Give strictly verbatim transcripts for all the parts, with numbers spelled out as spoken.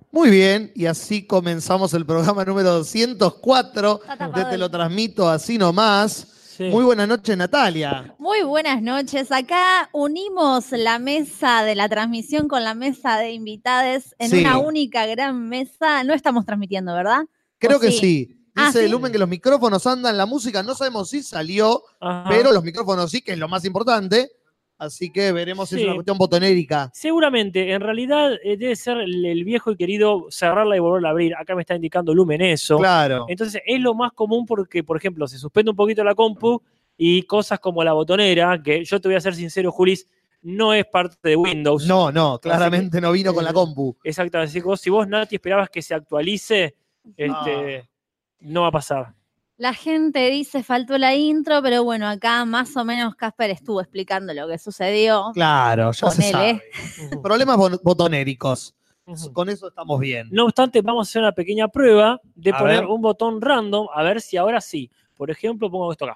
Muy bien, y así comenzamos el programa número doscientos cuatro de Te lo transmito así nomás. Sí. Muy buenas noches, Natalia. Muy buenas noches. Acá unimos la mesa de la transmisión con la mesa de invitados en sí. una única gran mesa. No estamos transmitiendo, ¿verdad? Creo que sí. sí. Dice ah, ¿sí? Lumen que los micrófonos andan, la música no sabemos si salió, Ajá. pero los micrófonos sí, que es lo más importante. Así que veremos sí. si es una cuestión botonérica. Seguramente, en realidad eh, debe ser el, el viejo y querido cerrarla y volverla a abrir. Acá me está indicando Lumen eso. Claro. Entonces es lo más común porque, por ejemplo, se suspende un poquito la compu y cosas como la botonera, que yo te voy a ser sincero, Julis, no es parte de Windows. No, no, claramente que, no vino eh, con la compu. Exactamente. Así que vos, si vos, Nati, esperabas que se actualice, este, ah. no va a pasar. La gente dice, faltó la intro, pero bueno, acá más o menos Casper estuvo explicando lo que sucedió. Claro, ya se sabe. Uh-huh. Problemas botonéricos. Uh-huh. Con eso estamos bien. No obstante, vamos a hacer una pequeña prueba de a poner ver. un botón random, a ver si ahora sí. Por ejemplo, pongo esto acá.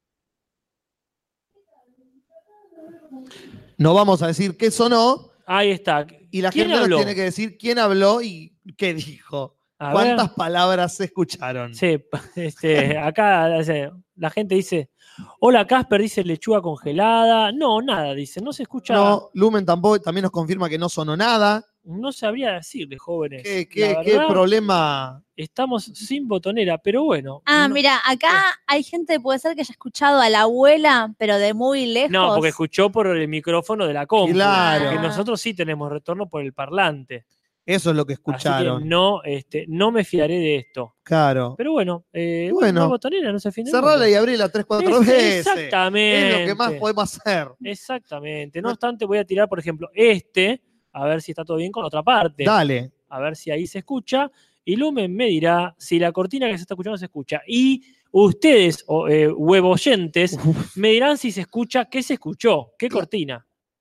No vamos a decir qué sonó. Ahí está. Y la gente nos tiene que decir quién habló y qué dijo. A ¿Cuántas ver. palabras se escucharon? Sí, este, acá la gente dice, hola Casper, dice lechuga congelada. No, nada, dice, no se escucha. No, Lumen tampoco, también nos confirma que no sonó nada. No sabría decirle, jóvenes. ¿Qué, qué, ¿qué problema? Estamos sin botonera, pero bueno. Ah, no, mira, acá ¿qué? hay gente que puede ser que haya escuchado a la abuela, pero de muy lejos. No, porque escuchó por el micrófono de la compu. Claro. Que nosotros sí tenemos retorno por el parlante. Eso es lo que escucharon. Así que no, este, no me fiaré de esto. Claro. Pero bueno, eh, bueno, no botonera, no se fin de cerrala y abrila tres, cuatro es, veces. Exactamente. Es lo que más podemos hacer. Exactamente. No obstante, voy a tirar, por ejemplo, este, a ver si está todo bien con la otra parte. Dale. A ver si ahí se escucha. Y Lumen me dirá si la cortina que se está escuchando se escucha. Y ustedes, o, eh, huevoyentes, me dirán si se escucha, qué se escuchó, qué cortina.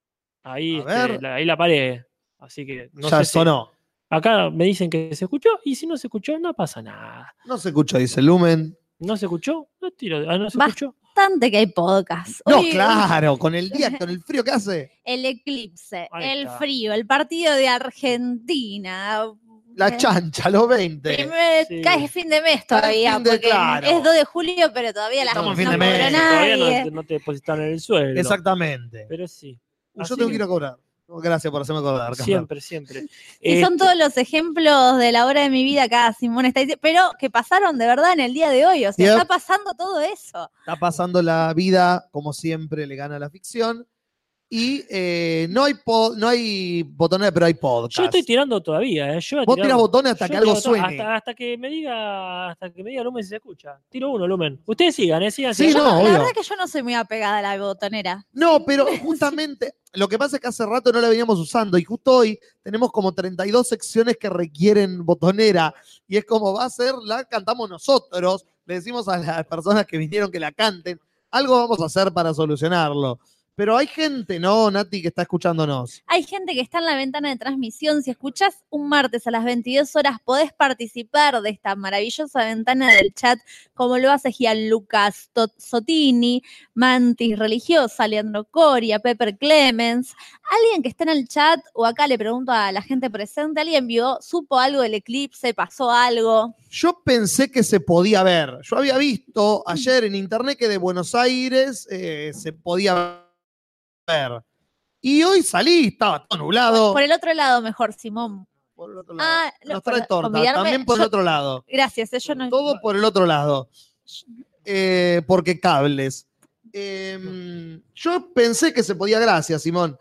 Ahí, este, la, ahí la pared. Así que no ya sé sonó. Si, acá me dicen que se escuchó y si no se escuchó, no pasa nada. No se escuchó, dice Lumen. ¿No se escuchó? No tiro. Ah, ¿no se Bastante escuchó? Bastante que hay podcast. No, Hoy, claro, con el día, con el frío que hace. El eclipse, ahí el está. Frío, el partido de Argentina. La chancha, los veinte. Primer, sí. Cae fin de mes todavía, de, porque claro. es dos de julio, pero todavía la Estamos gente fin de no mes. Todavía no, no te depositaron el sueldo. Exactamente. Pero sí. Yo Así tengo que ir a cobrar. Gracias por hacerme acordar. Carlos. Siempre, siempre. Sí, este... son todos los ejemplos de la hora de mi vida acá, Simón está diciendo, pero que pasaron de verdad en el día de hoy. O sea, yep. está pasando todo eso. Está pasando la vida, como siempre, le gana la ficción. Y eh, no, hay pod, no hay botones, pero hay podcast. Yo estoy tirando todavía. ¿eh? Yo Vos tirás botones hasta que algo suene. Hasta, hasta que me diga, hasta que me diga Lumen si se escucha. Tiro uno, Lumen. Ustedes sigan, ¿eh? Sigan, sí, sigan. No, la obvio. verdad es que yo no soy muy apegada a la botonera. No, pero justamente lo que pasa es que hace rato no la veníamos usando y justo hoy tenemos como treinta y dos secciones que requieren botonera y es como va a ser, la cantamos nosotros, le decimos a las personas que vinieron que la canten, algo vamos a hacer para solucionarlo. Pero hay gente, ¿no, Nati, que está escuchándonos? Hay gente que está en la ventana de transmisión. Si escuchás un martes a las veintidós horas, podés participar de esta maravillosa ventana del chat, como lo hace Gianluca Sottini, Mantis Religiosa, Leandro Coria, Pepper Clemens. Alguien que está en el chat, o acá le pregunto a la gente presente, ¿alguien vio, supo algo del eclipse, pasó algo? Yo pensé que se podía ver. Yo había visto ayer en internet que de Buenos Aires eh, se podía ver. ver. Y hoy salí, estaba todo nublado. Por el otro lado, mejor, Simón. Por el otro lado. Ah, Nos trae torta, también por yo, el otro lado. Gracias, yo no. Todo por el otro lado. Eh, porque cables. Eh, yo pensé que se podía, gracias, Simón.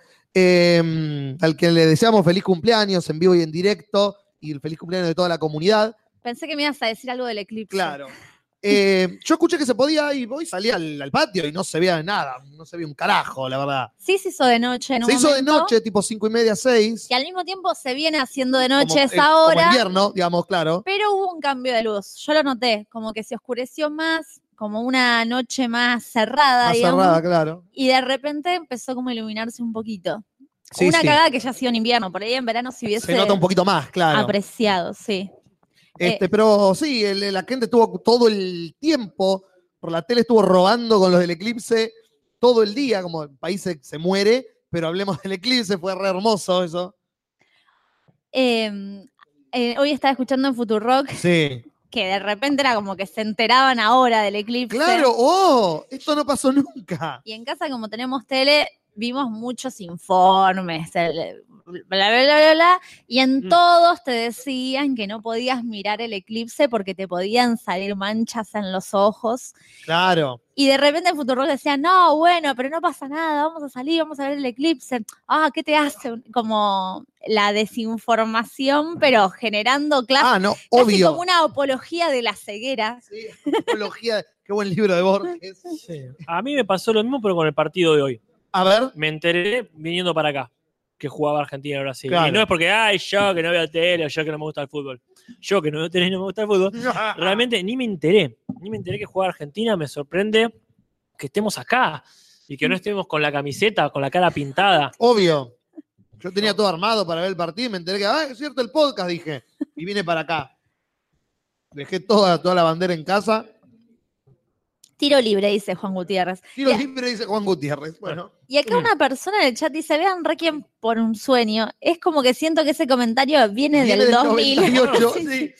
Eh, al que le deseamos feliz cumpleaños en vivo y en directo. Y el feliz cumpleaños de toda la comunidad. Pensé que me ibas a decir algo del eclipse. Claro. Eh, yo escuché que se podía y voy, salí al, al patio y no se veía nada, no se veía un carajo, la verdad. Sí se hizo de noche en un Se hizo momento, de noche, tipo cinco y media, seis. Y al mismo tiempo se viene haciendo de noche como, esa eh, hora. Como invierno, digamos, claro. Pero hubo un cambio de luz, yo lo noté, como que se oscureció más, como una noche más cerrada, Más digamos, cerrada, claro. Y de repente empezó como a iluminarse un poquito. Sí, una sí. cagada que ya ha sido en invierno, por ahí en verano si hubiese se nota un poquito más, claro. apreciado, sí. Este, eh, pero sí, el, la gente estuvo todo el tiempo, por la tele estuvo robando con los del eclipse todo el día, como el país se, se muere, pero hablemos del eclipse, fue re hermoso eso. Eh, eh, hoy estaba escuchando en Futurock Sí. que de repente era como que se enteraban ahora del eclipse. Claro, oh, esto no pasó nunca. Y en casa, como tenemos tele, vimos muchos informes, el- bla, bla, bla, bla, bla, y en Mm. todos te decían que no podías mirar el eclipse porque te podían salir manchas en los ojos. Claro. Y de repente en Futurock decían, no, bueno, pero no pasa nada, vamos a salir, vamos a ver el eclipse. Ah, ¿qué te hace? Como la desinformación, pero generando clases, Ah, no, casi obvio. como una apología de la ceguera. Sí, apología. Qué buen libro de Borges. Sí. A mí me pasó lo mismo, pero con el partido de hoy. A ver. Me enteré viniendo para acá que jugaba Argentina y Brasil. Claro. Y no es porque, ay, yo que no veo tele, o yo que no me gusta el fútbol. Yo que no veo tele y no me gusta el fútbol. Realmente ni me enteré. Ni me enteré que jugaba Argentina. Me sorprende que estemos acá y que no estemos con la camiseta, con la cara pintada. Obvio. Yo tenía todo armado para ver el partido y me enteré que, ah, es cierto el podcast, dije. Y vine para acá. Dejé toda, toda la bandera en casa. Tiro libre, dice Juan Gutiérrez. Tiro Y- libre, dice Juan Gutiérrez. Bueno. Y acá una persona en el chat dice, vean Requiem por un sueño. Es como que siento que ese comentario viene, Viene del, del dos mil. noventa y ocho, Sí, sí.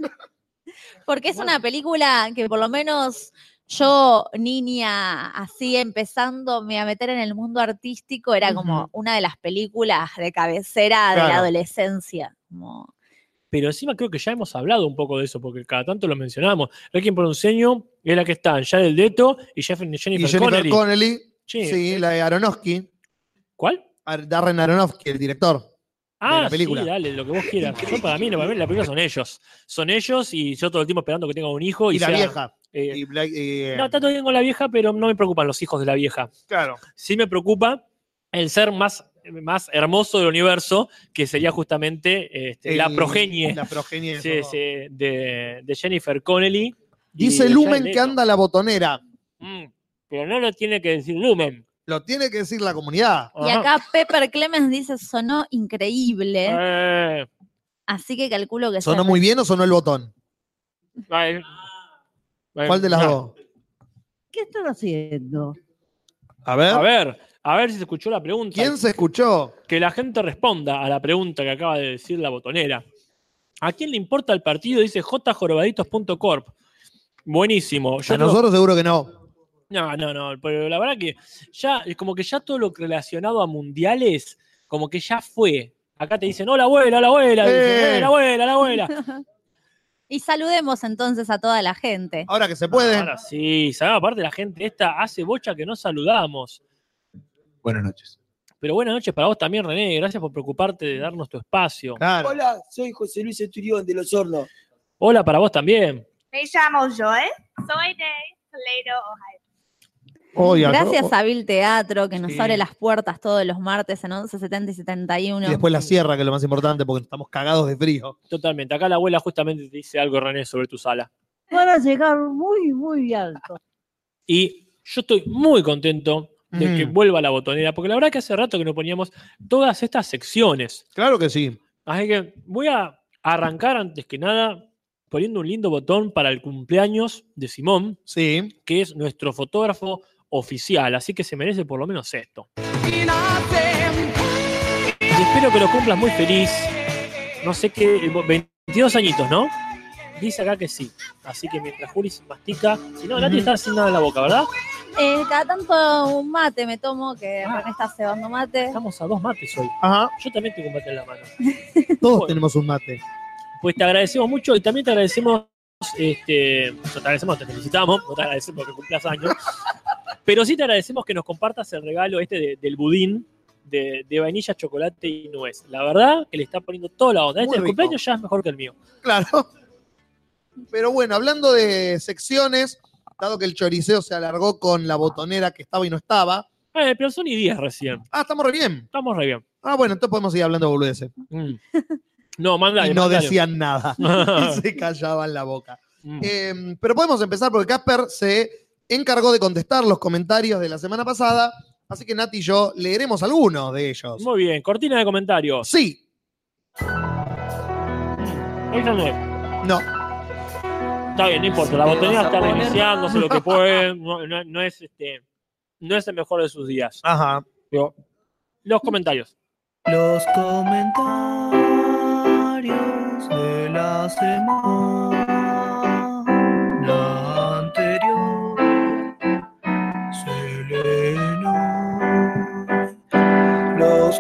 porque es una película que por lo menos yo, niña, así empezando a meter en el mundo artístico, era como Ujú. una de las películas de cabecera de la Claro. adolescencia. Como, Pero encima creo que ya hemos hablado un poco de eso, porque cada tanto lo mencionamos. Requiem por un sueño es la que están Jared Leto y Jeff- Jennifer, Y Jennifer Connelly. Connelly. Sí. Sí, la de Aronofsky. ¿Cuál? Ar- Darren Aronofsky, el director. Ah, la película. sí, dale, lo que vos quieras. Yo para mí, para mí la película son ellos. Son ellos y yo todo el tiempo esperando que tenga un hijo. Y, Y la sea, vieja. eh, Y Black- y- no, está todo bien con la vieja, pero no me preocupan los hijos de la vieja. Claro. Sí me preocupa el ser más, más hermoso del universo, que sería justamente este, la El- progenie La progenie. sí, eso. sí, de, de Jennifer Connelly. y Dice de Lumen Jared que Leto. anda la botonera. Mm, pero no lo tiene que decir Lumen. Lo tiene que decir la comunidad. y acá Pepper Clemens dice, sonó increíble. Eh, Así que calculo que ¿Sonó se- muy bien o sonó el botón? ay, ay, ¿Cuál de las nah. dos? ¿Qué están haciendo? A ver. A ver, a ver si se escuchó la pregunta. ¿Quién se escuchó? Que la gente responda a la pregunta que acaba de decir la botonera. ¿A quién le importa el partido? Dice j jorobaditos punto corp. Buenísimo. Yo A creo- nosotros seguro que no. No, no, no. Pero la verdad que ya, es como que ya todo lo relacionado a mundiales, como que ya fue. Acá te dicen, hola abuela, la abuela. Eh. Dicen, "Eh, la abuela, la abuela. Y saludemos entonces a toda la gente. Ahora que se puede. Ahora sí, ¿sabes? Aparte la gente esta hace bocha que no saludamos. Buenas noches. Pero buenas noches para vos también, René. Gracias por preocuparte de darnos tu espacio. Claro. Hola, soy José Luis Esturión de Los Hornos. Hola para vos también. Me llamo Joy, soy de Toledo, Ohio. Oye, Gracias a Vil Teatro, que nos Sí. abre las puertas todos los martes en once, setenta y setenta y uno. Y después la sierra, que es lo más importante, porque estamos cagados de frío. Totalmente. Acá la abuela justamente te dice algo, René, sobre tu sala. Van a llegar muy, muy alto. Y yo estoy muy contento de Mm. que vuelva la botonera, porque la verdad que hace rato que no poníamos todas estas secciones. Claro que sí. Así que voy a arrancar antes que nada poniendo un lindo botón para el cumpleaños de Simón, Sí. que es nuestro fotógrafo oficial, así que se merece por lo menos esto. Y espero que lo cumplas muy feliz. No sé qué, veintidós añitos, ¿no? Dice acá que sí. Así que mientras Juli se mastica, si no, Nati Ujú. está sin nada en la boca, ¿verdad? Eh, cada tanto un mate me tomo, que René está cebando mate. Estamos a dos mates hoy. Ajá. Yo también tengo un mate en la mano. Todos Bueno. tenemos un mate. Pues te agradecemos mucho y también te agradecemos, este, no te agradecemos, te felicitamos, no te agradecemos que cumplas años, pero sí te agradecemos que nos compartas el regalo este de- del budín de, de vainilla, chocolate y nuez. La verdad que le está poniendo toda la onda. Muy Este el rico. cumpleaños ya es mejor que el mío. Claro. Pero bueno, hablando de secciones, dado que el choriceo se alargó con la botonera que estaba y no estaba. Eh, pero son y diez recién. Ah, estamos re bien. Estamos re bien. Ah, bueno, entonces podemos seguir hablando de boludeces. Mm. No, mandale, Y no mandale. decían nada. Y se callaban la boca. Mm. Eh, pero podemos empezar porque Casper se encargó de contestar los comentarios de la semana pasada. Así que Nati y yo leeremos algunos de ellos. Muy bien, cortina de comentarios. Sí. Esa no es. No. Está bien, no importa. La Te botonera vas a está poner- reiniciando, hace lo que puede. No, no- no es este, no es el mejor de sus días. Ajá. Pero, los comentarios. Los comentarios de la semana anterior se leen hoy. Los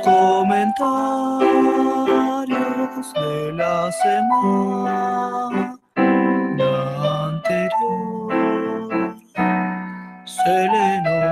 comentarios de la semana anterior se leen hoy.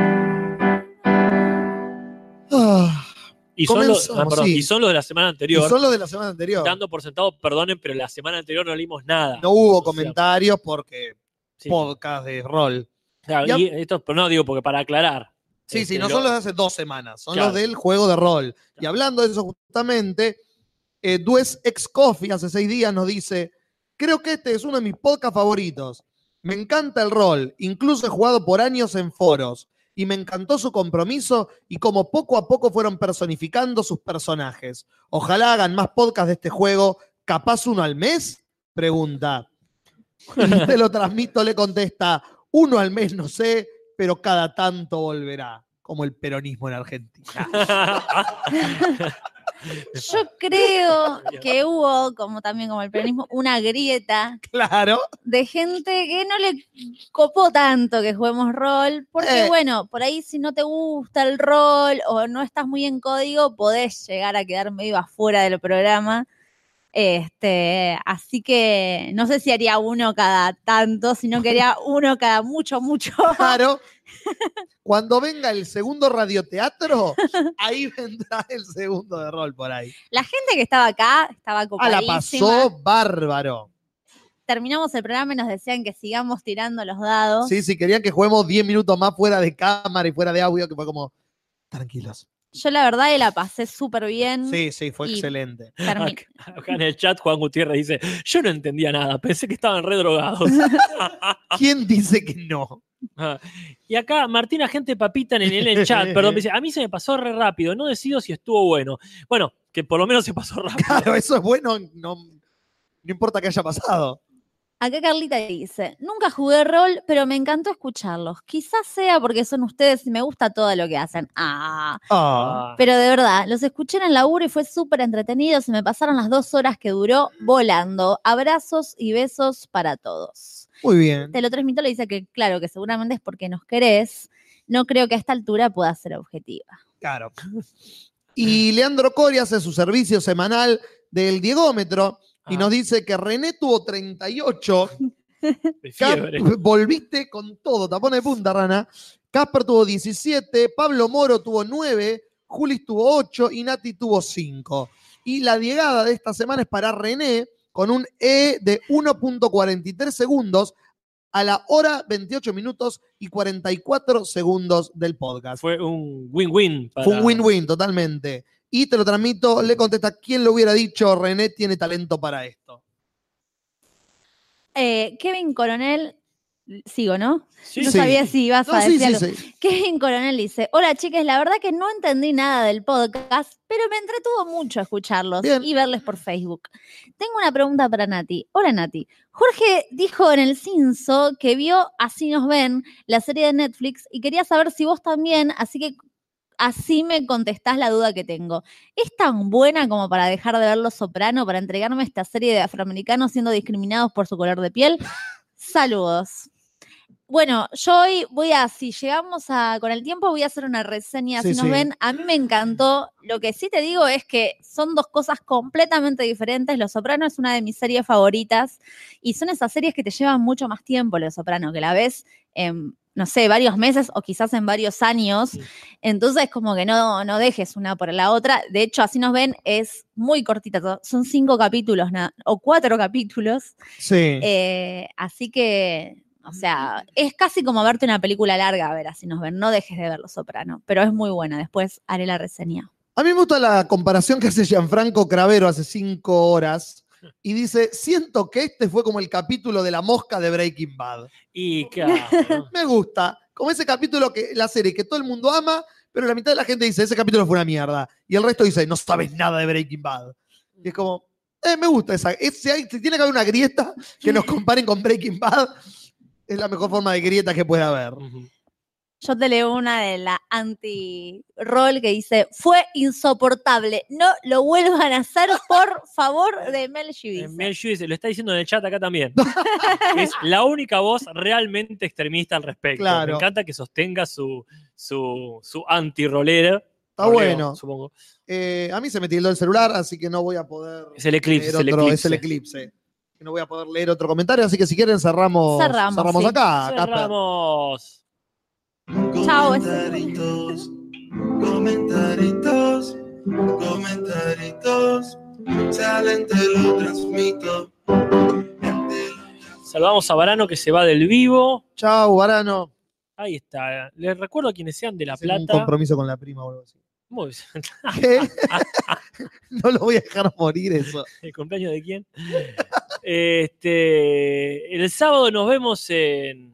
Ah, Y son, los, Comenzamos, ah, perdón, sí. y son los de la semana y anterior. son los de la semana anterior. Dando por sentado, perdonen, pero la semana anterior no leímos nada. No hubo O sea, comentarios porque sí. podcast de rol. Claro, Ya- y esto, pero no digo porque para aclarar. Sí, este, sí, no lo- son los de hace dos semanas, son Claro. los del juego de rol. Y hablando de eso justamente, eh, Dues Ex Coffee hace seis días nos dice, creo que este es uno de mis podcasts favoritos. Me encanta el rol, incluso he jugado por años en foros. Y me encantó su compromiso y cómo poco a poco fueron personificando sus personajes. Ojalá hagan más podcasts de este juego, capaz uno al mes, pregunta. Y te lo transmito, le contesta, uno al mes no sé, pero cada tanto volverá, como el peronismo en Argentina. Yo creo que hubo, como también como el peronismo, una grieta Claro. de gente que no le copó tanto que juguemos rol, porque Eh. bueno, por ahí si no te gusta el rol o no estás muy en código, podés llegar a quedar medio afuera del programa. Este, así que no sé si haría uno cada tanto, sino que haría uno cada mucho, mucho. Claro. Cuando venga el segundo radioteatro, ahí vendrá el segundo de rol por ahí. La gente que estaba acá estaba Ah, la copadísima. pasó bárbaro. Terminamos el programa y nos decían que sigamos tirando los dados. Sí, sí, querían que juguemos diez minutos más fuera de cámara y fuera de audio, que fue como, tranquilos. Yo la verdad que la pasé súper bien. Sí, sí, fue Y- excelente. Termi- Acá, acá en el chat Juan Gutiérrez dice, yo no entendía nada, pensé que estaban re drogados. ¿Quién dice que no? Ah, y acá Martina Gente Papita en el, en el chat, perdón, me dice, a mí se me pasó re rápido, no decido si estuvo bueno. Bueno, que por lo menos se pasó rápido. Claro, eso es bueno, no, no importa que haya pasado. Acá Carlita dice, nunca jugué rol, pero me encantó escucharlos. Quizás sea porque son ustedes y me gusta todo lo que hacen. Ah, Ah, Ah, pero de verdad, los escuché en el laburo y fue súper entretenido. Se me pasaron las dos horas que duró volando. Abrazos y besos para todos. muy bien. Te lo transmito, le dice que claro, que seguramente es porque nos querés. No creo que a esta altura pueda ser objetiva. Claro. Y Leandro Cori hace su servicio semanal del Diegómetro y Ah. nos dice que René tuvo treinta y ocho. de fiebre. Cap- volviste con todo, tapón de punta, rana. Casper tuvo diecisiete, Pablo Moro tuvo nueve, Julis tuvo ocho y Nati tuvo cinco. Y la llegada de esta semana es para René con un E de uno punto cuarenta y tres segundos a la hora veintiocho minutos y cuarenta y cuatro segundos del podcast. Fue un win-win. para- Fue un win-win totalmente. Y te lo transmito, le contesta, ¿quién lo hubiera dicho? René tiene talento para esto. Eh, Kevin Coronel, sigo, ¿no? Sí, no sí. sabía si ibas No, a sí, decir sí, algo. sí. Kevin Coronel dice, hola chicas, la verdad que no entendí nada del podcast, pero me entretuvo mucho escucharlos Bien. y verles por Facebook. Tengo una pregunta para Nati. Hola Nati. Jorge dijo en el Cinso que vio Así nos ven, la serie de Netflix, y quería saber si vos también, así que así me contestás la duda que tengo. ¿Es tan buena como para dejar de ver Los Soprano, para entregarme esta serie de afroamericanos siendo discriminados por su color de piel? Saludos. Bueno, yo hoy voy a, si llegamos a, con el tiempo, voy a hacer una reseña. Sí, Si nos sí. ven, a mí me encantó. Lo que sí te digo es que son dos cosas completamente diferentes. Los Soprano es una de mis series favoritas y son esas series que te llevan mucho más tiempo, Los Soprano, que la ves en, no sé, varios meses o quizás en varios años. Sí. Entonces, como que no, no dejes una por la otra. De hecho, Así nos ven, es muy cortita. Son cinco capítulos na- o cuatro capítulos. Sí. Eh, así que, o sea, es casi como verte una película larga, a ver, Así nos ven. No dejes de ver Los Soprano, pero es muy buena. Después haré la reseña. A mí me gusta la comparación que hace Gianfranco Cravero hace cinco horas y dice, siento que este fue como el capítulo de la mosca de Breaking Bad. Y claro. Me gusta, como ese capítulo que la serie que todo el mundo ama, pero la mitad de la gente dice, ese capítulo fue una mierda. Y el resto dice, no sabes nada de Breaking Bad. Y es como, eh, me gusta esa. Es, si, hay- si tiene que haber una grieta que nos comparen con Breaking Bad, es la mejor forma de grieta que puede haber. Ujú. Yo te leo una de la anti-roll que dice, fue insoportable, no lo vuelvan a hacer, por favor, de Mel Gibbs. Eh, Mel Gibbs lo está diciendo en el chat acá también. Es la única voz realmente extremista al respecto. Claro. Me encanta que sostenga su, su, su anti-rolera. Está Roleo, bueno. Supongo. Eh, a mí se me tildó el celular, así que no voy a poder Es el eclipse, leer es el otro- eclipse. es el eclipse. Que no voy a poder leer otro comentario, así que si quieren cerramos, Cerramos, sí. acá. acá Cerramos. Chao. Comentaritos, comentaritos, comentaritos. Salen, te lo transmito. Saludamos a Varano que se va del vivo. Chau, Varano. Ahí está. Les recuerdo a quienes sean de La Hacen un Plata. compromiso con la prima o algo así. Muy bien. ¿Qué? No lo voy a dejar morir eso. ¿El cumpleaños de quién? Este, el sábado nos vemos en,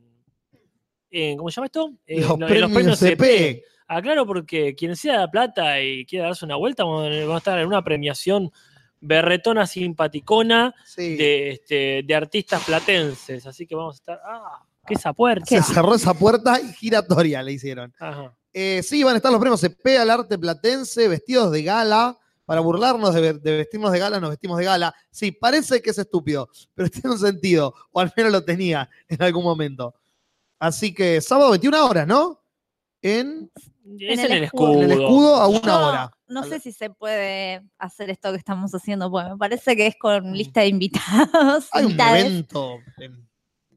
en ¿cómo se llama esto? En, Los en premios C P. Aclaro porque quien sea de La Plata y quiera darse una vuelta, vamos a vamos a estar en una premiación berretona simpaticona Sí. de, este, de artistas platenses. Así que vamos a estar. ¡Ah! ¿Qué es esa puerta? Se cerró esa puerta y giratoria le hicieron. Ajá. Eh, sí, van a estar los premios C P al arte platense, vestidos de gala. Para burlarnos de, de vestirnos de gala, nos vestimos de gala. Sí, parece que es estúpido, pero tiene un sentido, o al menos lo tenía en algún momento. Así que sábado veintiuna horas, ¿no? En, Es el en el escudo. escudo. en el escudo a una No, hora. no sé si se puede hacer esto que estamos haciendo, porque me parece que es con lista de invitados. Hay un invitades. evento en,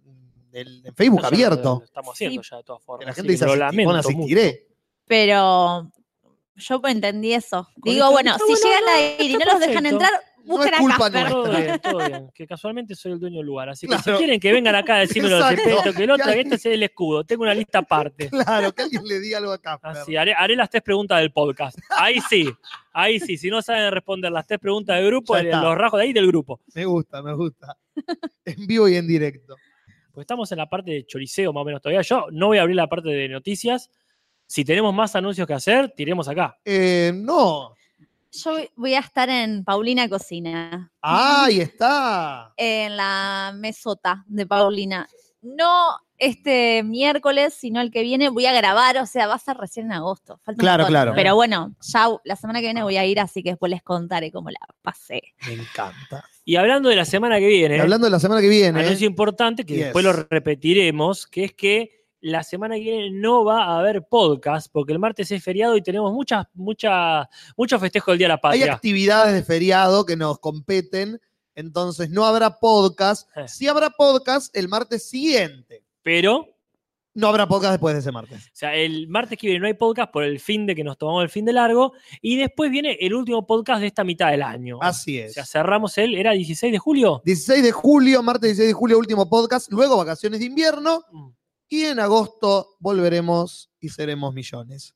en- en Facebook Nosotros abierto. Lo estamos haciendo Sí. ya de todas formas. Que la así gente dice, lo "Asistir- lamento bueno, mucho". asistiré. Pero yo entendí eso. Con Digo, esto- bueno, está si bueno, llegan no, a ir y está no los dejan perfecto. entrar, No busquen es a culpa Casper. Todo nuestra. bien, todo bien. Que casualmente soy el dueño del lugar. Así que Claro. si quieren que vengan acá a decirme lo de Exacto. esto, que el otro, Que que este es el escudo. Tengo una lista aparte. Claro, que alguien le diga algo acá. Así, haré, haré las tres preguntas del podcast. Ahí sí, ahí sí. Si no saben responder las tres preguntas del grupo, Ya está. los rasgos de ahí del grupo. Me gusta, me gusta. En vivo y en directo. Pues estamos en la parte de choriceo más o menos todavía. Yo no voy a abrir la parte de noticias. Si tenemos más anuncios que hacer, tiremos acá. Eh, no. Yo voy a estar en Paulina Cocina, Ah, ahí está. en la mesota de Paulina. No este miércoles, sino el que viene voy a grabar, o sea, va a ser recién en agosto. Falta un Claro, montón. claro. Pero bueno, ya la semana que viene voy a ir, así que después les contaré cómo la pasé. Me encanta. Y hablando de la semana que viene, Y hablando de la semana que viene. anuncio importante que Yes. después lo repetiremos, que es que la semana que viene no va a haber podcast, porque el martes es feriado y tenemos muchas, muchas, muchos festejos del Día de la Hay Patria. actividades de feriado que nos competen, entonces no habrá podcast. Eh. Sí habrá podcast el martes siguiente. Pero, o No habrá podcast después de ese martes. sea, el martes que viene no hay podcast por el fin de que nos tomamos el fin de largo, y después viene el último podcast de esta mitad del año. Así O es. sea, cerramos el, ¿era dieciséis de julio? dieciséis de julio, martes dieciséis de julio, último podcast. Luego vacaciones de invierno. Mm. Y en agosto volveremos y seremos millones.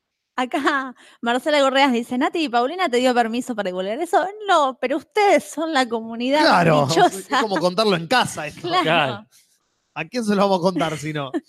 Acá Marcela Correas dice, Nati y Paulina te dio permiso para divulgar eso. No, pero ustedes son la comunidad Claro. Es dichosa. como contarlo en casa esto. Claro. Claro. ¿A quién se lo vamos a contar si no?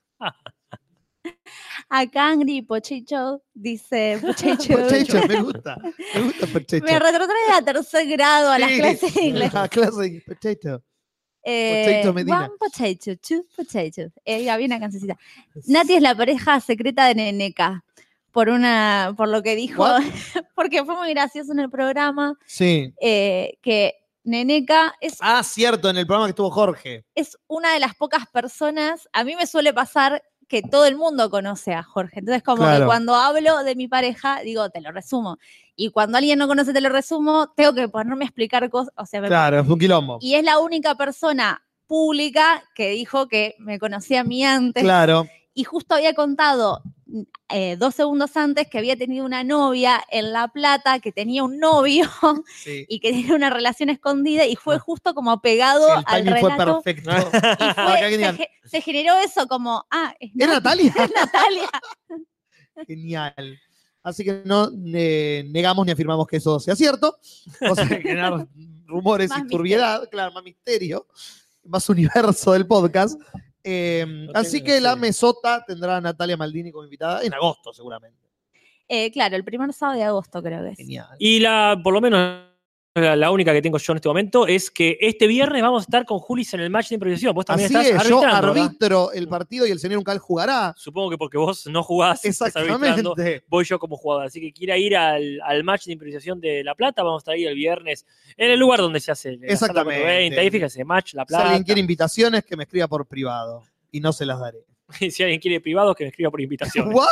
Acá Angry Pochicho dice, Pochicho, Pochecho, me gusta. Me gusta Pochecho. me retrotrae a tercer grado a las Sí, clases de inglés. La clase de Pochecho. Eh, Potato Medina. One potato, two potatoes. Eh, había una cancioncita. Nati es la pareja secreta de Neneca. Por una, por lo que dijo, What? porque fue muy gracioso en el programa, Sí. eh, que Neneca es, Ah, cierto, en el programa que estuvo Jorge. es una de las pocas personas, a mí me suele pasar que todo el mundo conoce a Jorge. Entonces, como Claro. que cuando hablo de mi pareja, digo, te lo resumo. Y cuando alguien no conoce, te lo resumo, tengo que ponerme a explicar cosas. O sea, me Claro, es un quilombo. y es la única persona pública que dijo que me conocía a mí antes. Claro. Y justo había contado eh, dos segundos antes que había tenido una novia en La Plata, que tenía un novio Sí. y que tenía una relación escondida y fue Ah. justo como pegado Sí, el al timing fue relato. perfecto. Y Para que fue- alguien se, diga, ge- se generó eso como, ah, es ¿Es Natalia? Natalia. Genial. Así que no eh, negamos ni afirmamos que eso sea cierto. O sea, generar rumores Más y turbiedad, claro, más misterio, más universo del podcast. Eh, No así tengo que la idea. mesota tendrá a Natalia Maldini como invitada en agosto, seguramente. Eh, claro, el primer sábado de agosto creo que es. Genial. Y la, por lo menos la, la única que tengo yo en este momento, es que este viernes vamos a estar con Julis en el match de improvisación. Vos también Así estás es, yo arbitrando, ¿verdad? arbitro el partido y el señor Uncal jugará. Supongo que porque vos no jugás, estás arbitrando, Exactamente. voy yo como jugador. Así que quiera ir al, al match de improvisación de La Plata, vamos a estar ahí el viernes en el lugar donde se hace el Exactamente. veinte. Ahí fíjese, match La Si Plata. alguien quiere invitaciones, que me escriba por privado. Y no se las daré. Si alguien quiere privado, que me escriba por invitación. ¿What?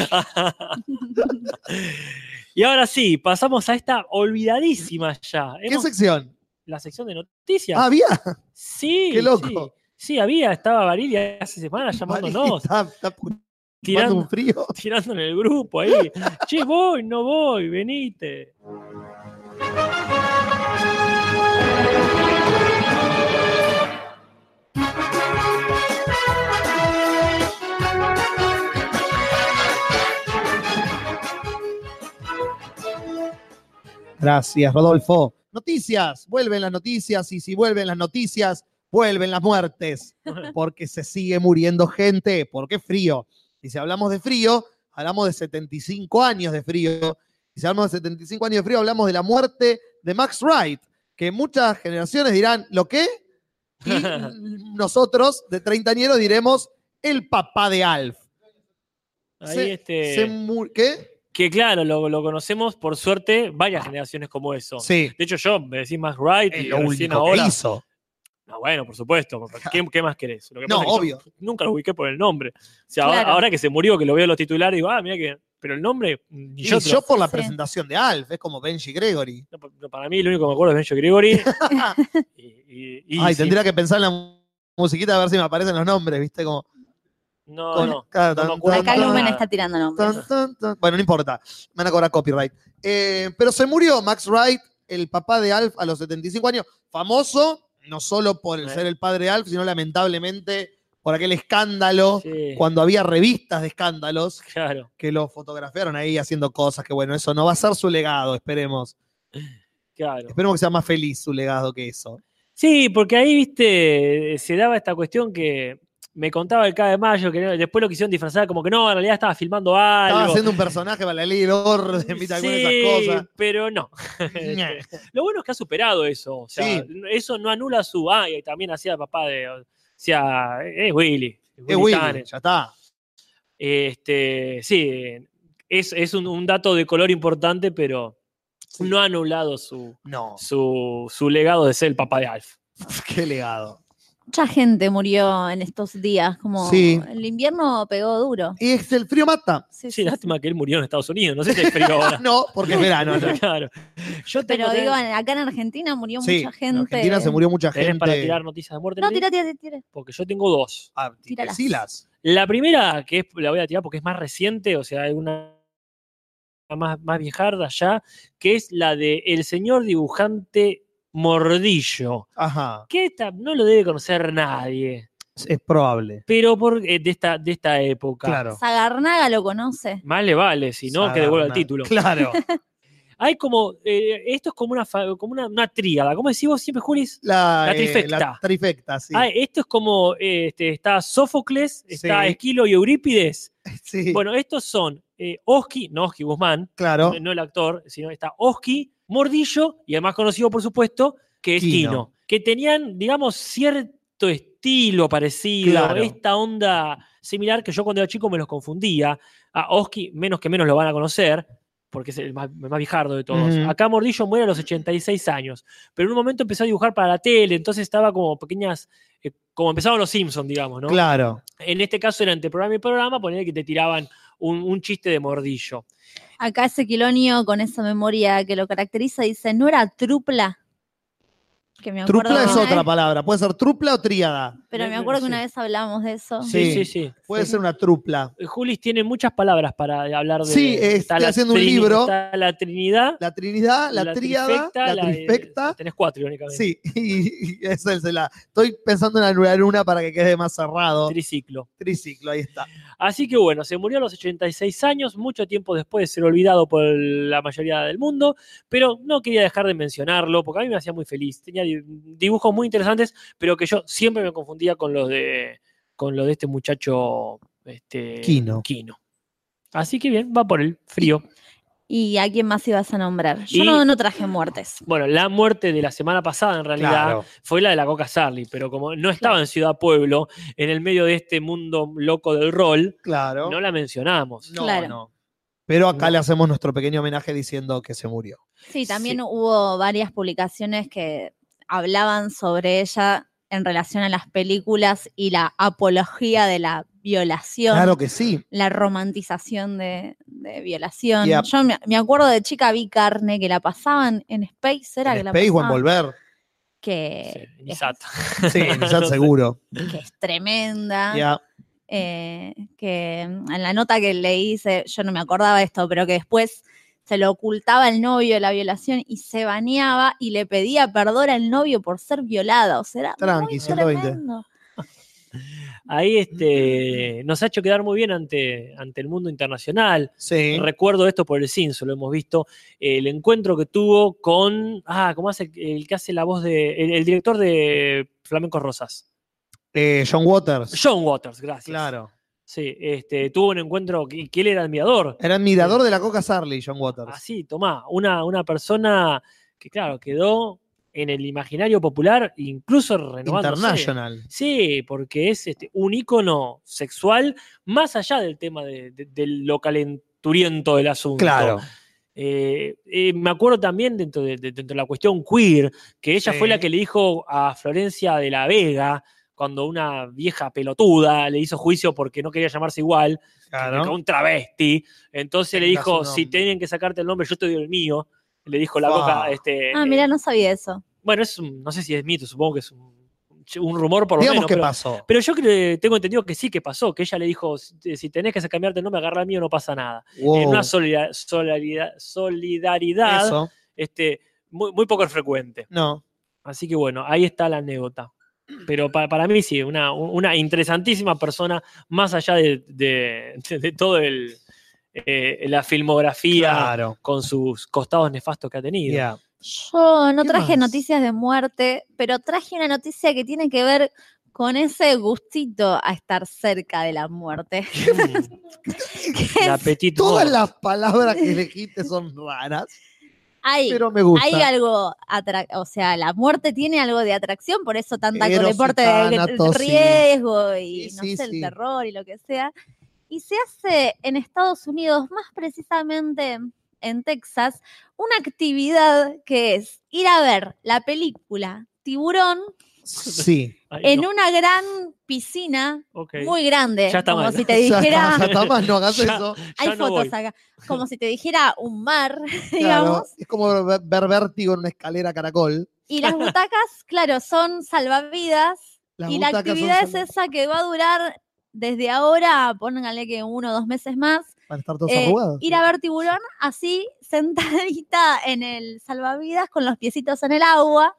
Y ahora sí, pasamos a esta olvidadísima ya. ¿Qué Hemos- sección? La sección de noticias. Ah, ¿había? Sí, qué loco. Sí, sí, había, estaba Varilia hace semanas llamándonos, Está, está chupando tirando, un frío. tirando en el grupo ahí. Che, voy, no voy, venite. Gracias, Rodolfo. Noticias, vuelven las noticias y si vuelven las noticias, vuelven las muertes, porque se sigue muriendo gente, porque frío. Y si hablamos de frío, hablamos de setenta y cinco años de frío. Y si hablamos de setenta y cinco años de frío, hablamos de la muerte de Max Wright, que muchas generaciones dirán, ¿lo qué? Y nosotros, de treintañeros, diremos, el papá de Alf. Ahí Se- este. se mu- ¿Qué? Que claro, lo, lo conocemos por suerte varias generaciones como eso. Sí. De hecho, yo me decís Max Wright Es y lo recién único ahora. que hizo. No, bueno, por supuesto. ¿Qué, qué más querés? Lo que No, pasa es que yo obvio. nunca lo ubiqué por el nombre. O sea, ahora, Claro. ahora que se murió, que lo veo en los titulares, digo, ah, mira que. Pero el nombre, ni Y yo. yo, te lo- por la Sí. presentación de Alf, es como Benji Gregory. no, pa- para mí, lo único que me acuerdo es Benjo Grigori. y, y- y Ay, sí. tendría que pensar en la musiquita a ver si me aparecen los nombres, ¿viste? Como, No, con- no. cada no me tan, acuerdo Acá para Lumen nada. está tirando nombres. tan, tan, tan. Bueno, no importa. Me van a cobrar copyright. Eh, pero se murió Max Wright, el papá de Alf, a los setenta y cinco años. Famoso, no solo por el Eh. ser el padre de Alf, sino lamentablemente por aquel escándalo, Sí, cuando había revistas de escándalos claro, que lo fotografiaron ahí haciendo cosas que, bueno, eso no va a ser su legado, esperemos. claro. Esperemos que sea más feliz su legado que eso. Sí, porque ahí, viste, se daba esta cuestión que me contaba el K de Mayo, que no- después lo quisieron disfrazar como que no, en realidad estaba filmando algo. Estaba haciendo un personaje para la ley del orden, ¿viste? Alguna de Sí, esas cosas. pero no. Lo bueno es que ha superado eso. O sea, Sí. eso no anula su. Ah, y también hacía papá de. O sea, es Willy. Es Willy, Tanner. ya está. Este, sí, es, es un, un dato de color importante, pero no ha anulado su, No, su, su legado de ser el papá de Alf. qué legado. Mucha gente murió en estos días, como Sí. el invierno pegó duro. Y es el frío mata. Sí, Sí, sí, lástima que él murió en Estados Unidos. No sé si hay frío ahora. No, porque es verano. ¿no? Claro. Yo tengo, Pero digo, acá en Argentina murió Sí, mucha en gente. Argentina se murió mucha ¿tenés gente. para tirar noticias de muerte? No, Lili? tira, tira, tira. Porque yo tengo dos. Ah, Tíralas. decilas. La primera, que es, la voy a tirar porque es más reciente, o sea, hay una más, más viejarda ya, que es la de el señor dibujante Mordillo. Ajá, Que esta no lo debe conocer nadie, es probable. pero por, eh, de, esta, de esta época. Claro. Sagarnaga lo conoce. Más le vale, si no, que devuelva el Sagarna. título. Claro. Hay como, eh, esto es como una, fa- como una, una tríada. ¿Cómo decís vos siempre, Julis? La, La eh, trifecta. la trifecta, sí. Ah, esto es como, eh, este, está Sófocles, está Sí. Esquilo y Eurípides. sí, Bueno, estos son eh, Oski, no Oski Guzmán, claro. no, no el actor, sino está Oski, Mordillo y el más conocido, por supuesto, que es Kino. Kino. Que tenían, digamos, cierto estilo parecido, Claro. esta onda similar que yo cuando era chico me los confundía. A Oski, menos que menos lo van a conocer, porque es el más, el más viejardo de todos. Ujú. Acá Mordillo muere a los ochenta y seis años, pero en un momento empezó a dibujar para la tele, entonces estaba como pequeñas, eh, como empezaban los Simpsons, digamos, ¿no? Claro. En este caso era entre programa y programa, poner que te tiraban un, un chiste de Mordillo. Acá ese Quilonio, con esa memoria que lo caracteriza, dice, ¿no era trupla? Que me acuerdo Trupla que es una otra vez- palabra. Puede ser trupla o tríada. Pero me Sí. acuerdo que una vez hablamos de eso. Sí, Sí. sí, sí. Puede Sí. ser una trupla. Eh, Julis tiene muchas palabras para hablar de. Sí, eh, está estoy la haciendo un trini- libro. Está la Trinidad, La trinidad, la, tríada, trifecta, la eh, trifecta. tenés cuatro, irónicamente. Sí, y, y esa es la. Estoy pensando en anular una para que quede más cerrado. Triciclo. Triciclo, ahí está. Así que bueno, se murió a los ochenta y seis años, mucho tiempo después de ser olvidado por la mayoría del mundo, pero no quería dejar de mencionarlo porque a mí me hacía muy feliz. Tenía di- dibujos muy interesantes, pero que yo siempre me confundía con los de, con lo de este muchacho este, Kino. Kino. Así que bien, va por el frío. ¿Y a quién más ibas a nombrar? Yo Y- no, no traje muertes. Bueno, la muerte de la semana pasada en realidad Claro. fue la de la Coca Sarli, pero como no estaba en Ciudad Pueblo, en el medio de este mundo loco del rol, Claro. no la mencionamos. No, Claro. no. Pero acá No. le hacemos nuestro pequeño homenaje diciendo que se murió. Sí, también Sí. hubo varias publicaciones que hablaban sobre ella en relación a las películas y la apología de la violación. Claro que sí. La romantización de, de violación. Yep. Yo me, me acuerdo de chica vi Carne, que la pasaban en Space, era En que la Space o en pasaban, Volver. que, Sí, ni Sat. Sí, en Nissan No sé. seguro. que es tremenda. Ya. eh, que en la nota que leí, se- yo no me acordaba de esto, pero que después se lo ocultaba el novio de la violación y se baneaba y le pedía perdón al novio por ser violada. O sea, era Tranqui, muy ciento veinte. tremendo. Ahí este, nos ha hecho quedar muy bien ante, ante el mundo internacional. Sí. Recuerdo esto por el Cinso, lo hemos visto. El encuentro que tuvo con. Ah, ¿cómo hace el, el que hace la voz de. El, el director de Flamencos Rosas. Eh, John Waters. John Waters, gracias. Claro. Sí, este, tuvo un encuentro que, que él era admirador. Era admirador de la Coca Sarli, John Waters. Así, tomá, una, una persona que, claro, quedó en el imaginario popular, incluso renovándose. International. Sí, porque es este, un ícono sexual más allá del tema de, de- de lo calenturiento del asunto. Claro. Eh, eh, me acuerdo también dentro de, de- dentro de la cuestión queer, que ella Sí. fue la que le dijo a Florencia de la Vega, cuando una vieja pelotuda le hizo juicio porque no quería llamarse igual, que Claro. un travesti, entonces le Tenga dijo, su si nombre. tienen que sacarte el nombre, yo te doy el mío. Le dijo la Wow. Coca, este, Ah, mira, no sabía eso. bueno, es un- no sé si es mito, supongo que es un, un rumor por lo Digamos menos. qué pero, pasó. pero yo creo, tengo entendido que sí que pasó, que ella le dijo, si si tenés que cambiarte el nombre, agarra el mío, no pasa nada. Wow. En una solida- solidaridad, solidaridad Eso. este, muy, muy poco frecuente. No. Así que bueno, ahí está la anécdota. Pero para, para mí sí, una, una interesantísima persona, más allá de, de, de todo el, eh, la filmografía Claro. con sus costados nefastos que ha tenido. Ya. Yo no ¿Qué traje más? noticias de muerte, pero traje una noticia que tiene que ver con ese gustito a estar cerca de la muerte. Que La es- Petit Todas Mort. las palabras que elegiste son raras, hay, pero me gusta. hay algo, atra- o sea, la muerte tiene algo de atracción, por eso tanta con Eros y deporte de tánatos, sí. riesgo y Sí, no sí, sé, el sí. terror y lo que sea. Y se hace en Estados Unidos, más precisamente en Texas, una actividad que es ir a ver la película Tiburón Sí. Ay, en no. una gran piscina Ok. muy grande, Ya está como mal. si te Ya está, dijera, ya está mal, no hagas Ya. eso. hay Ya no fotos voy. acá, como si te dijera un mar, Claro, digamos, es como ver, ver vértigo en una escalera caracol. y las butacas, claro, son salvavidas, Las y la butacas son actividad es salva- esa que va a durar desde ahora, pónganle que uno o dos meses más, Van a estar todos eh, arrugados. ir a ver tiburón así, sentadita en el salvavidas, con los piecitos en el agua.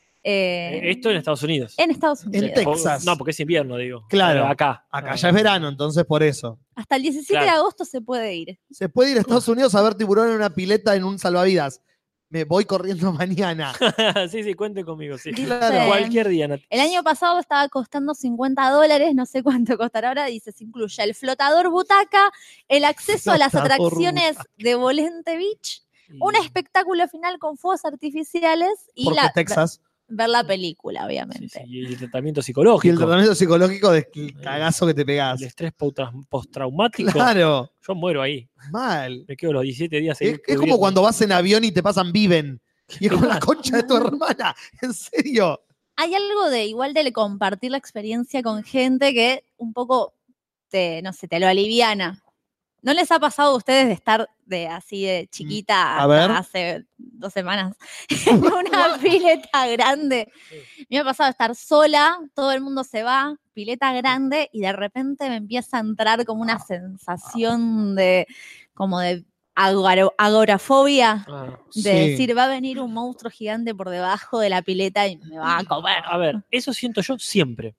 eh, Eh, Esto en Estados Unidos. en Estados Unidos. Texas. Po- No, porque es invierno, digo. Claro. Eh, Acá. Acá ya es verano, entonces por eso. Hasta el diecisiete Claro. de agosto se puede ir. Se puede ir a Estados Unidos a ver tiburón en una pileta en un salvavidas. Me voy corriendo mañana. sí, sí, cuenten conmigo, sí. Claro. Cualquier día. Nat- El año pasado estaba costando cincuenta dólares, no sé cuánto costará ahora, dice, se incluye el flotador butaca, el acceso a las Flotador atracciones de Volente Beach, un y- espectáculo final con fuegos artificiales y Porque la, Texas. ver la película, sí, obviamente. sí, y el tratamiento Y psicológico. el tratamiento psicológico del cagazo que te pegás. El estrés potra- postraumático. Claro. Yo muero ahí. Mal. Me quedo los diecisiete días ahí Es, es cubriendo. como cuando vas en avión y te pasan Viven. Y es con la Claro. concha de tu hermana. En serio. Hay algo de igual de compartir la experiencia con gente que un poco te, no sé, te lo aliviana. ¿No les ha pasado a ustedes de estar de así de chiquita A hasta ver. hace dos semanas en una pileta grande? Me ha pasado estar sola, todo el mundo se va, pileta grande, y de repente me empieza a entrar como una sensación de, como de agora- agorafobia. Ah. De Sí. decir, va a venir un monstruo gigante por debajo de la pileta y me va a comer. A ver, eso siento yo siempre.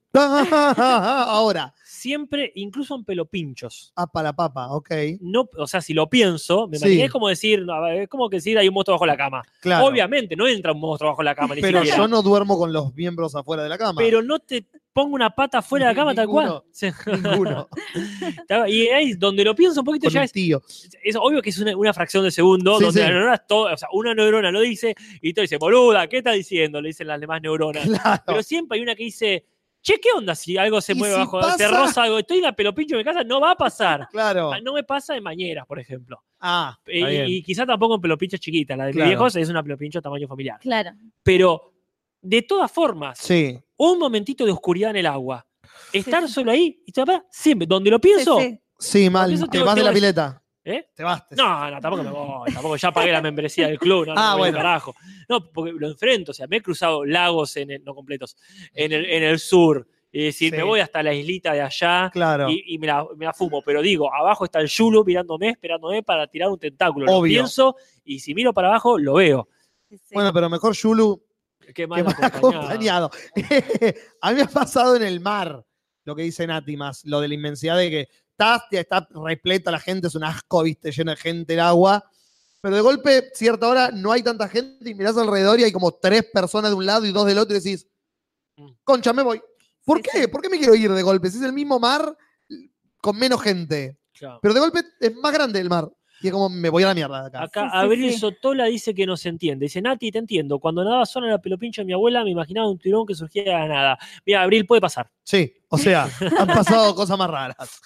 Ahora. Siempre, incluso en pelopinchos. Ah, para papa, ok. No, o sea, si lo pienso, me Sí. imagino, es como decir, no, a ver, es como que decir hay un monstruo bajo la cama. Claro. Obviamente, no entra un monstruo bajo la cama, ni Pero siquiera. yo no duermo con los miembros afuera de la cama. Pero no te, pongo una pata fuera de la cama tal cual. Ninguno. Sí. Ninguno. Y ahí donde lo pienso un poquito Con ya un es, tío. es obvio que es una, una fracción de segundo Sí, donde sí. la neurona es todo, o sea, una neurona lo dice y todo dice, boluda, ¿qué está diciendo? Le dicen las demás neuronas. Claro. Pero siempre hay una que dice, che, ¿qué onda si algo se Y mueve si abajo? pasa- Se roza algo, estoy en la pelopincho en mi casa, no va a pasar. Claro. Ah, no me pasa en bañeras, por ejemplo. Ah, Y, está bien. y quizá tampoco en pelopinchos chiquitas. La de Claro. mis viejos es una pelopincho tamaño familiar. Claro. Pero, de todas formas, Sí. un momentito de oscuridad en el agua, estar sí. solo ahí, y te va- siempre, donde lo pienso, Sí, sí. Sí, mal. Eso Te tengo- vas de tengo la que- pileta. ¿eh? Te vas. te- No, no, tampoco me voy, tampoco ya pagué la membresía del club, no, no Ah, me voy al bueno. carajo. No, porque lo enfrento, o sea, me he cruzado lagos en el- no completos, en el, en el sur, y decir, Sí. me voy hasta la islita de allá Claro. y, y me, la, me la fumo, pero digo, abajo está el Yulu mirándome, esperándome para tirar un tentáculo. Lo Obvio. pienso y si miro para abajo, lo veo. Sí, sí. Bueno, pero mejor Yulu Qué mal que mal acompañado. acompañado. A mí me ha pasado en el mar lo que dice Nati más, lo de la inmensidad de que está, está repleta la gente, es un asco, viste, lleno de gente el agua. Pero de golpe, cierta hora, no hay tanta gente y mirás alrededor y hay como tres personas de un lado y dos del otro y decís, concha, me voy. ¿Por Sí, qué? sí. ¿Por qué me quiero ir de golpe? Si es el mismo mar con menos gente. Claro. Pero de golpe es más grande el mar. Y es como, me voy a la mierda de acá. Acá Sí, sí, Abril sí. Sotola dice que no se entiende. Dice, Nati, te entiendo. Cuando nadaba sola en la pelopincho de mi abuela, me imaginaba un tiburón que surgía de la nada. Mira, Abril, puede pasar. Sí, o sea, han pasado cosas más raras.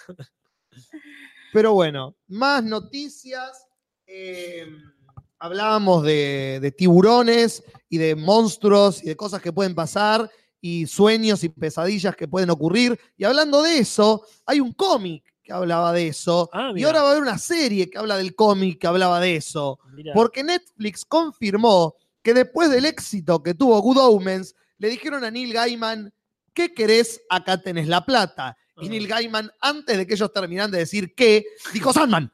Pero bueno, más noticias. Eh, hablábamos de, de tiburones y de monstruos y de cosas que pueden pasar y sueños y pesadillas que pueden ocurrir. Y hablando de eso, hay un cómic que hablaba de eso. Ah, y mira. ahora va a haber una serie que habla del cómic que hablaba de eso. Mirá. Porque Netflix confirmó que después del éxito que tuvo Good Omens, le dijeron a Neil Gaiman, ¿qué querés? Acá tenés la plata. Y Ah. Neil Gaiman, antes de que ellos terminaran de decir qué, dijo Sandman,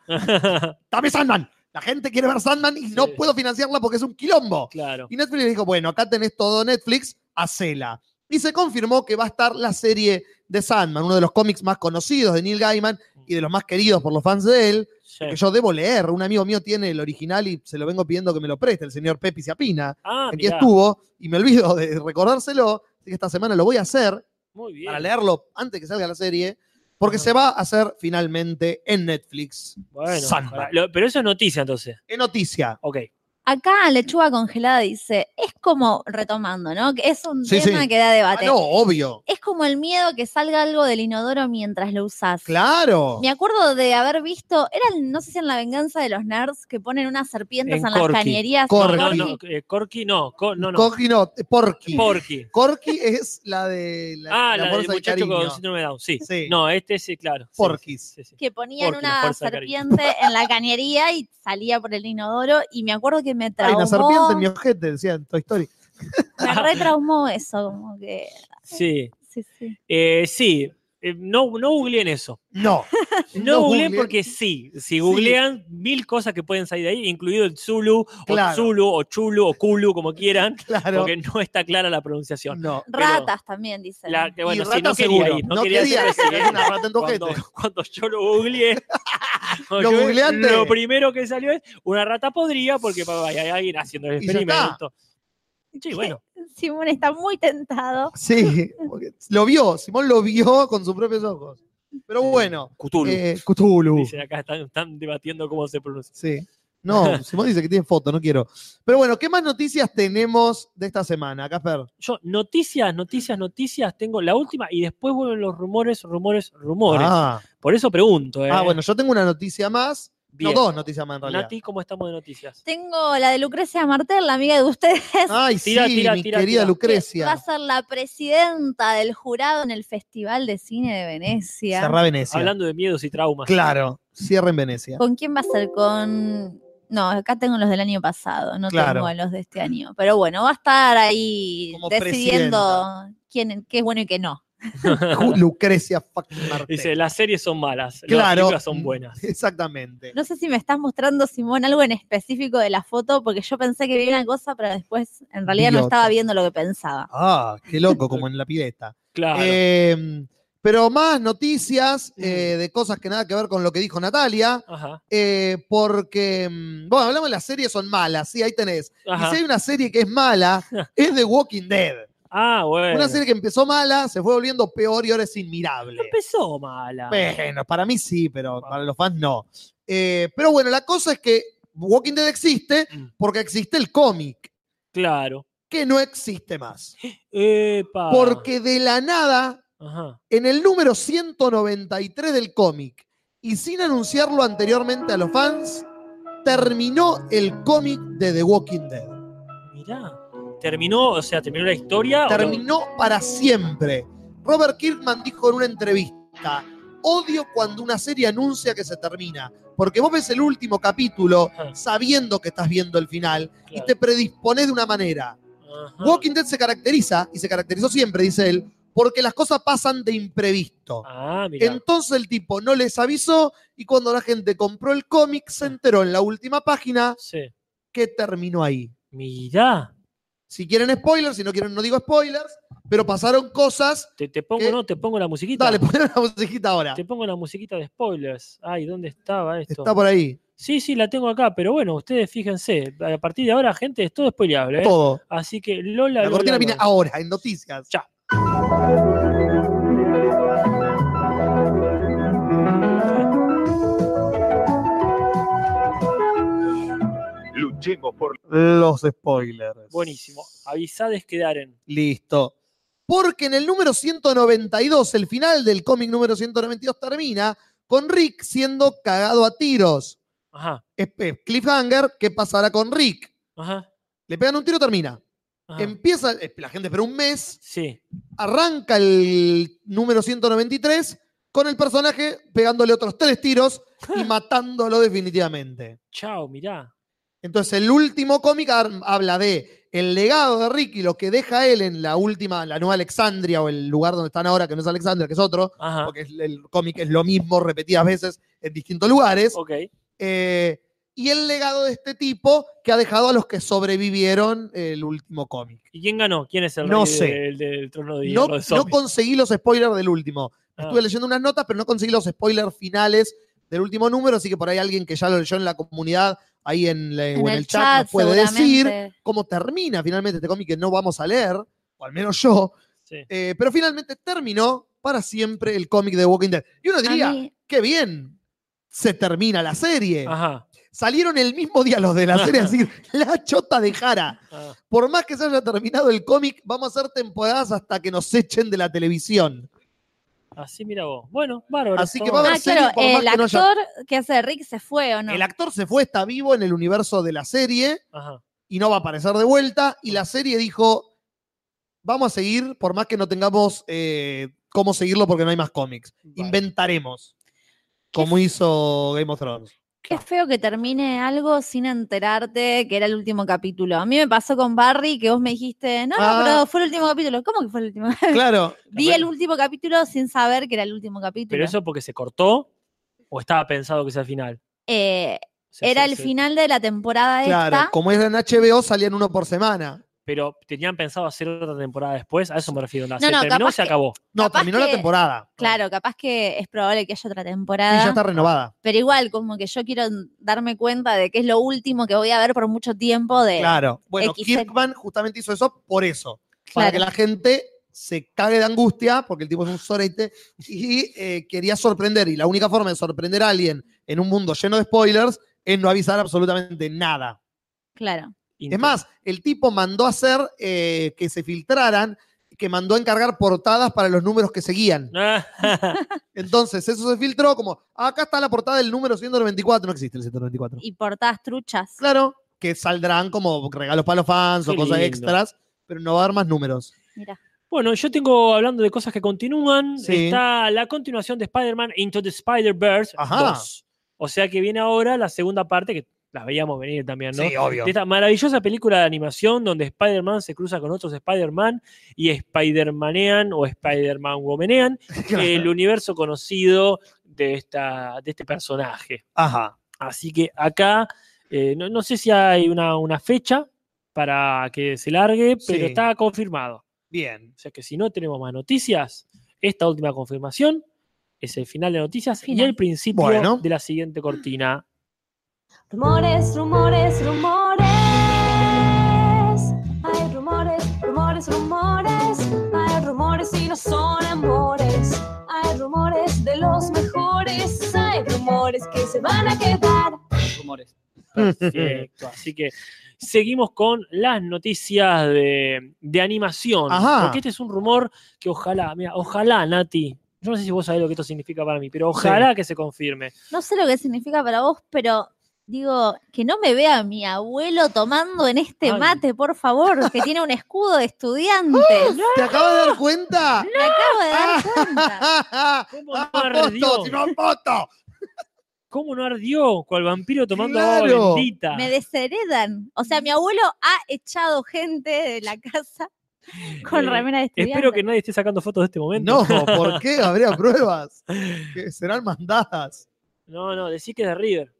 dame Sandman. La gente quiere ver Sandman y no Sí. puedo financiarla porque es un quilombo. Claro. Y Netflix le dijo, bueno, acá tenés todo Netflix, hacela. Y se confirmó que va a estar la serie de Sandman, uno de los cómics más conocidos de Neil Gaiman y de los más queridos por los fans de él, Sí. que yo debo leer. Un amigo mío tiene el original y se lo vengo pidiendo que me lo preste, el señor Pepi Ciapina. Ah, Aquí mirá. estuvo y me olvido de recordárselo, así que esta semana lo voy a hacer Muy bien. para leerlo antes que salga la serie, porque Ajá. se va a hacer finalmente en Netflix. Bueno, Sandman. ojalá. Lo- pero eso es noticia entonces. ¿Qué noticia? Ok. Acá Lechuga Congelada dice, es como, retomando, ¿no? Que es un Sí, tema sí. que da Ah, debate. no, obvio. Es como el miedo que salga algo del inodoro mientras lo usás. Claro. Me acuerdo de haber visto, era, el- no sé si en La Venganza de los Nerds, que ponen unas serpientes En en, las Corky. cañerías. Corky. No, Corky. no, eh, Corky no. Co- no, no. Corky no, Porky. Porky. Corky es la de la, Ah, la, del fuerza del muchacho con cariño. síndrome de Down. Sí. Sí. No, este sí, claro. Sí, Porquis. sí, sí. Que ponían Porky, la una fuerza del cariño. serpiente en la cañería y salía por el inodoro. Y me acuerdo que me Hay traumó. una serpiente en mi ojete, decía en Toy Story. Me retraumó eso, como que. Sí. Sí, sí. Eh, sí. Eh, no, no googleen eso. No. No, googleen googleen. porque sí. Si googlean, mil cosas que pueden salir de ahí, incluido el Zulu, Claro. o Zulu, o Chulu, o Kulu, como quieran, Claro. porque no está clara la pronunciación. No. Pero- Ratas también, dicen. La, que bueno, y sí, rata no quería seguro. ir, no, No quería quería, hacer porque es una rata en tu cuando, ojete. cuando yo lo googleé, cuando Lo yo- googleaste. lo primero que salió es una rata podría porque pa, hay alguien haciendo el Y ya está. experimento. Sí, bueno. Simón está muy tentado. Sí, porque lo vio, Simón lo vio con sus propios ojos. Pero bueno, Cthulhu. eh, Cthulhu. Dicen acá, están, están debatiendo cómo se pronuncia. Sí. No, Simón dice que tiene foto, no quiero. Pero bueno, ¿qué más noticias tenemos de esta semana, Casper? Yo, noticias, noticias, noticias, tengo la última y después vuelven los rumores, rumores, rumores. Ah, Por eso pregunto, ¿eh? ah, bueno, yo tengo una noticia más. Bien. No, dos noticias más en realidad. Nati, ¿cómo estamos de noticias? Tengo la de Lucrecia Martel, la amiga de ustedes. Ay, Tira, sí, tira, mi tira, querida tira. que Lucrecia. va a ser la presidenta del jurado en el Festival de Cine de Venecia. Cerrá Venecia. Hablando de miedos y traumas. Claro, cierra en Venecia. ¿Con quién va a ser? Con... No, acá tengo los del año pasado, no Claro. tengo los de este año. Pero bueno, va a estar ahí Como decidiendo quién, qué es bueno y qué no. Lucrecia fucking Martel. Dice, las series son malas, las Claro. películas son buenas. Exactamente. No sé si me estás mostrando, Simón, algo en específico de la foto, porque yo pensé que vi una cosa, pero después en realidad no Vi estaba otra. viendo lo que pensaba. Ah, qué loco, como en la pileta. Claro. Eh, pero más noticias eh, de cosas que nada que ver con lo que dijo Natalia, Ajá. eh, porque, mm, bueno, hablamos de las series son malas, sí, ahí tenés. Ajá. Y si hay una serie que es mala, es The Walking Dead. Ah, bueno. Una serie que empezó mala, se fue volviendo peor y ahora es inmirable. Empezó mala. Bueno, para mí sí, pero para los fans no. Eh, pero bueno, la cosa es que Walking Dead existe Mm. porque existe el cómic, Claro. que no existe más. Epa. Porque de la nada, Ajá. en el número ciento noventa y tres del cómic, y sin anunciarlo anteriormente a los fans, terminó el cómic de The Walking Dead. Mirá. Terminó, o sea, terminó la historia. ¿o no? Terminó para siempre. Robert Kirkman dijo en una entrevista: odio cuando una serie anuncia que se termina, porque vos ves el último capítulo Ajá. sabiendo que estás viendo el final y Claro. te predispones de una manera. Ajá. Walking Dead se caracteriza, y se caracterizó siempre, dice él, porque las cosas pasan de imprevisto. Ah, mirá. Entonces el tipo no les avisó y cuando la gente compró el cómic se enteró en la última página Sí. que terminó ahí. Mirá. Si quieren spoilers, si no quieren no digo spoilers, pero pasaron cosas. Te, te pongo, ¿Qué? ¿no? Te pongo la musiquita. Dale, ponen la musiquita ahora. Te pongo la musiquita de spoilers. Ay, ¿dónde estaba esto? Está por ahí. Sí, sí, la tengo acá, pero bueno, ustedes fíjense, a partir de ahora, gente, es todo spoileable, ¿eh? Todo. Así que Lola, La Lola, cortina viene Lola. ahora, en noticias. Ya. Luchemos por Los spoilers. Buenísimo. Avisades quedaren. Listo. Porque en el número ciento noventa y dos, el final del cómic número ciento noventa y dos termina con Rick siendo cagado a tiros. Ajá, Es- es cliffhanger, ¿qué pasará con Rick? ajá, Le pegan un tiro, termina. ajá. Empieza, eh, la gente espera un mes, Sí. arranca el número ciento noventa y tres con el personaje pegándole otros tres tiros y matándolo definitivamente. Chao, mirá. Entonces el último cómic ar- habla de el legado de Rick y lo que deja él en la última, la nueva Alexandria o el lugar donde están ahora, que no es Alexandria, que es otro, Ajá. porque es- el cómic es lo mismo repetidas veces en distintos lugares. Ok. Eh, y el legado de este tipo que ha dejado a los que sobrevivieron el último cómic. ¿Y quién ganó? ¿Quién es el No rey sé. del, del trono de No, hierro de no zombies? conseguí los spoilers del último. Ah. Estuve leyendo unas notas, pero no conseguí los spoilers finales del último número, así que por ahí alguien que ya lo leyó en la comunidad, ahí en, la- En o en el el chat, chat, nos puede decir seguramente. cómo termina finalmente este cómic que no vamos a leer, o al menos yo. Sí. Eh, pero finalmente terminó para siempre el cómic de Walking Dead. Y uno A diría, mí- qué bien, se termina la serie. Ajá. Salieron el mismo día los de la serie, es decir, la chota de Jara. Ah. Por más que se haya terminado el cómic, vamos a hacer temporadas hasta que nos echen de la televisión. Así mira vos. Bueno, bárbaro. Así que Toma. va a haber Ah, claro, serie, por más el que no haya- actor que hace de Rick se fue, ¿o no? El actor se fue, está vivo en el universo de la serie Ajá. y no va a aparecer de vuelta. Y la serie dijo, vamos a seguir, por más que no tengamos eh, cómo seguirlo porque no hay más cómics. Vale. Inventaremos, como hizo Game of Thrones. Qué feo que termine algo sin enterarte que era el último capítulo. A mí me pasó con Barry que vos me dijiste, no, no, Ah. pero fue el último capítulo. ¿Cómo que fue el último? Claro, Vi el último capítulo sin saber que era el último capítulo. ¿Pero eso porque se cortó o estaba pensado que sea el final? Eh, O sea, era se- el se- final de la temporada claro. esta. Como era en H B O, salían uno por semana. Pero tenían pensado hacer otra temporada después, a eso me refiero. La No, se no, terminó, capaz se que- acabó. No, Capaz terminó la que- temporada. Claro, capaz que es probable que haya otra Y temporada. ya está renovada. Pero igual, como que yo quiero darme cuenta de que es lo último que voy a ver por mucho tiempo de. Claro. Bueno, X. Kirkman justamente hizo eso por eso. Para Claro. que la gente se cague de angustia, porque el tipo es un sorete, y eh, quería sorprender. Y la única forma de sorprender a alguien en un mundo lleno de spoilers es no avisar absolutamente nada. Claro. Es más, el tipo mandó a hacer eh, que se filtraran, que mandó a encargar portadas para los números que seguían. Entonces, eso se filtró como, "Ah, acá está la portada del número ciento noventa y cuatro, no existe el ciento noventa y cuatro. Y portadas truchas. Claro, que saldrán como regalos para los fans o Qué cosas lindo. extras, pero no va a haber más números. Mira. Bueno, yo tengo, hablando de cosas que continúan, Sí. está la continuación de Spider-Man Into the Spider-Verse Ajá. dos. O sea que viene ahora la segunda parte, que la veíamos venir también, ¿no? Sí, obvio. De esta maravillosa película de animación donde Spider-Man se cruza con otros Spider-Man y Spider-Manean o Spider-Man-Womanean el universo conocido de, esta, de este personaje. Ajá. Así que acá, eh, no, no sé si hay una, una fecha para que se largue, pero Sí. está confirmado. Bien. O sea que si no tenemos más noticias, esta última confirmación es el final de noticias y Final. el principio Bueno. de la siguiente cortina. Rumores, rumores, rumores. Hay rumores, rumores, rumores. se van a quedar. Rumores. Perfecto. Así que seguimos con las noticias de, de animación. Ajá. Porque este es un rumor que ojalá, mira, ojalá, Nati. Yo no sé si vos sabés lo que esto significa para mí, pero ojalá Sí. que se confirme. No sé lo que significa para vos, pero digo, que no me vea mi abuelo tomando en este Ay. mate, por favor, que tiene un escudo de estudiante. ¿Te acabas de dar cuenta? Me acabo de dar cuenta. ¿Cómo no ¡Ah, ardió? foto, tiró foto! ¿Cómo no ardió? Cual vampiro tomando Claro. agua bendita. Me desheredan. O sea, mi abuelo ha echado gente de la casa con Eh, remera de estudiante. Espero que nadie esté sacando fotos de este momento. No, ¿por qué? Habría pruebas que serán mandadas. No, no, decí que es de River.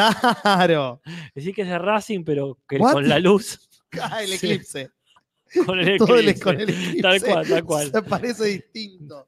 Claro. Decí que es de Racing, pero que What? con la luz. Ah, el Sí. eclipse. Con el Todo el, eclipse. con el eclipse. Tal cual, tal cual. Se parece distinto.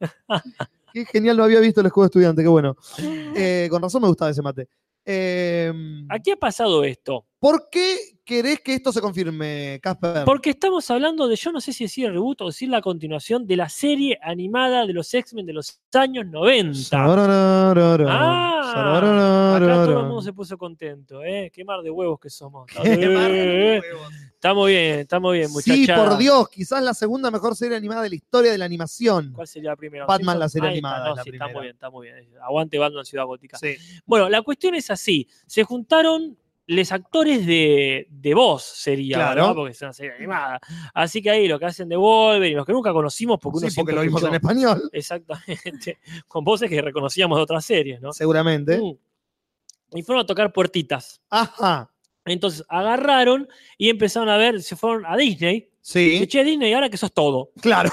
Qué genial, no había visto el escudo de estudiante, qué bueno. Eh, con razón me gustaba ese mate. Eh, ¿A qué ha pasado esto? ¿Por qué querés que esto se confirme, Casper? Porque estamos hablando de, yo no sé si decir el reboot o decir la continuación de la serie animada de los X-Men de los años noventa. Sarararara, Ah, sarararara. acá todo el mundo se puso contento, ¿eh? Qué mar de huevos que somos. Qué mar de Eh, huevos. Estamos bien, estamos bien, Sí, muchachada. por Dios, quizás la segunda mejor serie animada de la historia de la animación. ¿Cuál sería la primera? Batman, la serie Ahí está, animada, no, la sí, está primera. muy bien, está muy bien. Aguante Batman Ciudad Gótica. Sí. Bueno, la cuestión es así. Se juntaron los actores de, de voz, sería, Claro. ¿verdad? Porque es una serie animada. Así que ahí lo que hacen de Wolverine, los que nunca conocimos porque uno Sí, siempre porque lo vimos en escuchó- español, Exactamente. Con voces que reconocíamos de otras series, ¿no? seguramente. Mm. Y fueron a tocar puertitas. Ajá. Entonces agarraron y empezaron a ver, se fueron a Disney. Y Sí, che, Disney, ahora que sos todo. claro.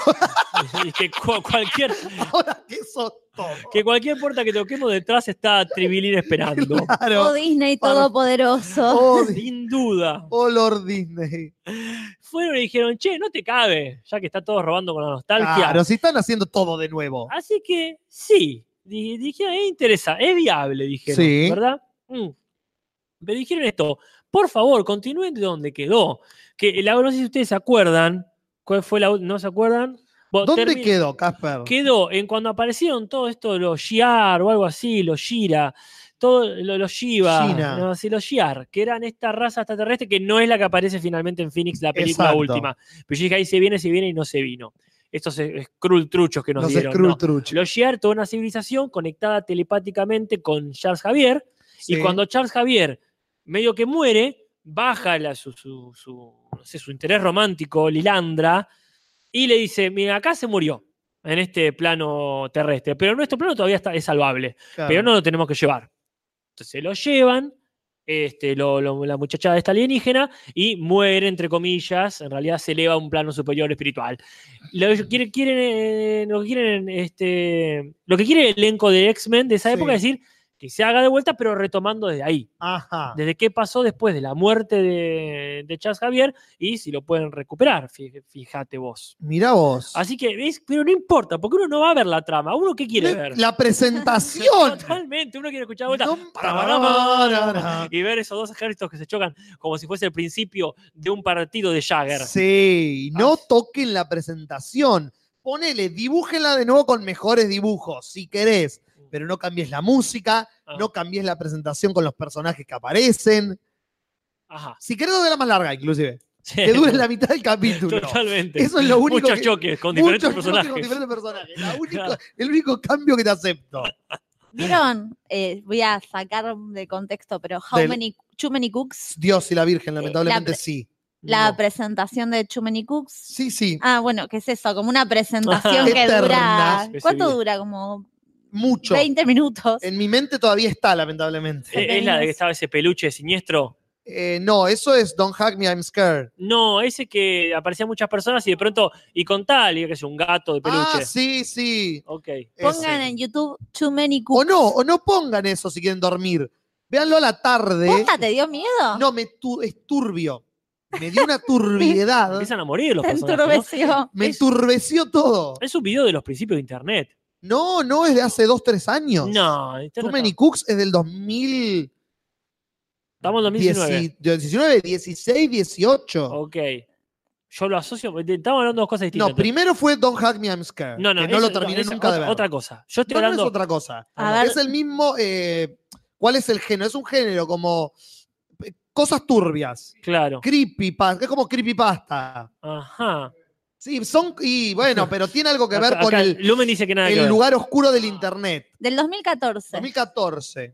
Y que cu- cualquier, Ahora que eso todo. que cualquier puerta que toquemos detrás está Tribilín esperando. Oh, Claro. Disney Para- Todopoderoso. Oh, Di- Sin duda. oh, Lord Disney. Fueron y dijeron, che, no te cabe, ya que está todos robando con la nostalgia. Claro, si están haciendo todo de nuevo. Así que sí, di- dijeron, es interesante, es viable, dijeron, Sí. ¿verdad? Mm. Pero dijeron esto, por favor, continúen de donde quedó. Que la, no sé si ustedes se acuerdan, ¿cuál fue la u- ¿No se acuerdan? Bueno, ¿Dónde termi- quedó, Casper? Quedó en cuando aparecieron todo esto de los Shiar o algo así, los Shira, todo lo- los Shiva, Shina. no, sí, los Shiar, que eran esta raza extraterrestre que no es la que aparece finalmente en Phoenix, la película Exacto. última. Pero yo dije, ahí se viene, se viene y no se vino. Estos eh, Skrull truchos que nos Los dieron. Skrull no. Truch. Los Shiar, toda una civilización conectada telepáticamente con Charles Javier, Sí. y cuando Charles Javier medio que muere, baja la- su, su, su, no sé, su interés romántico, Lilandra, y le dice, mira, acá se murió en este plano terrestre, pero nuestro plano todavía está, es salvable, Claro. pero no lo tenemos que llevar. Entonces se lo llevan, este, lo- lo- la muchachada esta alienígena, y muere, entre comillas, en realidad se eleva a un plano superior espiritual. Lo, quieren, quieren, eh, lo que quieren, este, lo que quiere el elenco de X-Men de esa Sí. época es decir, que se haga de vuelta, pero retomando desde ahí. Ajá. Desde qué pasó después de la muerte de, de Charles Javier y si lo pueden recuperar, fí- fíjate vos. Mirá vos. Así que, ¿ves? Pero no importa, porque uno no va a ver la trama. ¿Uno qué quiere ver? La presentación. Totalmente, uno quiere escuchar de vuelta. No, para, para, para, para. y ver esos dos ejércitos que se chocan como si fuese el principio de un partido de Jagger. Sí, no toquen la presentación. Ponele, dibújenla de nuevo con mejores dibujos, si querés. Pero no cambies la música, Ah. no cambies la presentación con los personajes que aparecen. Ajá. Si querés, la más larga, inclusive. Sí. Que dure la mitad del capítulo. Totalmente. Eso es lo único Muchos que- choques con diferentes Muchos choques personajes. con diferentes personajes. La única- Claro. el único cambio que te acepto. ¿Vieron? Eh, voy a sacar de contexto, pero How Del- Many, Too Many Cooks, Dios y la Virgen, lamentablemente la pre- sí. la No. presentación de Too Many Cooks. Sí, sí. Ah, bueno, ¿qué es eso? Como una presentación que Eterna. dura. Ese ¿Cuánto video. dura? Como Mucho. veinte minutos. En mi mente todavía está, lamentablemente. Eh, ¿Es la de que estaba ese peluche siniestro? Eh, no, eso es Don't Hug Me, I'm Scared. No, ese que aparecían muchas personas y de pronto, y con tal, y que es un gato de peluche. Ah, sí, sí. Ok. Pongan Ese. en YouTube Too Many O Cooks. no, o no pongan eso si quieren dormir. Véanlo a la tarde. ¿Posta te dio miedo? No, me tu- es turbio. Me dio una turbiedad. Empiezan a morir los Te personajes. ¿no? enturbeció. Me es- enturbeció todo. Es un video de los principios de internet. No, no es de hace dos, tres años. No, este Too no Many está- Cooks es del dos mil estamos en dos mil diecinueve. diecinueve, dieciséis, dieciocho. Ok. Yo lo asocio. Estamos hablando de dos cosas distintas. No, primero fue Don't Hug Me, I'm Scared. no, no, que no eso- lo terminé eso- nunca de otra, ver. otra cosa. Yo estoy No, no hablando. es otra cosa. A ver. Es el mismo, eh, ¿Cuál es el género? Es un género como eh, cosas turbias. Claro. Creepypasta, es como creepypasta. Ajá. Sí, son, y bueno, pero tiene algo que ver Acá- con acá el, Lumen dice que nada que el ver. lugar oscuro del internet. Del dos mil catorce. dos mil catorce.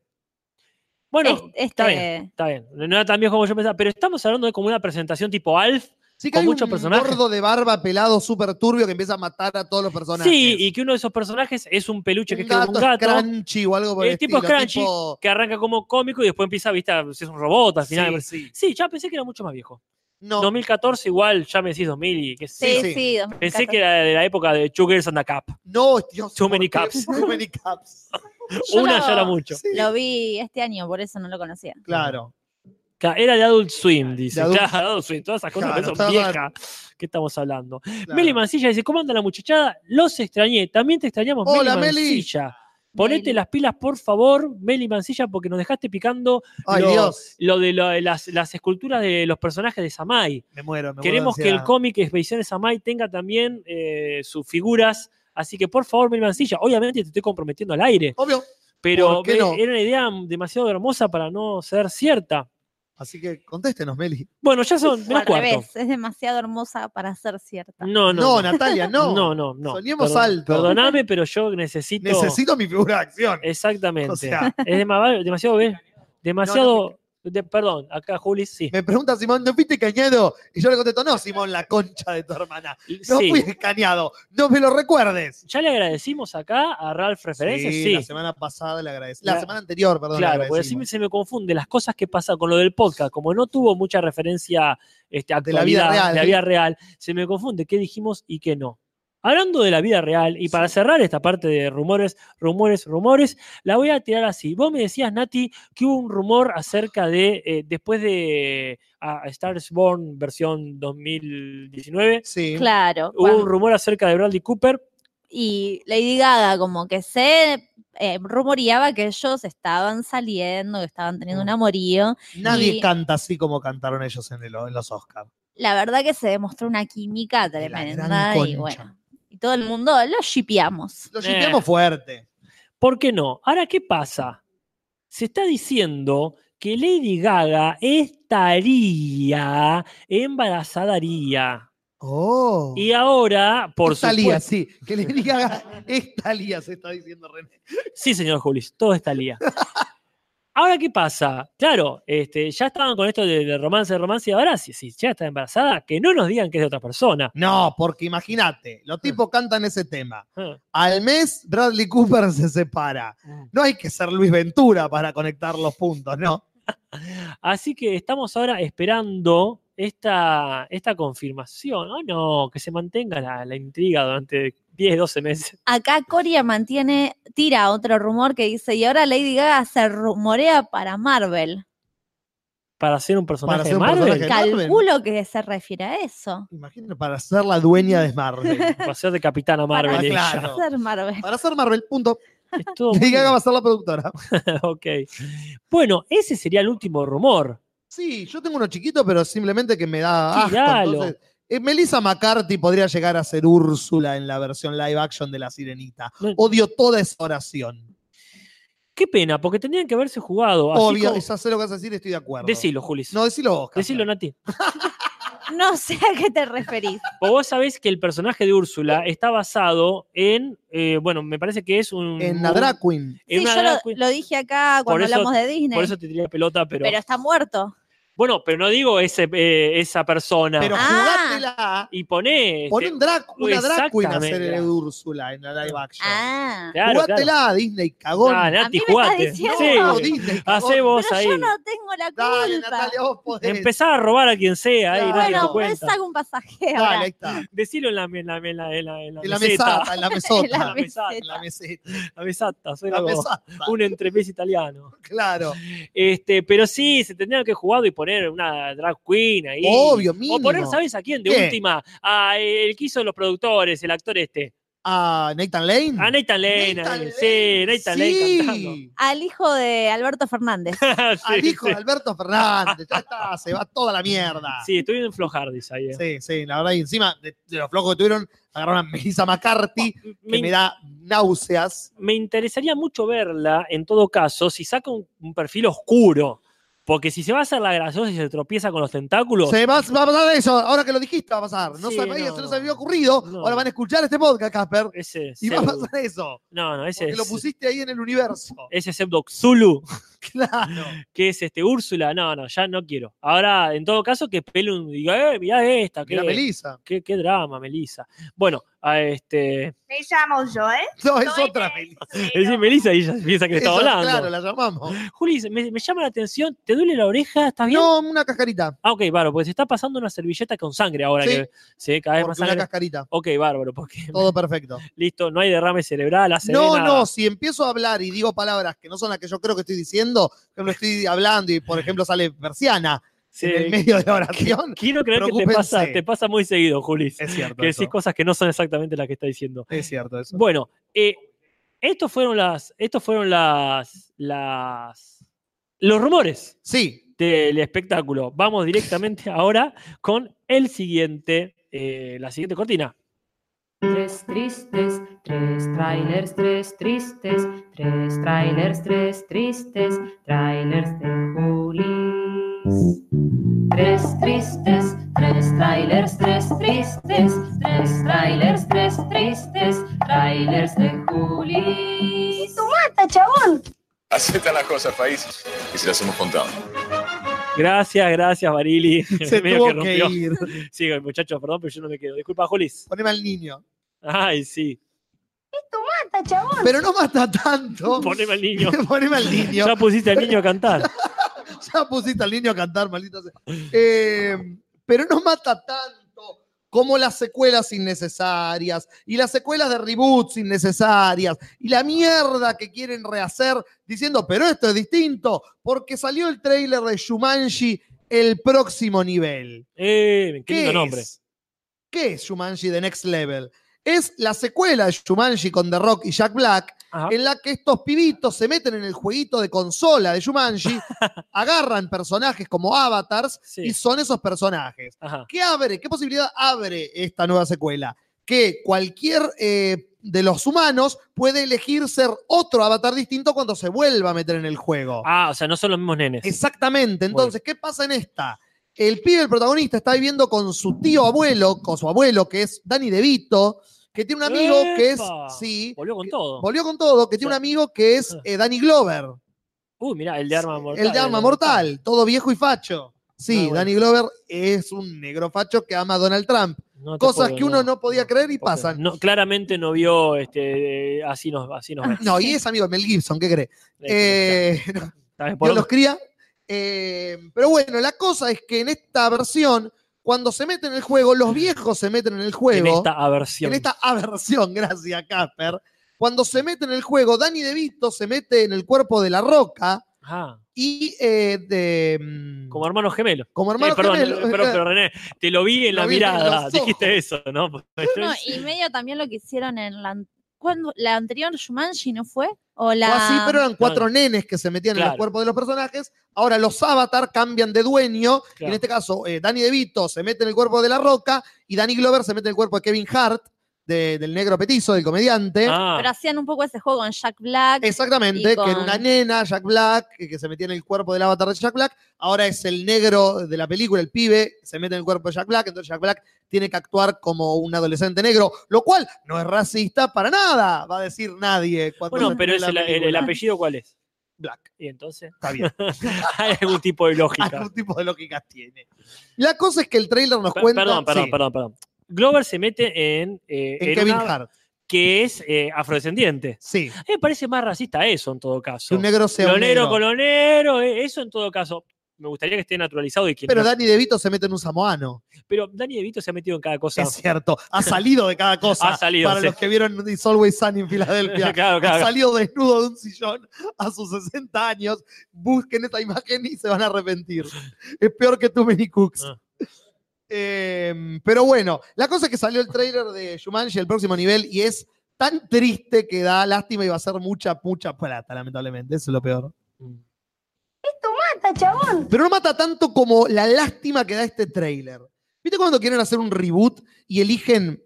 Bueno, Este- está bien, está bien. No era tan viejo como yo pensaba, pero estamos hablando de como una presentación tipo Alf, Sí que con hay muchos un personajes. gordo de barba pelado súper turbio que empieza a matar a todos los personajes. Sí, y que uno de esos personajes es un peluche que un es como gato, un gato. Scrunchy o algo por el, El tipo estilo. Scrunchy, tipo- que arranca como cómico y después empieza, viste, a- es un robot al final. Sí, sí. Sí, ya pensé que era mucho más viejo. No, dos mil catorce igual, ya me decís dos mil y qué sé Sí, yo. sí. sí. dos mil Pensé catorce. que era de la época de Two Girls and a Cup. no, Dios. Too many ¿por qué? caps. Too many caps. Yo Una lo- ya era mucho. Sí, Lo vi este año, por eso no lo conocía. claro. Claro, era de Adult Swim, dice. De Adult- Claro, Adult Swim. Todas esas cosas Claro, son estaba- viejas. ¿Qué estamos hablando? claro. Meli Mancilla dice, ¿cómo anda la muchachada? Los extrañé. También te extrañamos, Hola, Meli Meli. Mancilla. Ponete Meli. las pilas, por favor, Meli Mancilla, porque nos dejaste picando Ay, lo, Dios. lo de lo- las, las esculturas de los personajes de Samai. Me muero, me Queremos muero de que el ansiedad. cómic Expediciones Samai tenga también eh, sus figuras. Así que, por favor, Meli Mancilla, obviamente te estoy comprometiendo al aire, Obvio. pero ¿Por qué eh, no? era una idea demasiado hermosa para no ser cierta. Así que contéstenos, Meli. Bueno, ya son O menos al cuarto. revés, es demasiado hermosa para ser cierta. No, no, No, no. Natalia, no. No, no, no. Soñemos Perdón- alto. Perdóname, pero yo necesito. Necesito mi figura de acción. Exactamente. O sea- es dema- demasiado. ¿ves? Demasiado. de- perdón, acá Juli, sí. Me pregunta Simón, ¿no fuiste cañado? Y yo le contesto, no, Simón, la concha de tu hermana. No Sí. fui cañado. No me lo recuerdes. Ya le agradecimos acá a Ralph Referencias, sí. la semana pasada le agradecí. La, La- semana anterior, perdón. le Claro, porque agradecimos. así se me confunde las cosas que pasan con lo del podcast, como no tuvo mucha referencia este, De la vida actualidad, real, de la ¿sí? vida real, se me confunde qué dijimos y qué no. Hablando de la vida real, y para cerrar esta parte de rumores, rumores, rumores, la voy a tirar así. Vos me decías, Nati, que hubo un rumor acerca de, eh, después de a Star is Born versión dos mil diecinueve, Sí. Claro. hubo cuando- un rumor acerca de Bradley Cooper. y Lady Gaga como que se eh, rumoreaba que ellos estaban saliendo, que estaban teniendo un amorío. Nadie y- canta así como cantaron ellos en, el- en los Oscars. La verdad que se demostró una química De la tremenda gran y concha. bueno, y todo el mundo lo shipeamos. Lo Eh. shipeamos fuerte. ¿Por qué no? Ahora, ¿qué pasa? Se está diciendo que Lady Gaga estaría embarazadaría. Oh. Y ahora, por esta Lía, supuesto. sí. Que le diga esta Lía, se está diciendo René. Sí, señor Julis, todo está lía. Ahora, ¿qué pasa? Claro, este, ya estaban con esto de, de romance, de romance, y ahora, si, si ya está embarazada, que no nos digan que es de otra persona. No, porque imagínate, los tipos cantan ese tema. Ah. Al mes, Bradley Cooper se separa. No hay que ser Luis Ventura para conectar los puntos, ¿no? Así que estamos ahora esperando esta, esta confirmación. Oh, no, que se mantenga la, la intriga durante diez, doce meses. Acá Coria mantiene, tira otro rumor que dice, y ahora Lady Gaga se rumorea para Marvel. Para ser un personaje Para ser de un Marvel, personaje. Marvel. Calculo que se refiere a eso. Imagínate, para ser la dueña de Marvel. para ser de Capitana Marvel. Ah, ella. claro. Ser Marvel. Para ser Marvel, punto. Es todo Lady muy- Gaga va a ser la productora. ok. Bueno, ese sería el último rumor. Sí, yo tengo uno chiquito, pero simplemente que me da asco. Tiralo. Entonces, eh, Melissa McCarthy podría llegar a ser Úrsula en la versión live action de La Sirenita. No- Odio toda esa oración. Qué pena, porque tendrían que haberse jugado. Así Obvio, como- ya sé lo que vas a decir, estoy de acuerdo. Decilo, Julis. No, decilo vos. Casper. Decilo, Nati. No sé a qué te referís. O vos sabés que el personaje de Úrsula está basado en, eh, bueno, me parece que es un... En la drag queen. en Sí, una yo drag lo, queen. lo dije acá Por cuando eso- hablamos de Disney. Por eso te tiré la pelota, pero... Pero está muerto. Bueno, pero no digo ese, eh, esa persona. Pero Ah. jugátela. y poné... Pon este, un drag, una drag queen a hacer Exactamente. el de Úrsula en la live action. Ah. claro, claro. Jugátela, Disney, cagón. Ah, A Nati, mí me jugate. estás diciendo- Sí. No, Disney, cagón. Hacé vos Pero ahí. yo no tengo la culpa. Dale, Natalia, vos podés. Empezá a robar a quien sea ahí, Claro. nadie te Bueno, pues cuenta. hago un pasaje Dale, ahora. ahí está. Decilo en la, en la, en la, en la, en la En la meseta. mesata, en la mesota. En la La mesata. En la meseta. La mesata, suena La como mesata. un entrepés italiano. Claro. Este, pero sí, se tendrían que jugar y poner una drag queen ahí. Obvio, mínimo. O poner, ¿sabes a quién? De ¿Qué? última, a el que hizo los productores, el actor este. a Nathan Lane. A Nathan Lane, Nathan ahí, Lane, sí, Nathan Lane sí. cantando. Al hijo de Alberto Fernández. Sí, Al hijo sí. de Alberto Fernández. Ya está, se va toda la mierda. Sí, estoy en Flojardis ahí. eh. Sí, sí, la verdad, y encima de, de los flojos que tuvieron, agarraron a Melissa McCarthy, que Me, me da náuseas. me interesaría mucho verla, en todo caso, si saca un, un perfil oscuro. Porque si se va a hacer la graciosa y se tropieza con los tentáculos. Se va, va a pasar eso, ahora que lo dijiste va a pasar. No Sí, sabía, no, eso no no. se me había ocurrido. No. Ahora van a escuchar este podcast, Casper. Ese Y va a pseudo- pasar eso. No, no, ese Porque lo es. pusiste ahí en el universo. Ese pseudo Zulu, Claro. que es este Úrsula. No, no, ya no quiero. Ahora, en todo caso, que Pelun diga, eh, mirá esta, qué, Mira, Melissa. qué, qué drama, Melissa. Bueno, a este. Me llamo Joe. No, es Soy otra de Melissa. Es decir, Toledo. Melissa y ella piensa que le está Esa, hablando. Claro, la llamamos. Juli, me, me llama la atención. ¿Te duele la oreja? ¿Estás bien? No, una cascarita. Ah, ok, bárbaro, porque se está pasando una servilleta con sangre ahora Sí. que se ve cada vez Porque más una sangre. cascarita. Ok, bárbaro, porque Todo perfecto. listo, no hay derrame cerebral, hace No, nada. no, si empiezo a hablar y digo palabras que no son las que yo creo que estoy diciendo, que lo estoy hablando y, por ejemplo, sale persiana Sí. en el medio de la oración, Quiero creer que te Preocúpense. pasa, te pasa muy seguido, Juli. es cierto. Que eso. decís cosas que no son exactamente las que está diciendo. Es cierto eso. Bueno, eh, estos fueron las. Estos fueron las. las los rumores Sí, del espectáculo. Vamos directamente ahora con el siguiente. eh, la siguiente cortina. Tres tristes, tres trailers, tres tristes, tres trailers, tres tristes, trailers de Julis. Tres tristes, tres trailers, tres tristes, tres trailers, tres tristes, trailers de Julis. ¡Mata, chabón! Así están las cosas, país, y se las hemos contado. Gracias, gracias, Barili. se Medio tuvo que que rompió. ir. Sí, muchachos, perdón, pero yo no me quedo. Disculpa, Julis. Poneme al niño. Ay, sí. ¡Mata, chabón! Pero no mata tanto. Poneme al niño. Poneme al niño. Ya pusiste al niño a cantar. Ya pusiste al niño a cantar, maldita sea. Eh, pero no mata tanto como las secuelas innecesarias y las secuelas de reboots innecesarias y la mierda que quieren rehacer diciendo, pero esto es distinto porque salió el tráiler de Shumanji, el próximo nivel. Eh, qué ¿Qué lindo es? nombre. ¿Qué es Shumanji The Next Level? Es la secuela de Shumanji con The Rock y Jack Black, Ajá. en la que estos pibitos se meten en el jueguito de consola de Shumanji, agarran personajes como avatars Sí. y son esos personajes. Ajá. ¿Qué abre? ¿Qué posibilidad abre esta nueva secuela? Que cualquier eh, de los humanos puede elegir ser otro avatar distinto cuando se vuelva a meter en el juego. Ah, o sea, no son los mismos nenes. Exactamente. Entonces, ¿qué pasa en esta? El pibe, el protagonista, está viviendo con su tío abuelo, con su abuelo, que es Danny DeVito, que tiene un amigo que es. ¡Epa! Sí. Volvió con todo. Volvió con todo, que tiene O sea, un amigo que es ah. eh, Danny Glover. Uy, mirá, el de arma mortal. El de arma mortal, todo viejo y facho. Sí, Ah, bueno. Danny Glover es un negro facho que ama a Donald Trump. No te Cosas puedo, que uno no podía creer y puedo pasan. creer. No, claramente no vio este, eh, así nos, así nos ven. No, y es amigo de Mel Gibson, ¿qué cree? Eh, Está bien, por Dios lo- los cría. Eh, pero bueno, la cosa es que en esta versión, cuando se meten en el juego, los viejos se meten en el juego. en esta aversión. En esta aversión, gracias, Casper. Cuando se mete en el juego, Danny DeVito se mete en el cuerpo de La Roca Ajá, y eh, de. mm, como hermano gemelo. como hermano Eh, perdón, gemelo. eh, perdón, pero René, te lo vi en Lo la vi en mirada. los Dijiste ojos. eso, ¿no? No, y medio también lo que hicieron en la, ¿cuándo? La anterior Shumanji, ¿no fue? O la... Fue así, pero eran cuatro nenes que se metían en Claro. los cuerpos de los personajes. Ahora los avatar cambian de dueño. Claro. En este caso, eh, Danny DeVito se mete en el cuerpo de La Roca y Danny Glover se mete en el cuerpo de Kevin Hart, de- del negro petizo, del comediante. Ah, Pero hacían un poco ese juego con Jack Black. Exactamente, y con- que era una nena, Jack Black, que, que se metía en el cuerpo del avatar de Jack Black. Ahora es el negro de la película, el pibe, se mete en el cuerpo de Jack Black. Entonces Jack Black tiene que actuar como un adolescente negro, lo cual no es racista para nada, va a decir nadie. Cuando bueno, se pero ve es la el, el- el película. apellido, ¿cuál es? Black. Y entonces, Está bien. hay algún tipo de lógica. Algún tipo de lógica tiene. La cosa es que el trailer nos Per- cuenta. perdón, perdón, sí, perdón, perdón. Glover se mete en, eh, en en Kevin una- Hart. que es eh, afrodescendiente. Sí. A mí me parece más racista eso en todo caso. Que un negro sea Lo un negro negro. con lo negro, eh, eso en todo caso. Me gustaría que esté naturalizado. Y quien Pero no- Danny DeVito se mete en un samoano. pero Danny DeVito se ha metido en cada cosa. Es cierto. Ha salido de cada cosa. Ha salido, Para sí. los que vieron It's Always Sunny en Filadelfia. Claro, claro. Ha salido desnudo de un sillón a sus sesenta años. Busquen esta imagen y se van a arrepentir. Es peor que Too Many Cooks. Ah. Eh, pero bueno, la cosa es que salió el tráiler de Shumanji, el próximo nivel, y es tan triste que da lástima y va a ser mucha, mucha plata, lamentablemente. Eso es lo peor. Esto mata, chabón. Pero no mata tanto como la lástima que da este tráiler. ¿Viste cuando quieren hacer un reboot y eligen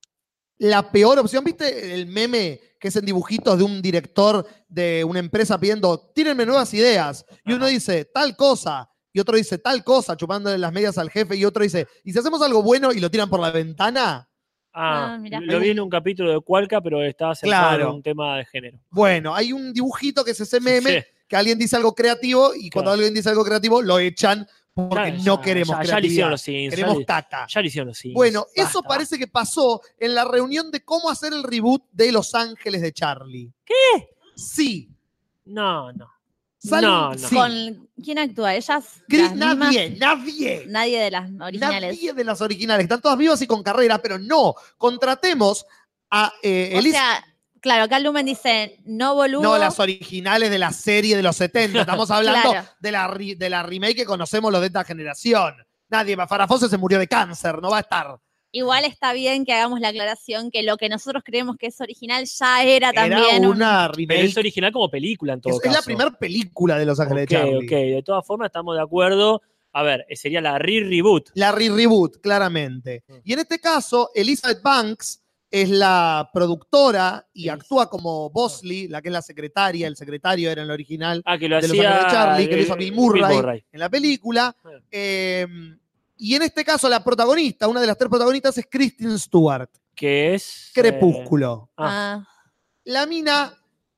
la peor opción? ¿Viste el meme que es en dibujitos de un director de una empresa pidiendo, tírenme nuevas ideas? Y uno dice, tal cosa. Y otro dice, tal cosa, chupándole las medias al jefe. Y otro dice, ¿y si hacemos algo bueno y lo tiran por la ventana? Ah, Ah, mirá. lo vi en un capítulo de Cualca, pero estaba centrado Claro. en un tema de género. Bueno, hay un dibujito que es ese meme, Sí. que alguien dice algo creativo y cuando Claro. alguien dice algo creativo lo echan porque Ya- no ya- queremos ya, ya lo hicieron creatividad. los Sims. Queremos ya, le- caca. ya lo hicieron los Sims. Bueno, eso Basta, parece que pasó en la reunión de cómo hacer el reboot de Los Ángeles de Charlie. ¿Qué? Sí. No, no. Sale No, un- no. sí. ¿Con quién actúa? ¿Ellas? Chris- las mismas? nadie, nadie. Nadie de las originales. Nadie de las originales. Están todas vivas y con carrera, pero no. Contratemos a eh, O Elis- sea, claro, acá Lumen dice, no boludo. No, las originales de la serie de los setenta. Estamos hablando Claro. de, la, re- de la remake que conocemos los de esta generación. Nadie, Farrah Fawcett se murió de cáncer, no va a estar. Igual está bien que hagamos la aclaración que lo que nosotros creemos que es original ya era Era también un- una Pero remake. es original como película en todo Es, es caso. la primera película de Los Ángeles Ok, de Charlie. ok. De todas formas, estamos de acuerdo. A ver, eh, sería la re-reboot. La re-reboot, claramente. Mm. Y en este caso, Elizabeth Banks es la productora y Sí. actúa como Bosley, la que es la secretaria, el secretario era en el original Ah, que lo de Los hacía. Ángeles de Charlie, que lo hizo eh, Bill Murray, Bill Murray. en la película. Ah. Eh, y en este caso, la protagonista, una de las tres protagonistas, es Kristen Stewart, Que es. Crepúsculo. Ah, La mina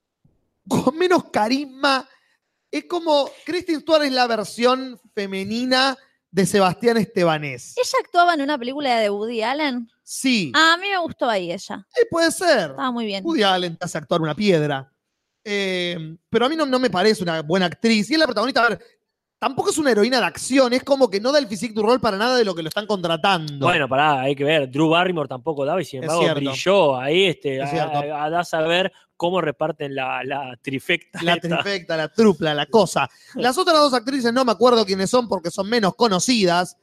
con menos carisma. Es como Kristen Stewart es la versión femenina de Sebastián Estebanés. ¿ella actuaba en una película de Woody Allen? Sí, Ah, a mí me gustó ahí ella. eh, puede ser. Estaba muy bien. Woody Allen te hace actuar una piedra. Eh, pero a mí no, no me parece una buena actriz. Y es la protagonista, a ver, tampoco es una heroína de acción, es como que no da el physique du rol para nada de lo que lo están contratando. Bueno, pará, hay que ver. Drew Barrymore tampoco daba y sin Es embargo cierto. brilló ahí. Este, Es a, cierto. a- a dar a saber cómo reparten la, la trifecta. La esta. trifecta, la trupla, la cosa. Las otras dos actrices no me acuerdo quiénes son porque son menos conocidas.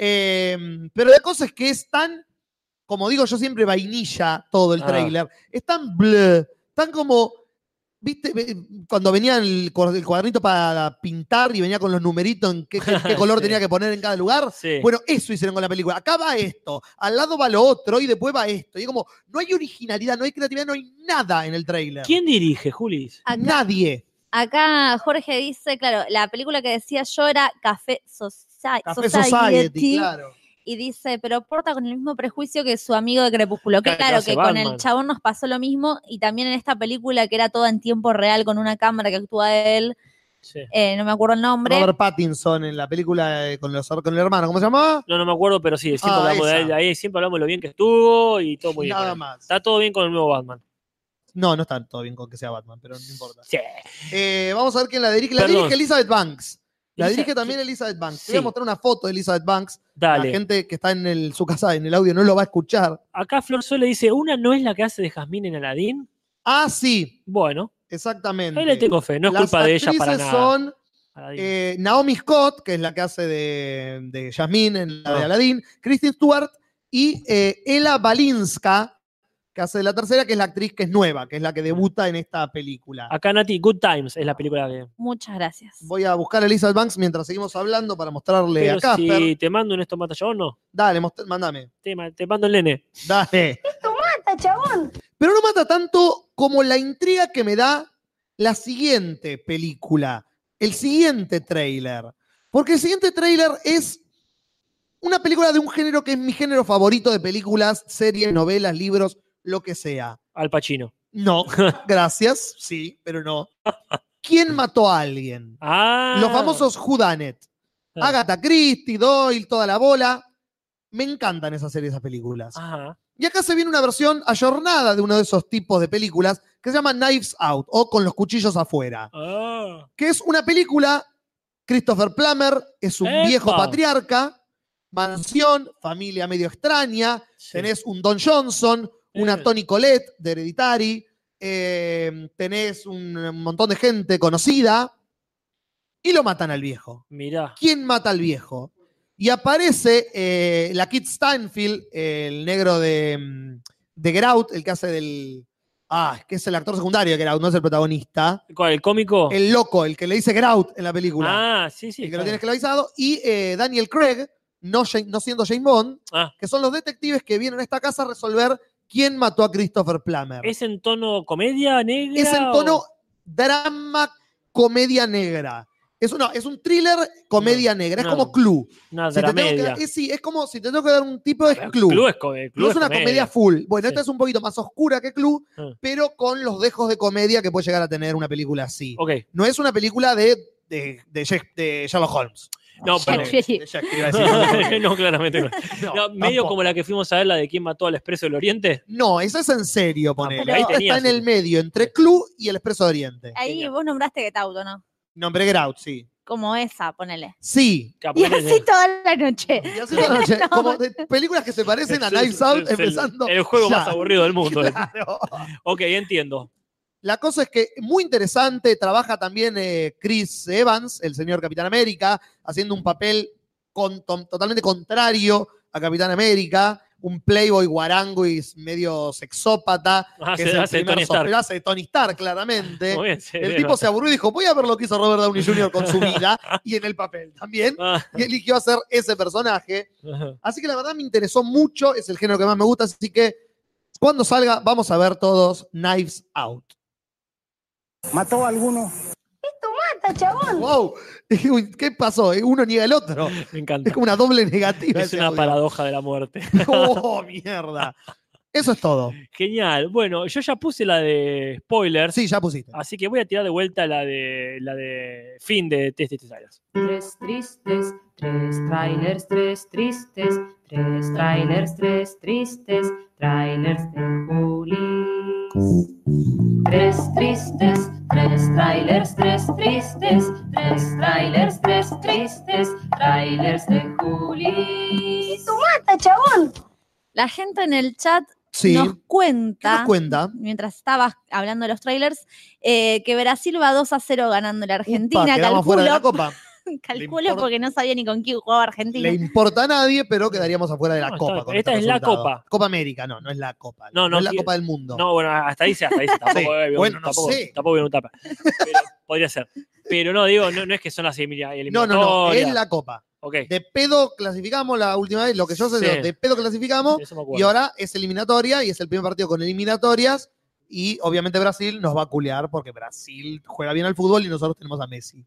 Eh, pero la cosa es que es tan, como digo yo siempre, vainilla todo el Ah. tráiler. Es tan bleh, tan como, ¿viste? Ve- Cuando venía el, cuad- el cuadernito para pintar y venía con los numeritos en qué, qué- qué color Sí. tenía que poner en cada lugar. Sí. Bueno, eso hicieron con la película. Acá va esto, al lado va lo otro y después va esto. Y es como, no hay originalidad, no hay creatividad, no hay nada en el tráiler. ¿Quién dirige, Julis? Acá, Nadie. acá Jorge dice, claro, la película que decía yo era Café, Soci- Café Society, Society, claro. y dice, pero porta con el mismo prejuicio que su amigo de Crepúsculo. Que Claro, que claro, hace que con Batman. el chabón nos pasó lo mismo y también en esta película que era toda en tiempo real con una cámara que actúa él, Sí. eh, no me acuerdo el nombre. Robert Pattinson en la película eh, con, los, con el hermano, ¿cómo se llamaba? No, no me acuerdo, pero sí, siempre Ah, hablamos de esa. él. Ahí siempre hablamos de lo bien que estuvo y todo muy bien. Nada con él. más. Está todo bien con el nuevo Batman. No, no está todo bien con que sea Batman, pero no importa. Sí. Eh, vamos a ver quién la dirige. La Perdón. dirige Elizabeth Banks. La Elisa- dirige también Elizabeth Banks. Te Sí. voy a mostrar una foto de Elizabeth Banks. Dale. La gente que está en el- su casa, en el audio, no lo va a escuchar. Acá Flor Sol le dice, ¿una no es la que hace de Jazmín en Aladdin? Ah, sí, Bueno, exactamente. ahí le tengo fe. No es Las culpa de ella para actrices nada. son Aladdin. eh, Naomi Scott, que es la que hace de, de Jasmine en la de Ah. Aladdin, Kristen Stewart y eh, Ella Balinska, que hace de la tercera, que es la actriz que es nueva, que es la que debuta en esta película. Acá Nati, Good Times es la película que... Muchas gracias. Voy a buscar a Elizabeth Banks mientras seguimos hablando para mostrarle Pero a Casper. si te mando un esto mata chabón, no. Dale, most- mándame. Te, ma- te mando el nene. Dale. Mata, chabón. Pero no mata tanto como la intriga que me da la siguiente película, el siguiente tráiler. Porque el siguiente tráiler es una película de un género que es mi género favorito de películas, series, novelas, libros, lo que sea. Al Pacino. No, gracias, sí, pero no. ¿Quién mató a alguien? Ah. Los famosos whodunit. Ah. Agatha Christie, Doyle, toda la bola. Me encantan esas series, esas películas. Ajá. Y acá se viene una versión ayornada de uno de esos tipos de películas que se llama Knives Out o Con los cuchillos afuera. Ah. Que es una película, Christopher Plummer es un ¡Epa! viejo patriarca, mansión, familia medio extraña, Sí. tenés un Don Johnson, una Eh. Toni Collette de Hereditary, eh, tenés un montón de gente conocida y lo matan al viejo. Mirá. ¿Quién mata al viejo? Y aparece eh, la Kit Stanfield, el negro de, mm, de Get Out, el que hace del, Ah, que es el actor secundario de Grout, no es el protagonista. ¿Cuál? ¿El cómico? El loco, el que le dice Grout en la película. Ah, sí, sí. El que lo claro. tiene esclavizado. Y eh, Daniel Craig, no, Jane- no siendo James Bond, Ah. que son los detectives que vienen a esta casa a resolver quién mató a Christopher Plummer. ¿Es en tono comedia negra? Es en tono o- drama, comedia negra. Es, una, es un thriller comedia No, negra, es no. como Clue. Una Si te tengo que dramedia. dar- es, sí, es como si te tengo que dar un tipo de Clue. Clue es, co- Clue No es una comedia. comedia full. Bueno, Sí. esta es un poquito más oscura que Clue, Ah. pero con los dejos de comedia que puede llegar a tener una película así. Ok. No es una película de, de, de, Jack- de Sherlock Holmes. No, pero. De Shakespeare, iba a decir. no, claramente no. No, No, medio tampoco. como la que fuimos a ver, la de quién mató al Expreso del Oriente. No, esa es en serio, ponele. porque ahí Esta tenías está en el un- medio, entre Clue y el Expreso de Oriente. Ahí Genial. vos nombraste Get Out, ¿o no? Nombre Grout, sí. Como esa, ponele. Sí. Y así toda la noche. Y así toda la noche, No. como de películas que se parecen a Es- es- Knives Out, es el- empezando. El, juego ya. más aburrido del mundo. Claro. Ok, entiendo. La cosa es que muy interesante, trabaja también eh, Chris Evans, el señor Capitán América, haciendo un papel con- to- totalmente contrario a Capitán América, un playboy guarango y medio sexópata. Hace- que es el hace de primer Tony Stark. sospe- hace de Tony Stark, claramente. Muy bien, sí, El bien. tipo se aburrió y dijo, voy a ver lo que hizo Robert Downey junior con su vida y en el papel también. Ah, Y eligió hacer ese personaje. ajá. Así que la verdad me interesó mucho, es el género que más me gusta, así que cuando salga vamos a ver todos Knives Out. ¿Mató a alguno? Esto mata, chabón. ¡Wow! Uy, ¿qué pasó? Uno niega el otro. Me encanta. Es como una doble negativa. Es ese una audio. paradoja de la muerte. ¡Oh, mierda! Eso es todo. Genial. Bueno, yo ya puse la de spoilers. Sí, ya pusiste. Así que voy a tirar de vuelta la de la de fin de Test Test Trailers. Tres tristes, tres trailers, tres tristes, tres trailers, tres tristes, trailers de Julis. Tres tristes, tres trailers, tres tristes, tres trailers, tres tristes, trailers de Julis. Esto mata, chabón. La gente en el chat Sí. nos cuenta, ¿Qué nos cuenta? mientras estabas hablando de los trailers, eh, que Brasil va dos a cero ganando la Argentina. Upa, quedamos fuera de la Copa. calculo Le importa- porque no sabía ni con quién jugaba Argentina. Le importa a nadie, pero quedaríamos afuera de la No, está Copa. bien. con Esta este es la resultado. Copa. Copa América, no, no es la Copa. No, no, es la qui- Copa del Mundo. No, bueno, hasta ahí sí, hasta ahí sí. Tampoco, Sí. eh, Bueno, no tampoco, sé. tampoco viene un tapa. Pero podría ser. Pero no, digo, no, no es que son las elimina- no, eliminatorias. no, no, es la Copa. Ok. De pedo clasificamos la última vez, lo que yo sé, Sí. de pedo clasificamos, Eso me acuerdo. y ahora es eliminatoria y es el primer partido con eliminatorias y obviamente Brasil nos va a culear porque Brasil juega bien al fútbol y nosotros tenemos a Messi.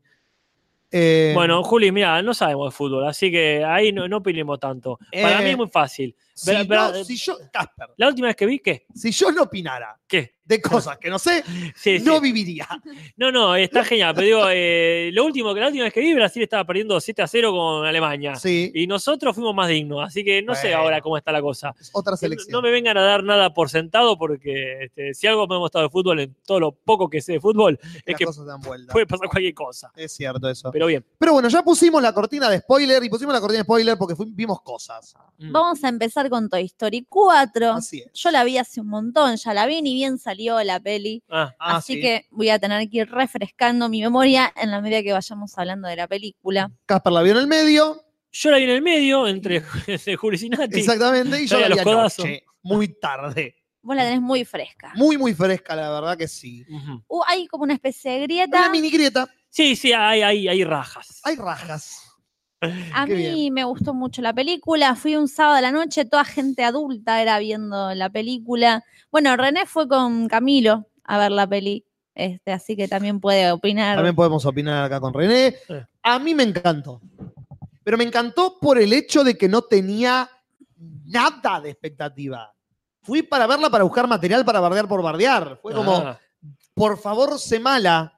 Eh, Bueno, Juli, mira, no sabemos de fútbol, así que ahí no, no opinemos tanto. Para Eh, mí es muy fácil. si, Bra- Bra- no- si yo, Casper, La última vez que vi, ¿qué? si yo no opinara ¿Qué? de cosas que no sé, Sí, sí. no viviría. No, no, está genial. Pero digo, eh, lo último que la última vez que vi, Brasil estaba perdiendo siete a cero con Alemania. Sí, Y nosotros fuimos más dignos. Así que no sé Bueno. ahora cómo está la cosa. es otra No, selección. no me vengan a dar nada por sentado, porque este, si algo me hemos estado de fútbol, en todo lo poco que sé de fútbol, es Las que cosas dan vuelta. puede pasar cualquier cosa. Es cierto eso. Pero bien. Pero bueno, ya pusimos la cortina de spoiler y pusimos la cortina de spoiler porque fui- vimos cosas. Mm. Vamos a empezar con Toy Story cuatro. Así es. Yo la vi hace un montón, ya la vi, ni bien salió la peli. Ah, Ah, Así sí. que voy a tener que ir refrescando mi memoria en la medida que vayamos hablando de la película. Casper la vio en el medio, yo la vi en el medio, entre Juli y Nati. exactamente, y yo Ahí la a vi los codazos. anoche, muy tarde. Vos la tenés muy fresca. Muy, muy fresca, la verdad que sí. Ujú. Uh, hay como una especie de Hay grieta. una mini grieta, Sí, sí, hay, hay, hay rajas. hay rajas. A Qué mí bien. me gustó mucho la película. Fui un sábado a la noche, toda gente adulta era viendo la película. Bueno, René fue con Camilo a ver la peli, este, así que también puede opinar. También podemos opinar acá con René. Eh. A mí me encantó. Pero me encantó por el hecho de que no tenía nada de expectativa. Fui para verla para buscar material para bardear por bardear. Fue como, Ah, por favor, sé mala.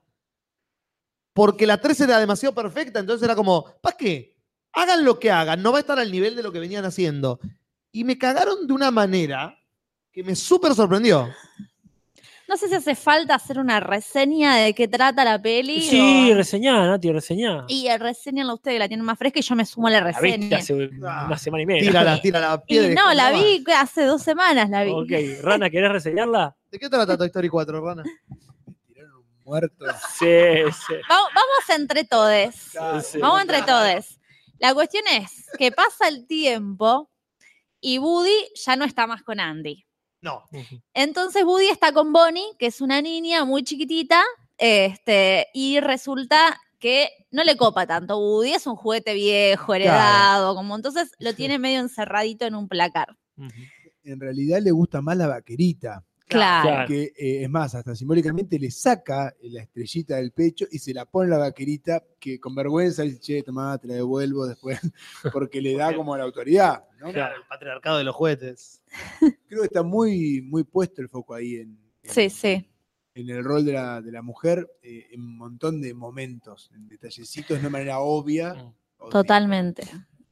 Porque la tres era demasiado perfecta, entonces era como, ¿para qué? Hagan lo que hagan, no va a estar al nivel de lo que venían haciendo. Y me cagaron de una manera que me súper sorprendió. No sé si hace falta hacer una reseña de qué trata la peli. sí, o- reseñá, Nati, reseñá. Y eh, reseñanla ustedes, que la tienen más fresca, y yo me sumo a la La viste reseña. hace Ah, una semana y media. Tírala, tírala, Y piedra. no, la vi hace dos semanas, la vi. Ok, Rana, ¿querés reseñarla? ¿De qué trata Toy Story cuatro, Rana? Muerto. Sí, sí. Vamos, vamos entre todes. sí. Vamos entre todes. La cuestión es que pasa el tiempo y Woody ya no está más con Andy. No. Entonces Woody está con Bonnie, que es una niña muy chiquitita, este, y resulta que no le copa tanto. Woody es un juguete viejo, heredado, claro. como entonces lo tiene medio encerradito en un placar. En realidad le gusta más la vaquerita. Claro. Que eh, es más, hasta simbólicamente le saca la estrellita del pecho y se la pone la vaquerita, que con vergüenza dice, che, tomá, te la devuelvo después, porque le da como la autoridad, ¿no? Claro, el patriarcado de los juguetes. Creo que está muy, muy puesto el foco ahí en, en, sí, sí. en el rol de la, de la mujer, eh, en un montón de momentos, en detallecitos, de una manera obvia. Totalmente.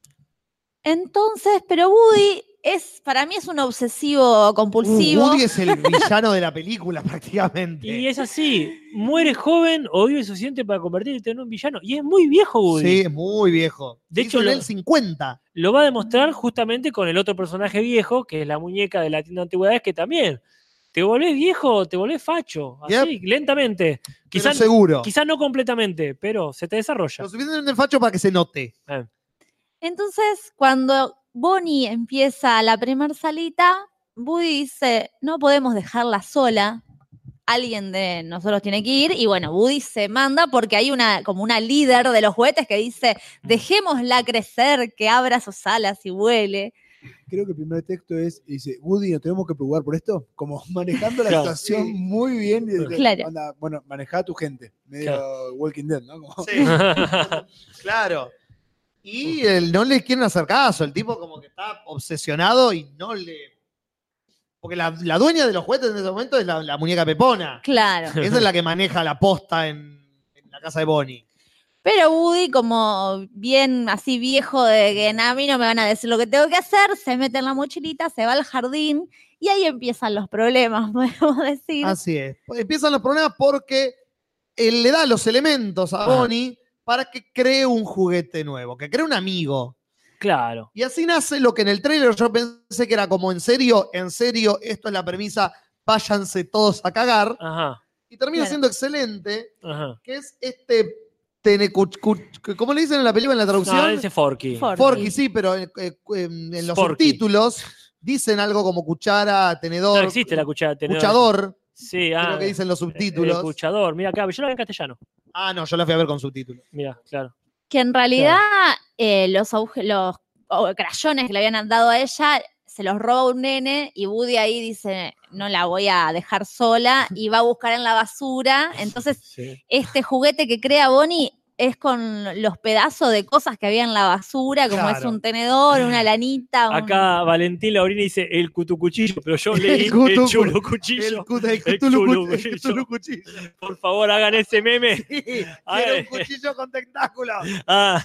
Entonces, pero Woody es, para mí es un obsesivo compulsivo. Uh, Woody es el villano de la película prácticamente. Y es así, muere joven o vive suficiente para convertirte en un villano. Y es muy viejo Woody. Sí, es muy viejo. De hecho, en lo, el cincuenta. Lo va a demostrar justamente con el otro personaje viejo, que es la muñeca de la tienda de antigüedades, que también te volvés viejo, te volvés facho. Así, yep. lentamente. Quizás seguro. Quizás no completamente, pero se te desarrolla. Lo suficientemente facho para que se note. Eh. Entonces, cuando Bonnie empieza la primer salita, Woody dice, no podemos dejarla sola, alguien de nosotros tiene que ir, y bueno, Woody se manda porque hay una como una líder de los juguetes que dice, dejémosla crecer, que abra sus alas y vuele. Creo que el primer texto es, dice, Woody, ¿no tenemos que preocupar por esto? Como manejando la claro, situación sí. muy bien. Claro. Anda, bueno, manejá a tu gente, medio claro. Walking Dead, ¿no? Como... Sí. Claro. Y él, no le quieren hacer caso, el tipo como que está obsesionado y no le... Porque la, la dueña de los juguetes en ese momento es la, la muñeca Pepona. Claro. Esa es la que maneja la posta en, en la casa de Bonnie. Pero Woody, como bien así viejo de que a mí no me van a decir lo que tengo que hacer, se mete en la mochilita, se va al jardín y ahí empiezan los problemas, podemos decir. Así es. Empiezan los problemas porque él le da los elementos a Bonnie para que cree un juguete nuevo, que cree un amigo. Claro. Y así nace lo que en el tráiler yo pensé que era como en serio, en serio, esto es la premisa, váyanse todos a cagar. Ajá. Y termina Claro. siendo excelente, Ajá. que es este... ¿Cómo le dicen en la película en la traducción? No, dice Forky. Forky. Forky, sí, pero en, en, en los Forky. subtítulos dicen algo como cuchara, tenedor. No existe la cuchara, tenedor. Cuchador. Sí, ah. Creo que dicen los subtítulos. El cuchador. Mira acá, yo la vi en castellano. Ah, no, yo la fui a ver con subtítulos. Mira, claro. Que en realidad claro. eh, los, los oh, crayones que le habían dado a ella se los roba un nene y Woody ahí dice, no la voy a dejar sola y va a buscar en la basura. Entonces, sí. este juguete que crea Bonnie es con los pedazos de cosas que había en la basura, como Claro. es un tenedor, una lanita. Un... Acá Valentín Laurini dice el cutucuchillo, pero yo leí el, cutu, el chulo cuchillo. El, cut, el, el chulo, chulo cuchillo. El chulo cuchillo. Por favor, hagan ese meme. Sí, quiero un cuchillo con tentáculos. Ah.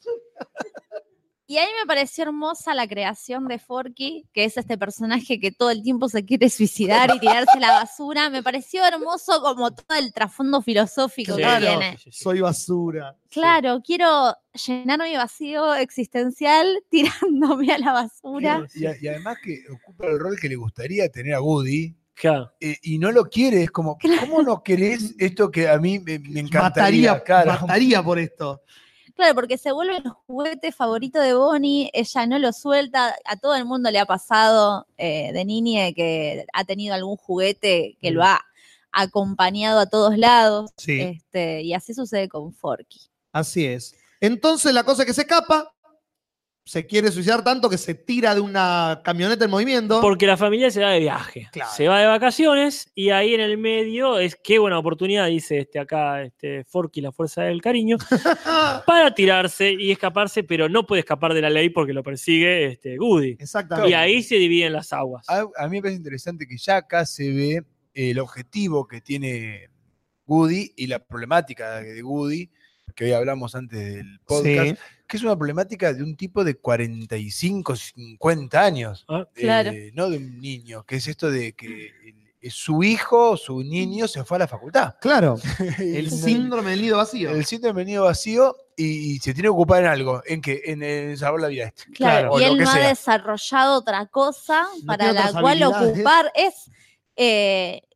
Y ahí me pareció hermosa la creación de Forky, que es este personaje que todo el tiempo se quiere suicidar y tirarse a la basura. Me pareció hermoso como todo el trasfondo filosófico Claro, que tiene. soy basura. Claro, sí. Quiero llenar mi vacío existencial tirándome a la basura. Y, y además que ocupa el rol que le gustaría tener a Woody. Claro. Eh, y no lo quiere, es como, ¿cómo no querés esto que a mí me, me encantaría? Mataría, claro. mataría por esto. Claro, porque se vuelve el juguete favorito de Bonnie, ella no lo suelta, a todo el mundo le ha pasado eh, de niña que ha tenido algún juguete que mm. lo ha acompañado a todos lados, sí. este, y así sucede con Forky. Así es. Entonces la cosa es que se escapa, se quiere suicidar tanto que se tira de una camioneta en movimiento. Porque la familia se va de viaje, claro. se va de vacaciones y ahí en el medio es qué buena oportunidad, dice este acá este Forky, la fuerza del cariño, para tirarse y escaparse, pero no puede escapar de la ley porque lo persigue este Woody. Exactamente. Y ahí se dividen las aguas. A, a mí me parece interesante que ya acá se ve el objetivo que tiene Woody y la problemática de Woody, que hoy hablamos antes del podcast, sí. que es una problemática de un tipo de cuarenta y cinco, cincuenta años, ah, eh, claro. no de un niño, que es esto de que su hijo, su niño se fue a la facultad. Claro, el síndrome del nido vacío. El síndrome del nido vacío y, y se tiene que ocupar en algo, ¿en qué? En, en salvar la vida. Este. Claro, claro, y él no sea. ha desarrollado otra cosa no para la cual ocupar es... Eh,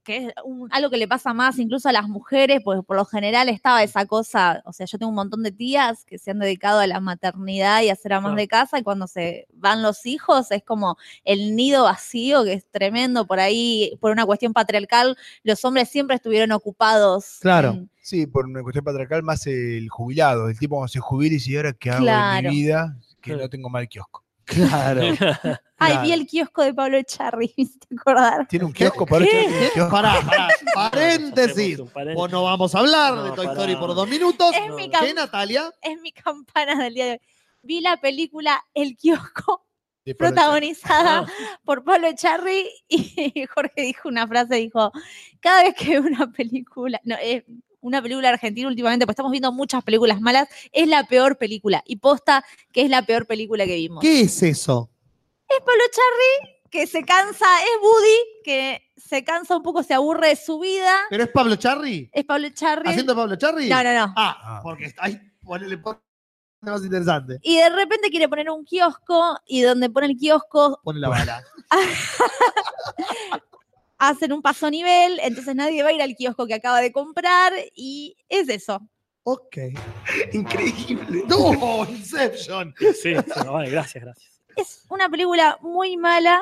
que es un- algo que le pasa más incluso a las mujeres, porque por lo general estaba esa cosa, o sea, yo tengo un montón de tías que se han dedicado a la maternidad y a ser amas Claro. de casa, y cuando se van los hijos es como el nido vacío, que es tremendo. Por ahí, por una cuestión patriarcal, los hombres siempre estuvieron ocupados. Claro. en- Sí, por una cuestión patriarcal, más el jubilado, el tipo cuando se jubila y dice, ¿y ahora qué hago de Claro. mi vida? Que Claro. no tengo mal kiosco. Claro. Ay, Claro. vi el kiosco de Pablo Echarri, me hiciste acordar. Tiene un kiosco para ¿Qué? echar un kiosco. Pará, pará. Paréntesis. Hacemos un paréntesis. Vos no vamos a hablar No, de Toy pará. Story por dos minutos. Es No. mi ¿Qué, cam- Natalia? es mi campana del día de hoy. Vi la película El Kiosco, De Pablo protagonizada Ah. por Pablo Echarri, y Jorge dijo una frase, dijo, cada vez que veo una película, no, es una película argentina últimamente, pues estamos viendo muchas películas malas, es la peor película, y posta que es la peor película que vimos. ¿Qué es eso? Es Pablo Echarri, que se cansa, es Woody, que se cansa un poco, se aburre de su vida, ¿Pero es Pablo Charri? es Pablo Echarri. ¿Haciendo Pablo Charri? No, no, no. Ah, Ah. porque está ahí. Ponele ponele más interesante. Y de repente quiere poner un kiosco, y donde pone el kiosco Pone la bala. hacen un paso nivel, entonces nadie va a ir al kiosco que acaba de comprar, y es eso. Ok. Increíble. ¡No! Inception. Sí, sí, no, vale, gracias, gracias. Es una película muy mala,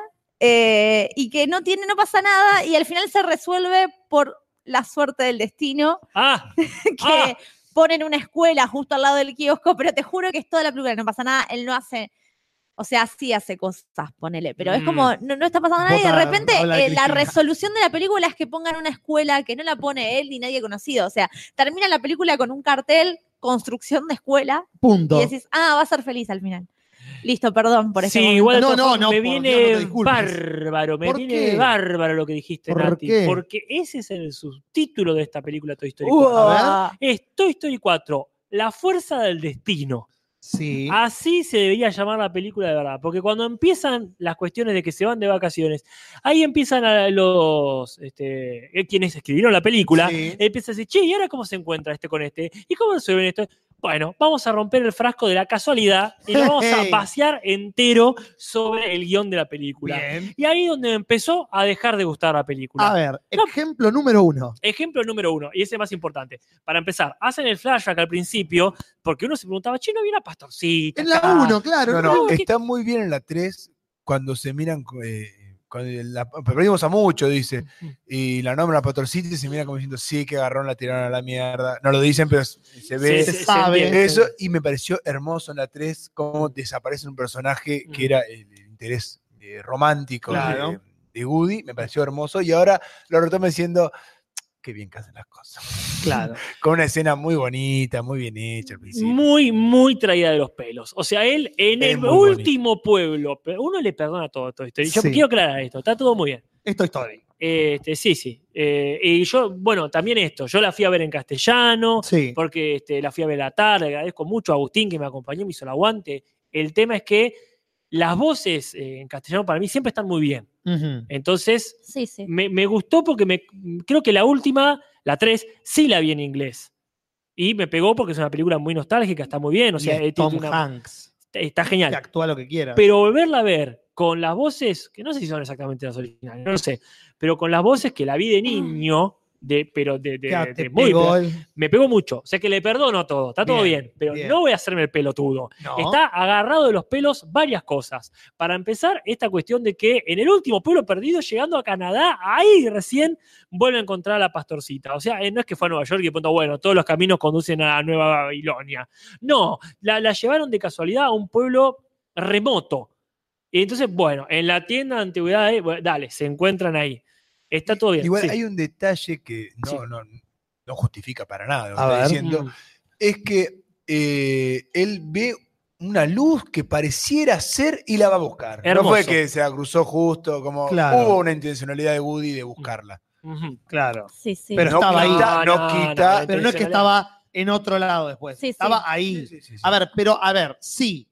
eh, y que no tiene, no pasa nada, y al final se resuelve por la suerte del destino, Ah, que Ah. ponen una escuela justo al lado del kiosco, pero te juro que es toda la película, no pasa nada, él no hace, o sea, sí hace cosas, ponele, pero es Mm. como, no, no está pasando nada, y de Vota, repente habla de eh, la Cristina. resolución de la película es que pongan una escuela que no la pone él ni nadie conocido, o sea, termina la película con un cartel, construcción de escuela, Punto. y decís, ah, va a ser feliz al final. Listo, perdón por este sí, momento. igual de No, todas no, formas, no, me por viene Dios, no te disculpes. bárbaro, me ¿Por viene qué? bárbaro lo que dijiste, ¿Por Nati, qué? porque ese es el subtítulo de esta película Toy Story Uh, cuatro. A ver. Es Toy Story cuatro, La fuerza del destino. Sí. Así se debería llamar la película de verdad, porque cuando empiezan las cuestiones de que se van de vacaciones, ahí empiezan a los este, eh, quienes escribieron la película, Sí. empiezan a decir, che, ¿y ahora cómo se encuentra este con este? ¿Y cómo se ven esto? Bueno, vamos a romper el frasco de la casualidad y lo vamos a Hey. vaciar entero sobre el guión de la película. Bien. Y ahí es donde empezó a dejar de gustar la película. A ver, ejemplo número uno. Ejemplo número uno, y ese es más importante. Para empezar, hacen el flashback al principio, porque uno se preguntaba, che, ¿no había una pastorcita En la acá? uno, claro. No, ¿no? no, ¿qué? está muy bien en la tres cuando se miran. Eh, cuando la, perdimos a mucho, dice. Y la nombra Pastorcita y se mira como diciendo, sí, que agarraron, la tiraron a la mierda. No lo dicen, pero se ve Sí, se se sabe. entiende. eso. Y me pareció hermoso en la tres cómo desaparece un personaje que Mm. era el, el interés eh, romántico Claro. de, de Woody. Me pareció hermoso. Y ahora lo retoma diciendo, qué bien que hacen las cosas. Claro. Con una escena muy bonita, muy bien hecha al principio. Muy, muy traída de los pelos. O sea, él en Es el muy último pueblo, pero uno le perdona todo, todo esto. Yo Sí. quiero aclarar esto, está todo muy bien. Es Toy Story. Este, sí, sí. Eh, y yo, bueno, también esto, yo la fui a ver en castellano, Sí. porque este, la fui a ver a la tarde, agradezco mucho a Agustín que me acompañó, me hizo el aguante. El tema es que las voces eh, en castellano para mí siempre están muy bien. Ujú. Entonces, Sí, sí. me, me gustó porque me, creo que la última, la tres, sí la vi en inglés. Y me pegó porque es una película muy nostálgica, está muy bien, o Y sea, es eh, tiene Tom una- Hanks. está Que genial. actúa lo que quiera. Pero volverla a ver con las voces, que no sé si son exactamente las originales, no lo sé, pero con las voces que la vi de niño, de, pero de, de- Ya de te muy pegó pla- el- me pegó mucho. O sea que le perdono todo, está todo Bien, bien, pero bien. no voy a hacerme el pelotudo. No. Está agarrado de los pelos varias cosas. Para empezar, esta cuestión de que en el último pueblo perdido, llegando a Canadá, ahí recién vuelve a encontrar a la pastorcita. O sea, eh, no es que fue a Nueva York y de pronto, bueno, todos los caminos conducen a Nueva Babilonia. No, la, la llevaron de casualidad a un pueblo remoto. Y entonces, bueno, en la tienda de antigüedades, bueno, dale, se encuentran ahí. Está todo bien. Igual sí. hay un detalle que no, Sí. no, no justifica para nada lo que A está ver. diciendo. Mm. Es que eh, él ve una luz que pareciera ser y la va a buscar. Hermoso. No fue que se la cruzó justo, como Claro. hubo una intencionalidad de Woody de buscarla. Ujú. Claro. Sí, sí. Pero no estaba ahí. quita, no, quita. no, Pero no es que estaba en otro lado después. Sí, sí. Estaba ahí. Sí, sí, sí, sí. A ver, pero a ver, sí.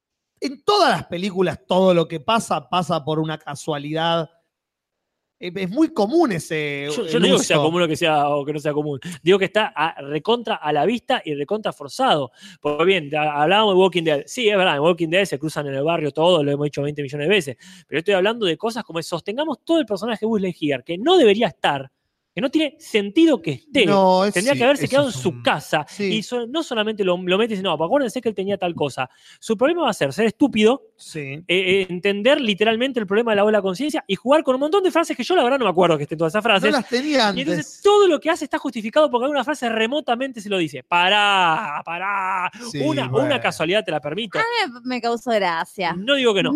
En todas las películas todo lo que pasa pasa por una casualidad. Eh, Es muy común ese. Yo, yo el no digo que sea uso. común o que, sea, o que no sea común. Digo que está a- recontra a la vista y recontra forzado. Porque bien, a- hablábamos de Walking Dead. Sí, es verdad, en Walking Dead se cruzan en el barrio todo, lo hemos dicho veinte millones de veces. Pero estoy hablando de cosas como es, sostengamos todo el personaje de Buzz Lightyear, que no debería estar, que no tiene sentido que esté. No, es- Tendría sí, que haberse eso quedado en es su un- casa. Sí. Y so- no solamente lo, lo metes y no, acuérdense que él tenía tal cosa. Su problema va a ser ser estúpido, Sí. eh, eh, entender literalmente el problema de la ola conciencia y jugar con un montón de frases que yo la verdad no me acuerdo que estén todas esas No frases. las tenía Y antes. entonces todo lo que hace está justificado porque alguna frase remotamente se lo dice. Pará, pará. Sí, una, bueno. una casualidad te la permito. Me, me causó gracia. No digo que no.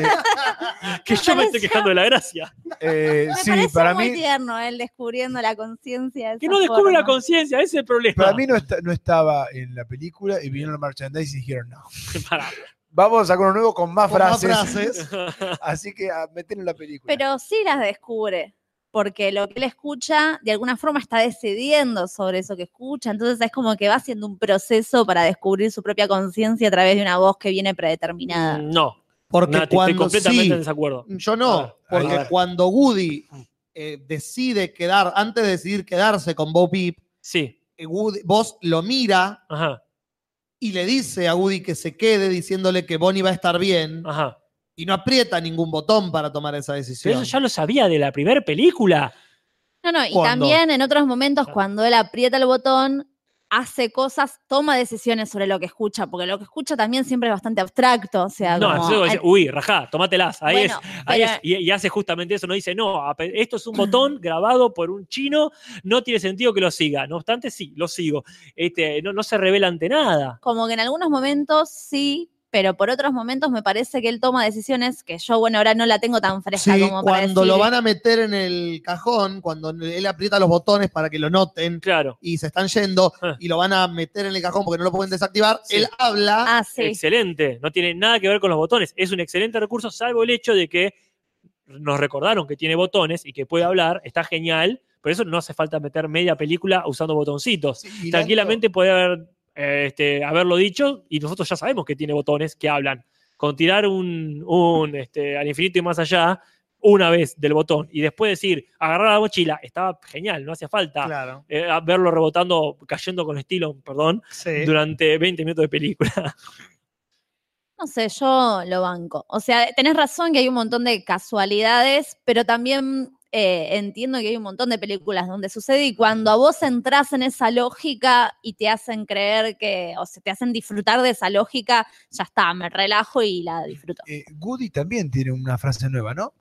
que yo me estoy quejando de la gracia. Eh, Me sí, pareció para muy mí, tierno él descubriendo la conciencia. de Que esa no descubre la forma. conciencia, ese es el problema. para mí no, está- no estaba en la película y vieron el merchandise y dijeron no. Pará. Vamos a sacar uno nuevo con más Con más frases. frases. Así que a meter en la película. Pero sí las descubre, porque lo que él escucha, de alguna forma está decidiendo sobre eso que escucha, entonces es como que va haciendo un proceso para descubrir su propia conciencia a través de una voz que viene predeterminada. No. Porque Nati, estoy cuando completamente sí, en desacuerdo. yo A no, ver, porque a ver. cuando Woody eh, decide quedar, antes de decidir quedarse con Bo Peep, Sí. eh, Woody, vos lo mira Ajá. y le dice a Woody que se quede diciéndole que Bonnie va a estar bien Ajá. y no aprieta ningún botón para tomar esa Pero decisión. eso ya lo sabía de la primera película. No, no, y ¿Cuándo? también en otros momentos cuando él aprieta el botón, hace cosas, toma decisiones sobre lo que escucha, porque lo que escucha también siempre es bastante abstracto, o sea, No, como- eso dice, uy, rajá, tomátelas. Ahí Bueno, es, ahí pero- es y, y hace justamente eso, no dice, no, ape- esto es un botón grabado por un chino, no tiene sentido que lo siga. No obstante, sí, lo sigo. Este, no, no se revela ante nada. como que en algunos momentos sí, pero por otros momentos me parece que él toma decisiones que yo, bueno, ahora no la tengo tan fresca Sí, como para cuando decir. lo van a meter en el cajón, cuando él aprieta los botones para que lo noten Claro. y se están yendo Ah. y lo van a meter en el cajón porque no lo pueden desactivar, Sí. él habla. Ah, sí. Excelente. No tiene nada que ver con los botones. Es un excelente recurso, salvo el hecho de que nos recordaron que tiene botones y que puede hablar. Está genial. Por eso no hace falta meter media película usando botoncitos. Sí, Tranquilamente puede haber, eh, este, haberlo dicho y nosotros ya sabemos que tiene botones que hablan. Con tirar un, un este, al infinito y más allá una vez del botón y después decir, agarrar la mochila, estaba genial, no hacía falta Claro. eh, a verlo rebotando, cayendo con estilo, perdón, Sí. durante veinte minutos de película. No sé, yo lo banco. O sea, tenés razón que hay un montón de casualidades, pero también eh, entiendo que hay un montón de películas donde sucede y cuando a vos entras en esa lógica y te hacen creer que, o sea, te hacen disfrutar de esa lógica, ya está, me relajo y la disfruto. Eh, Woody también tiene una frase nueva, ¿no?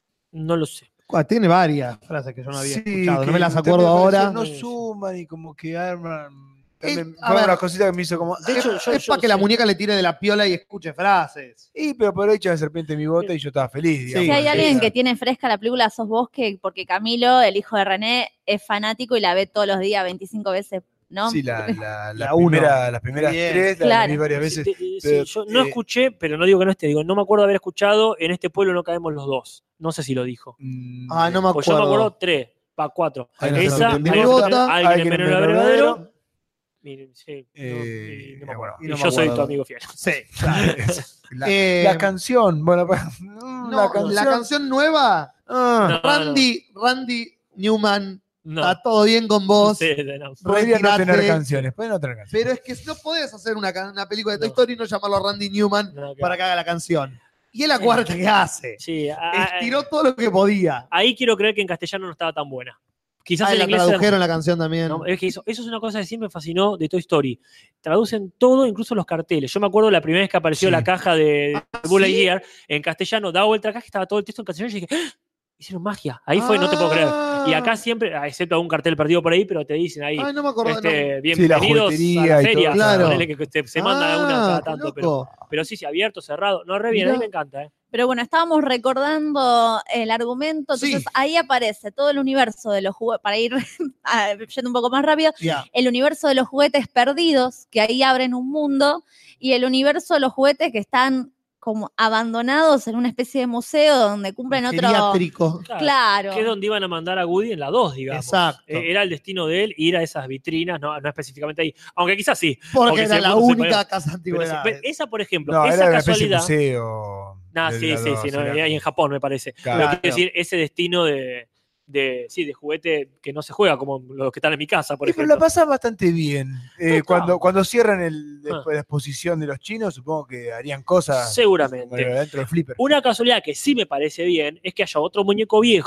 No lo sé. Ah, tiene varias frases que yo no había Sí, escuchado, no que me las también acuerdo me pareció, ahora. No suman y como que arman. Eh, También a fue ver. una cosita que me hizo como. De hecho, ah, yo- es yo para que la sé. muñeca le tire de la piola y escuche frases. Y pero por hecho de serpiente en mi bota y yo estaba feliz. digamos. Si hay Sí, alguien sí. que tiene fresca la película, sos vos, que, porque Camilo, el hijo de René, es fanático y la ve todos los días veinticinco veces, ¿no? Sí, la, la, la La uno. primera, las primeras Bien. tres, la- Claro. las vi varias veces. Sí, sí, pero, yo no eh, escuché, pero no digo que no esté, digo, no me acuerdo haber escuchado En este pueblo no caemos los dos. No sé si lo dijo. mm, Ah, no me Pues yo me acuerdo acuerdo. tres, pa, cuatro. Ahí no se Esa, lo alguien, entendí. Bota, alguien alguien en en el abrevadero. Miren, sí, no, Eh, y no me acuerdo. bueno, Y y no me yo soy tu acuerdo. amigo fiel. Sí, claro. La, Eh, la canción, bueno, pa- No, la canción. la canción nueva, ah, No, Randy, Randy Newman, No. está todo bien con vos. Sí, de- no. podría no retirate. tener canciones, podría no tener canciones. Pero es que no podés hacer una, ca- una película de Toy No. Story y no llamarlo a Randy Newman Nada que para ver. que haga la canción. Y es la cuarta que hace. Sí, a- Estiró todo lo que podía. ahí quiero creer que en castellano no estaba tan buena. Quizás Ah, en la inglés. era- tradujeron la canción también. No, es que eso, eso es una cosa que siempre me fascinó de Toy Story. Traducen todo, incluso los carteles. Yo me acuerdo la primera vez que apareció Sí. la caja de Ah, Buzz ¿sí? Lightyear en castellano, daba vuelta la caja y estaba todo el texto en castellano y dije, ¡ah! Hicieron magia. Ahí fue, no te puedo creer. Y acá siempre, ah, excepto algún cartel perdido por ahí, pero te dicen ahí, Ay, no me acuerdo. este, no. bienvenidos Sí, la a juguetería la y feria. todo, claro. Ponele que se, se manda Ah, una cada qué tanto, pero, loco. pero sí, sí, abierto, cerrado. No, re bien, a mí Mirá. me encanta. ¿eh? Pero bueno, estábamos recordando el argumento, entonces Sí. ahí aparece todo el universo de los juguetes, para ir a- yendo un poco más rápido, Ya. el universo de los juguetes perdidos, que ahí abren un mundo, y el universo de los juguetes que están como abandonados en una especie de museo donde cumplen otro... Geriátrico. Claro. Que es donde iban a mandar a Woody en la dos, digamos. Exacto. Eh, Era el destino de él ir a esas vitrinas, no, no específicamente ahí. Aunque quizás sí. Porque Porque era se- la se única podía- casa de Pero esa, antigüedades. esa, por ejemplo, No, esa era una especie de casualidad. museo. Nah, de sí, la sí, dos, sí, no, era ahí en como- Japón me parece. Claro. Pero quiero decir, ese destino de, de, sí, de juguete que no se juega, como los que están en mi casa, por Sí, pero ejemplo. la pasan bastante bien. Eh, No, cuando, no. cuando cierran el, Ah. después la exposición de los chinos, supongo que harían cosas Seguramente. como dentro del flipper. Una casualidad que sí me parece bien es que haya otro muñeco viejo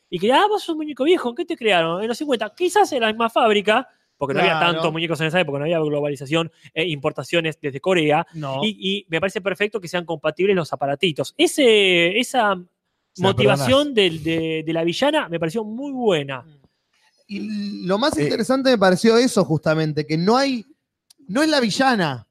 y que, ah, vos sos un muñeco viejo, ¿en qué te crearon? En los cincuenta, quizás en la misma fábrica, porque no Claro. había tantos muñecos en esa época, no había globalización e importaciones desde Corea, No. y, y me parece perfecto que sean compatibles los aparatitos. Ese, esa Se la motivación del- de, de la villana me pareció muy buena. Y lo más Eh. interesante me pareció eso, justamente, que no hay. No es la villana.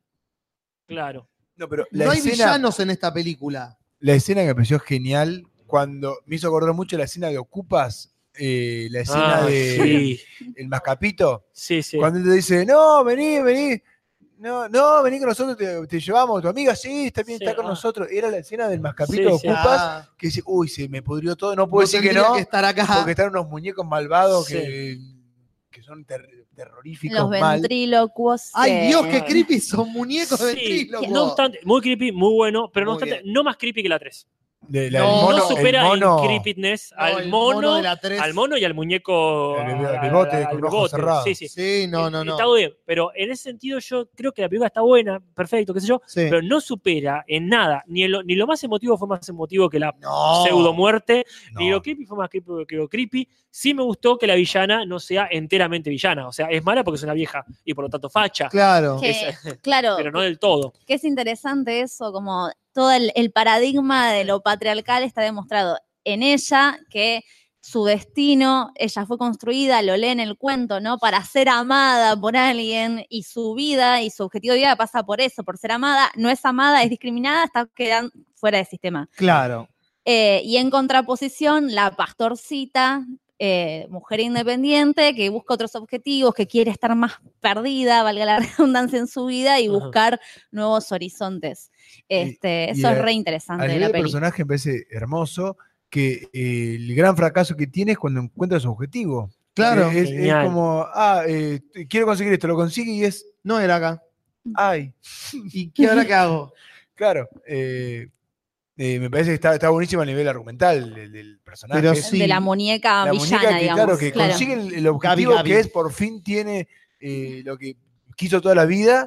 Claro. No, pero la No hay escena, villanos en esta película. la escena que me pareció genial, cuando me hizo acordar mucho la escena de Ocupas, eh, la escena Ah, de sí. El Mascapito, Sí, sí. cuando él te dice, no, vení, vení, no, no, vení con nosotros, te, te llevamos, tu amiga, sí, está bien, Sí, está con ah. nosotros. Era la escena del Mascapito Sí, de sí. Ocupas, Ah, que dice, uy, se me pudrió todo, no puedo no decir que tendría no, que estar acá. porque están unos muñecos malvados Sí. que, que son ter- terroríficos Los mal. ventrílocuos. Ay, que- Dios, qué creepy son muñecos de Sí, ventríloco. no obstante, muy creepy, muy bueno, pero no Muy obstante, bien. no más creepy que la tres. De, la- No, el No mono, supera el mono, en creepiness No, al el mono, mono de la tres. al mono y al muñeco. El bebé- a- el a- bebote al con ojos bebote. cerrados. Sí, sí. Sí, no, no, no. Está muy bien, pero en ese sentido yo creo que la película está buena, perfecto, qué sé yo, Sí. pero no supera en nada, ni, en lo, ni lo más emotivo fue más emotivo que la No. pseudo muerte, No. ni lo creepy fue más creepy que lo creepy. Sí me gustó que la villana no sea enteramente villana, o sea, es mala porque es una vieja y por lo tanto facha, Claro. que, Es- claro, pero no del todo. que es interesante eso, como todo el, el paradigma de lo patriarcal está demostrado en ella, que su destino, ella fue construida, lo lee en el cuento, ¿no? Para ser amada por alguien y su vida y su objetivo de vida pasa por eso, por ser amada, no es amada, es discriminada, está quedando fuera del sistema. Claro. Eh, y en contraposición, la pastorcita, eh, mujer independiente, que busca otros objetivos, que quiere estar más perdida, valga la redundancia, en su vida y Ajá. buscar nuevos horizontes. Este, y eso es a- re A interesante de nivel la de peli. personaje me parece hermoso que eh, el gran fracaso que tiene es cuando encuentra su objetivo. Claro. Eh, es, es Genial. como, ah, eh, quiero conseguir esto, lo consigue y es, No era acá. ay, ¿Y qué ahora qué hago? claro. eh, eh, me parece que está, está buenísimo a nivel argumental del, del personaje. Pero Es sí. De la muñeca la villana, muñeca que, digamos. claro, que claro. consigue el, el objetivo Gabi, Gabi. que es, por fin tiene eh, lo que quiso toda la vida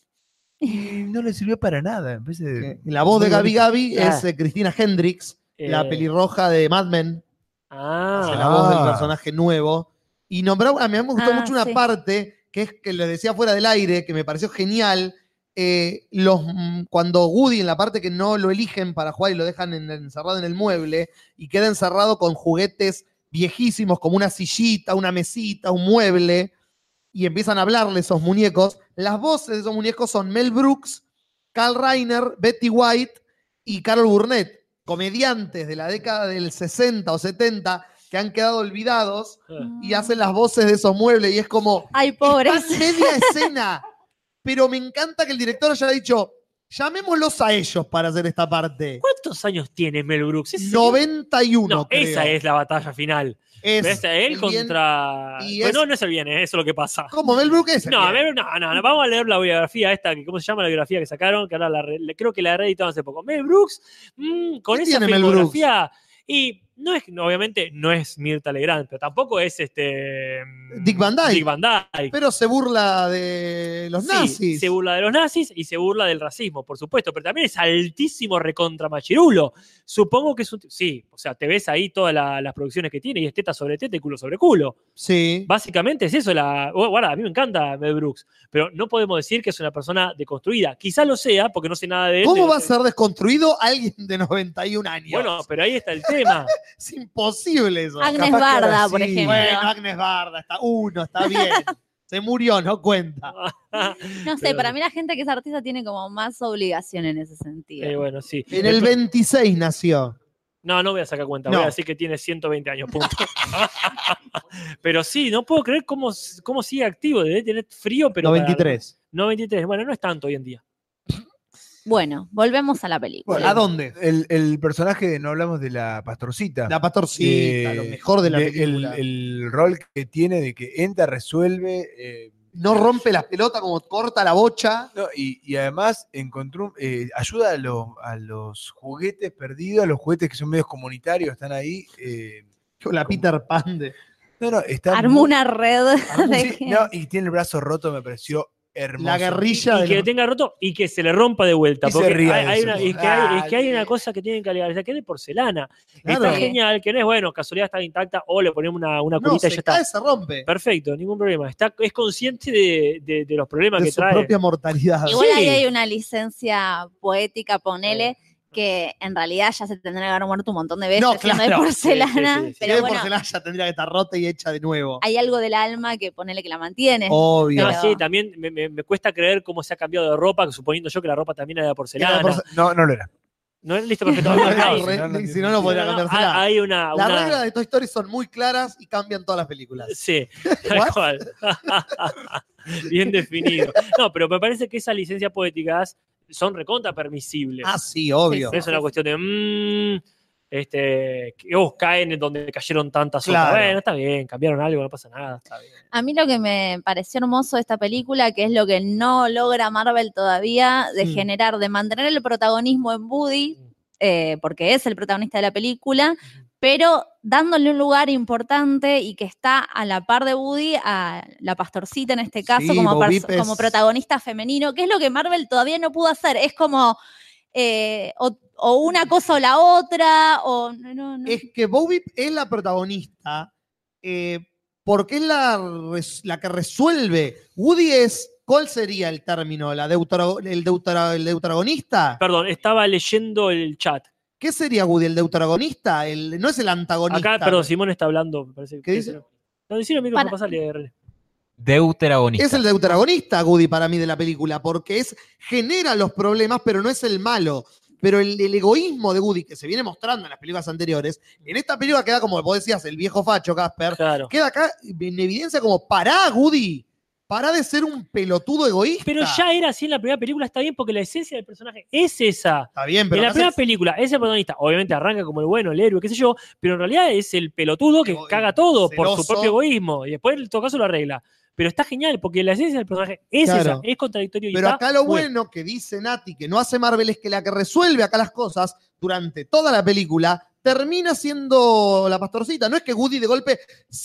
y no le sirvió para nada. En vez de- La voz de muy Gabi bonito. Gabi Ah. es eh, Cristina Hendricks, la Eh, pelirroja de Mad Men. Ah, Es la voz del Ah. personaje nuevo. Y nombraba, a mí me gustó Ah, mucho una sí. parte que es que les decía fuera del aire, que me pareció genial. eh, los, mm, cuando Woody, en la parte que no lo eligen para jugar y lo dejan en- encerrado en el mueble, y queda encerrado con juguetes viejísimos, como una sillita, una mesita, un mueble, y empiezan a hablarle esos muñecos. Las voces de esos muñecos son Mel Brooks, Carl Reiner, Betty White y Carol Burnett, comediantes de la década del sesenta o setenta que han quedado olvidados y hacen las voces de esos muebles y es como, Ay, pobres. están media escena, pero me encanta que el director haya dicho, llamémoslos a ellos para hacer esta parte. ¿cuántos años tiene Mel Brooks? Ese- noventa y uno, No, creo. esa es la batalla final. Es ¿Ves? Él el bien- contra. y Bueno, es- no, no es el bien, eso es lo que pasa. ¿Cómo Mel Brooks es? el No, bien. Mel- no, no, no, vamos a leer la biografía esta, que ¿cómo se llama la biografía que sacaron? Que ahora la re- le- creo que la reeditaron hace poco. Mel Brooks, mm, con ¿Qué esa tiene Mel filmografía, y no es, no, obviamente no es Mirta Legrand, pero tampoco es este mm, Dick Van Dyke. Dick Van Dyke. Pero se burla de los Sí, nazis. se burla de los nazis y se burla del racismo, por supuesto, pero también es altísimo recontra machirulo. Supongo que es un. Sí, o sea, te ves ahí todas la- las producciones que tiene y es teta sobre teta y culo sobre culo. Sí. Básicamente es eso. La, bueno, guarda, a mí me encanta Mel Brooks, pero no podemos decir que es una persona deconstruida. Quizá lo sea, porque no sé nada de él. ¿Cómo de- va a ser desconstruido alguien de noventa y un años? Bueno, pero ahí está el tema. Es imposible eso. Agnes Capaz que ahora Barda, sí. por ejemplo. Bueno, Agnes Barda, está uno, está bien. Se murió, no cuenta. No sé, Pero- para mí la gente que es artista tiene como más obligación en ese sentido. Eh, bueno, sí. En el veintiséis nació. No, no voy a sacar cuenta, No. voy a decir que tiene ciento veinte años, punto. Pero sí, no puedo creer cómo, cómo sigue activo, debe tener frío, pero... para- noventa y tres. No, veintitrés, bueno, no es tanto hoy en día. Bueno, volvemos a la película. ¿A dónde? El, el personaje, no hablamos de la pastorcita. La pastorcita, Eh, lo mejor de la de- película. El, el rol que tiene de que entra, resuelve. eh, No rompe la pelota como corta la bocha. no, y, y además encontró un- eh, ayuda a, los- a los juguetes perdidos, a los juguetes que son medios comunitarios, están ahí. eh, La Peter Pan de. no, no, están Armó muy- una red de Sí, no, y tiene el brazo roto, me pareció hermoso. La guerrilla y de que los- tenga roto y que se le rompa de vuelta. Y se Porque ría hay, de hay eso. una, es, que hay, es que hay Ah, una cosa que tienen que legalizar, que es de porcelana. Claro. Está Sí. genial, que no es bueno, casualidad está intacta, o le ponemos una, una No, curita y se ya cae, está. se rompe. Perfecto, ningún problema. Está, es consciente de, de- de los problemas De que su trae. propia mortalidad. Igual ahí Sí. hay una licencia poética, ponele, que en realidad ya se tendría que haber muerto un montón de veces No, siendo de claro. porcelana, Sí, sí, sí, sí. Si es pero de bueno, porcelana ya tendría que estar rota y hecha de nuevo. hay algo del alma que ponele que la mantiene. Obvio. No, Pero- sí, también me, me- me cuesta creer cómo se ha cambiado de ropa, suponiendo yo que la ropa también era de Era porcelana. de porce- No, no lo era. No es listo perfecto. No, Hay- no, hay- re- no, no, y si no, no no, podría no, no, cambiársela. hay una, Las una- reglas de Toy Story son muy claras y cambian todas las películas. Sí, tal What? cual. Bien definido. No, pero me parece que esas licencias poéticas son recontra permisibles. Ah, sí, obvio. Sí, No es una cuestión de mmm, este, que oh, caen en donde cayeron tantas Claro. otras. Bueno, está bien, cambiaron algo, no pasa nada. Está bien. A mí lo que me pareció hermoso de esta película, que es lo que no logra Marvel todavía, de Mm. generar, de mantener el protagonismo en Woody, eh, porque es el protagonista de la película, pero dándole un lugar importante y que está a la par de Woody, a la pastorcita en este caso, Sí, como, Bo pers- Peep es- como protagonista femenino, que es lo que Marvel todavía no pudo hacer. Es como eh, o, o una cosa o la otra, o no, no, no. Es que Bowie es la protagonista eh, porque es la, res- la que resuelve. Woody es, ¿cuál sería el término? ¿La deutero- el, deutero- ¿El deuteragonista? Perdón, estaba leyendo el chat. ¿Qué sería Woody? ¿El deuteragonista? El, no es el antagonista. Acá, perdón, Simón está hablando. Me parece, ¿Qué dice? No, decirlo, micrófono, Para- pasale, René. Deuteragonista. Es el deuteragonista, Woody, para mí, de la película, porque es, genera los problemas, pero no es el malo. Pero el, el egoísmo de Woody, que se viene mostrando en las películas anteriores, en esta película queda como vos decías, el viejo facho, Casper, Claro. queda acá en evidencia como, pará, Woody, pará de ser un pelotudo egoísta. Pero ya era así en la primera película, está bien, porque la esencia del personaje es esa. Está bien, pero en la acá primera se- película, ese protagonista, obviamente arranca como el bueno, el héroe, qué sé yo, pero en realidad es el pelotudo que Ego- caga todo por su celoso. propio egoísmo. Y después, en todo caso, lo arregla. Pero está genial, porque la esencia del personaje es Claro. esa, es contradictorio. y Pero está acá lo bueno. bueno que dice Nati, que no hace Marvel, es que la que resuelve acá las cosas durante toda la película termina siendo la pastorcita. No es que Woody de golpe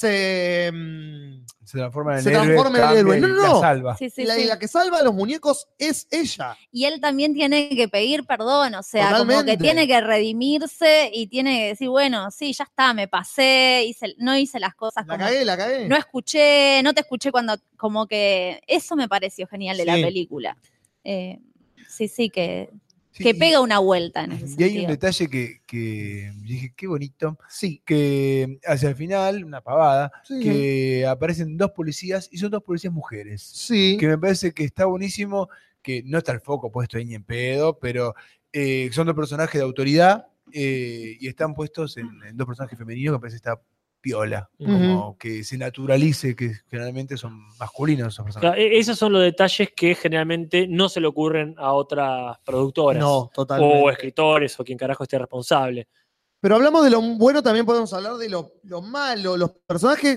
se, mm, Se transforma en se el héroe. transforma en el cambia héroe. No, y no, la no. salva. Sí, sí, la, sí. la que salva a los muñecos es ella. Y él también tiene que pedir perdón, o sea, como Totalmente. que tiene que redimirse y tiene que decir, bueno, sí, ya está, me pasé, hice, no hice las cosas La como cagué, la cagué. no escuché, no te escuché cuando, como que eso me pareció genial de la Sí. película. Eh, sí, sí, que, Sí, que y- pega una vuelta en ese Y hay un sentido. detalle que, que dije, qué bonito, Sí. que hacia el final, una pavada, Sí. que aparecen dos policías y son dos policías mujeres. Sí. Que me parece que está buenísimo, que no está el foco puesto ahí ni en pedo, pero eh, son dos personajes de autoridad eh, y están puestos en, en dos personajes femeninos que me parece que está piola, como que se naturalice, que generalmente son masculinos esos Claro, personajes. e- esos son los detalles que generalmente no se le ocurren a otras productoras. No, totalmente. O escritores, o quien carajo esté responsable. Pero hablamos de lo bueno, también podemos hablar de lo, lo malo, los personajes.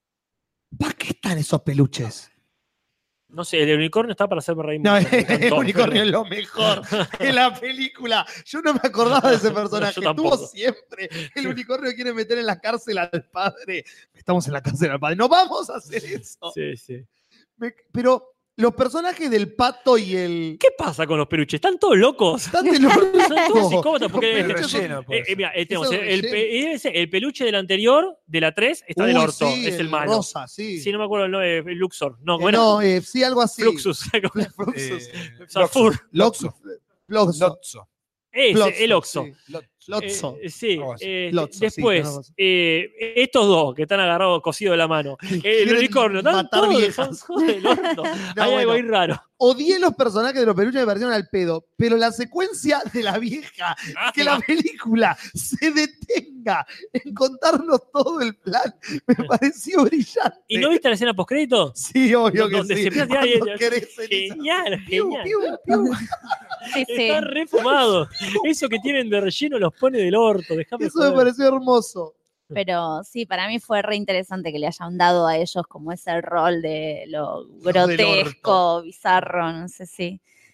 ¿Para qué están esos peluches? No sé, el unicornio está para hacerme reír No, mucho, me el encantó. unicornio es lo mejor de la película. Yo no me acordaba de ese personaje. Yo tampoco. Estuvo siempre. El unicornio quiere meter en la cárcel al padre. Estamos en la cárcel al padre. No vamos a hacer eso. Sí, sí. Me- pero los personajes del pato y el. ¿Qué pasa con los peluches? ¿Están todos locos? Están de los Son todos locos. psicópatas porque Los peluches son- relleno, puede Eh, eh, ser. mira, eh, tenemos Eso el, es el pe- ese- el peluche del anterior, de la tres, está del Uy, orto, sí, es el malo. Rosa, sí. Sí, no me acuerdo el nombre, el Luxor. No, Eh, bueno, no, eh, sí, algo así. Fluxus. Fluxus. Eh, Sulfur. Loxo. Loxo. Lotso. Ese, Loxo, el Oxo. sí. Lotso. Lotso. Eh, sí, Algo así. eh, Lotso, sí, después, algo así. eh, estos dos que están agarrados, cosidos de la mano, el Quieren unicornio, están matar todos, viejas. son todos del orto. Hay algo bueno. ahí raro. Odié los personajes de los peluches, me parecieron al pedo, pero la secuencia de la vieja, que la película se detenga en contarnos todo el plan, me pareció brillante. ¿Y no viste la escena postcrédito? Sí, obvio que Donde sí. se empieza a tirar Cuando y- crecen y- Genial, Piu, genial. piu, piu. Sí, sí. Está re fumado. Eso que tienen de relleno los pone del orto. Déjame Eso me joder. pareció hermoso. Pero sí, para mí fue re interesante que le hayan dado a ellos como ese rol de lo del orto. grotesco, bizarro, no sé si.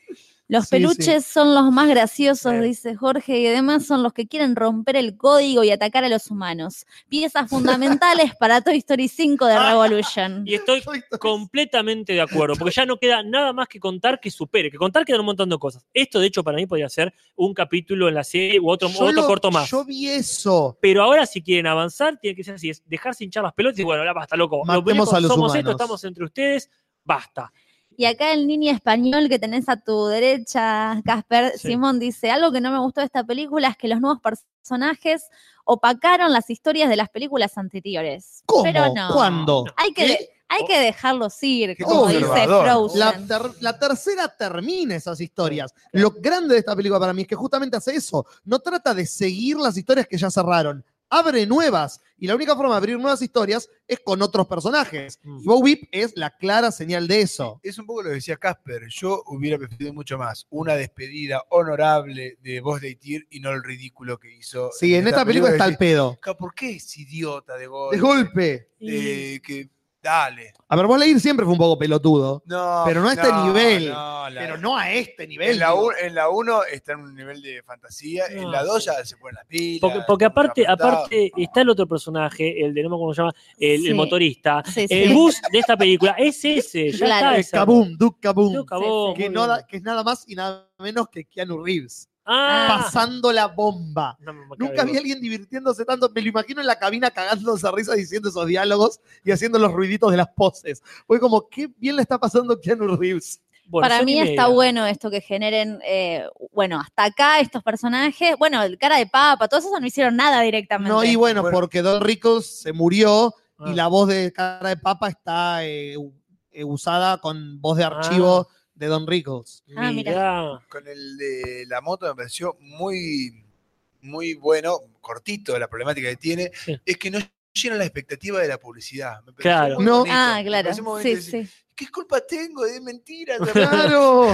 Los Sí, peluches sí. son los más graciosos, Bien. dice Jorge, y además son los que quieren romper el código y atacar a los humanos. Piezas fundamentales para Toy Story cinco de Revolution. Y estoy completamente de acuerdo, porque ya no queda nada más que contar que supere. Que contar quedan un montón de cosas. Esto, de hecho, para mí podría ser un capítulo en la serie u otro, Yo otro lo- corto más. Yo vi eso. Pero ahora, si quieren avanzar, tiene que ser así: es dejarse hinchar las pelotas y bueno, ya basta, loco. Los Matemos muñecos a los somos humanos. esto, estamos entre ustedes, basta. Y acá el niño español que tenés a tu derecha, Casper, Sí. Simón dice, algo que no me gustó de esta película es que los nuevos personajes opacaron las historias de las películas anteriores. ¿Cómo? Pero no. ¿Cuándo? Hay que, ¿Qué? hay que dejarlos ir, Qué como dice conservador. Frozen. La, ter- la tercera termina esas historias. Lo grande de esta película para mí es que justamente hace eso. No trata de seguir las historias que ya cerraron. Abre nuevas. Y la única forma de abrir nuevas historias es con otros personajes. Mm. Y Bo Peep es la clara señal de eso. Es un poco lo que decía Casper. Yo hubiera preferido mucho más una despedida honorable de Buzz Lightyear y no el ridículo que hizo. Sí, en esta película está el pedo. Decir, ¿por qué es idiota de De golpe? golpe. Eh, que, dale. A ver, Buzz Lightyear siempre fue un poco pelotudo. No, Pero no a este no, nivel. no, la- Pero no a este nivel. En la, digo. u- en la uno está en un nivel de fantasía, en No, la dos sí. ya se ponen las pilas. Porque, porque está aparte, apretado. aparte está el otro personaje, el de no me acuerdo cómo se llama, el, Sí. el motorista. Sí, El sí. bus de esta película es ese. Ya Claro. está Es esa. Kaboom, Duke Kaboom. Duke Kaboom, que, muy no bien. da- que es nada más y nada menos que Keanu Reeves. Ah, Pasando la bomba. no me- me Nunca cabe vi a alguien divirtiéndose tanto. Me lo imagino en la cabina cagándose a risa diciendo esos diálogos y haciendo los ruiditos de las poses. Fue como, qué bien le está pasando a Keanu Reeves. Bueno, Para son mí y está media. bueno esto que generen, eh, bueno, hasta acá estos personajes, bueno, el cara de papa, todos esos no hicieron nada directamente. No, y bueno, Bueno. porque Don Rickles se murió Ah. y la voz de cara de papa está eh, u- eh, usada con voz de archivo de Don Rickles. Ah, mira. Mirá. Con el de la moto me pareció muy, muy bueno, cortito la problemática que tiene, Sí. es que no llena la expectativa de la publicidad. Me pareció Claro. muy No. bonito, Ah, me claro. pareció muy Sí, bonito decir, sí. ¿qué culpa tengo? Es mentira. ¡Claro!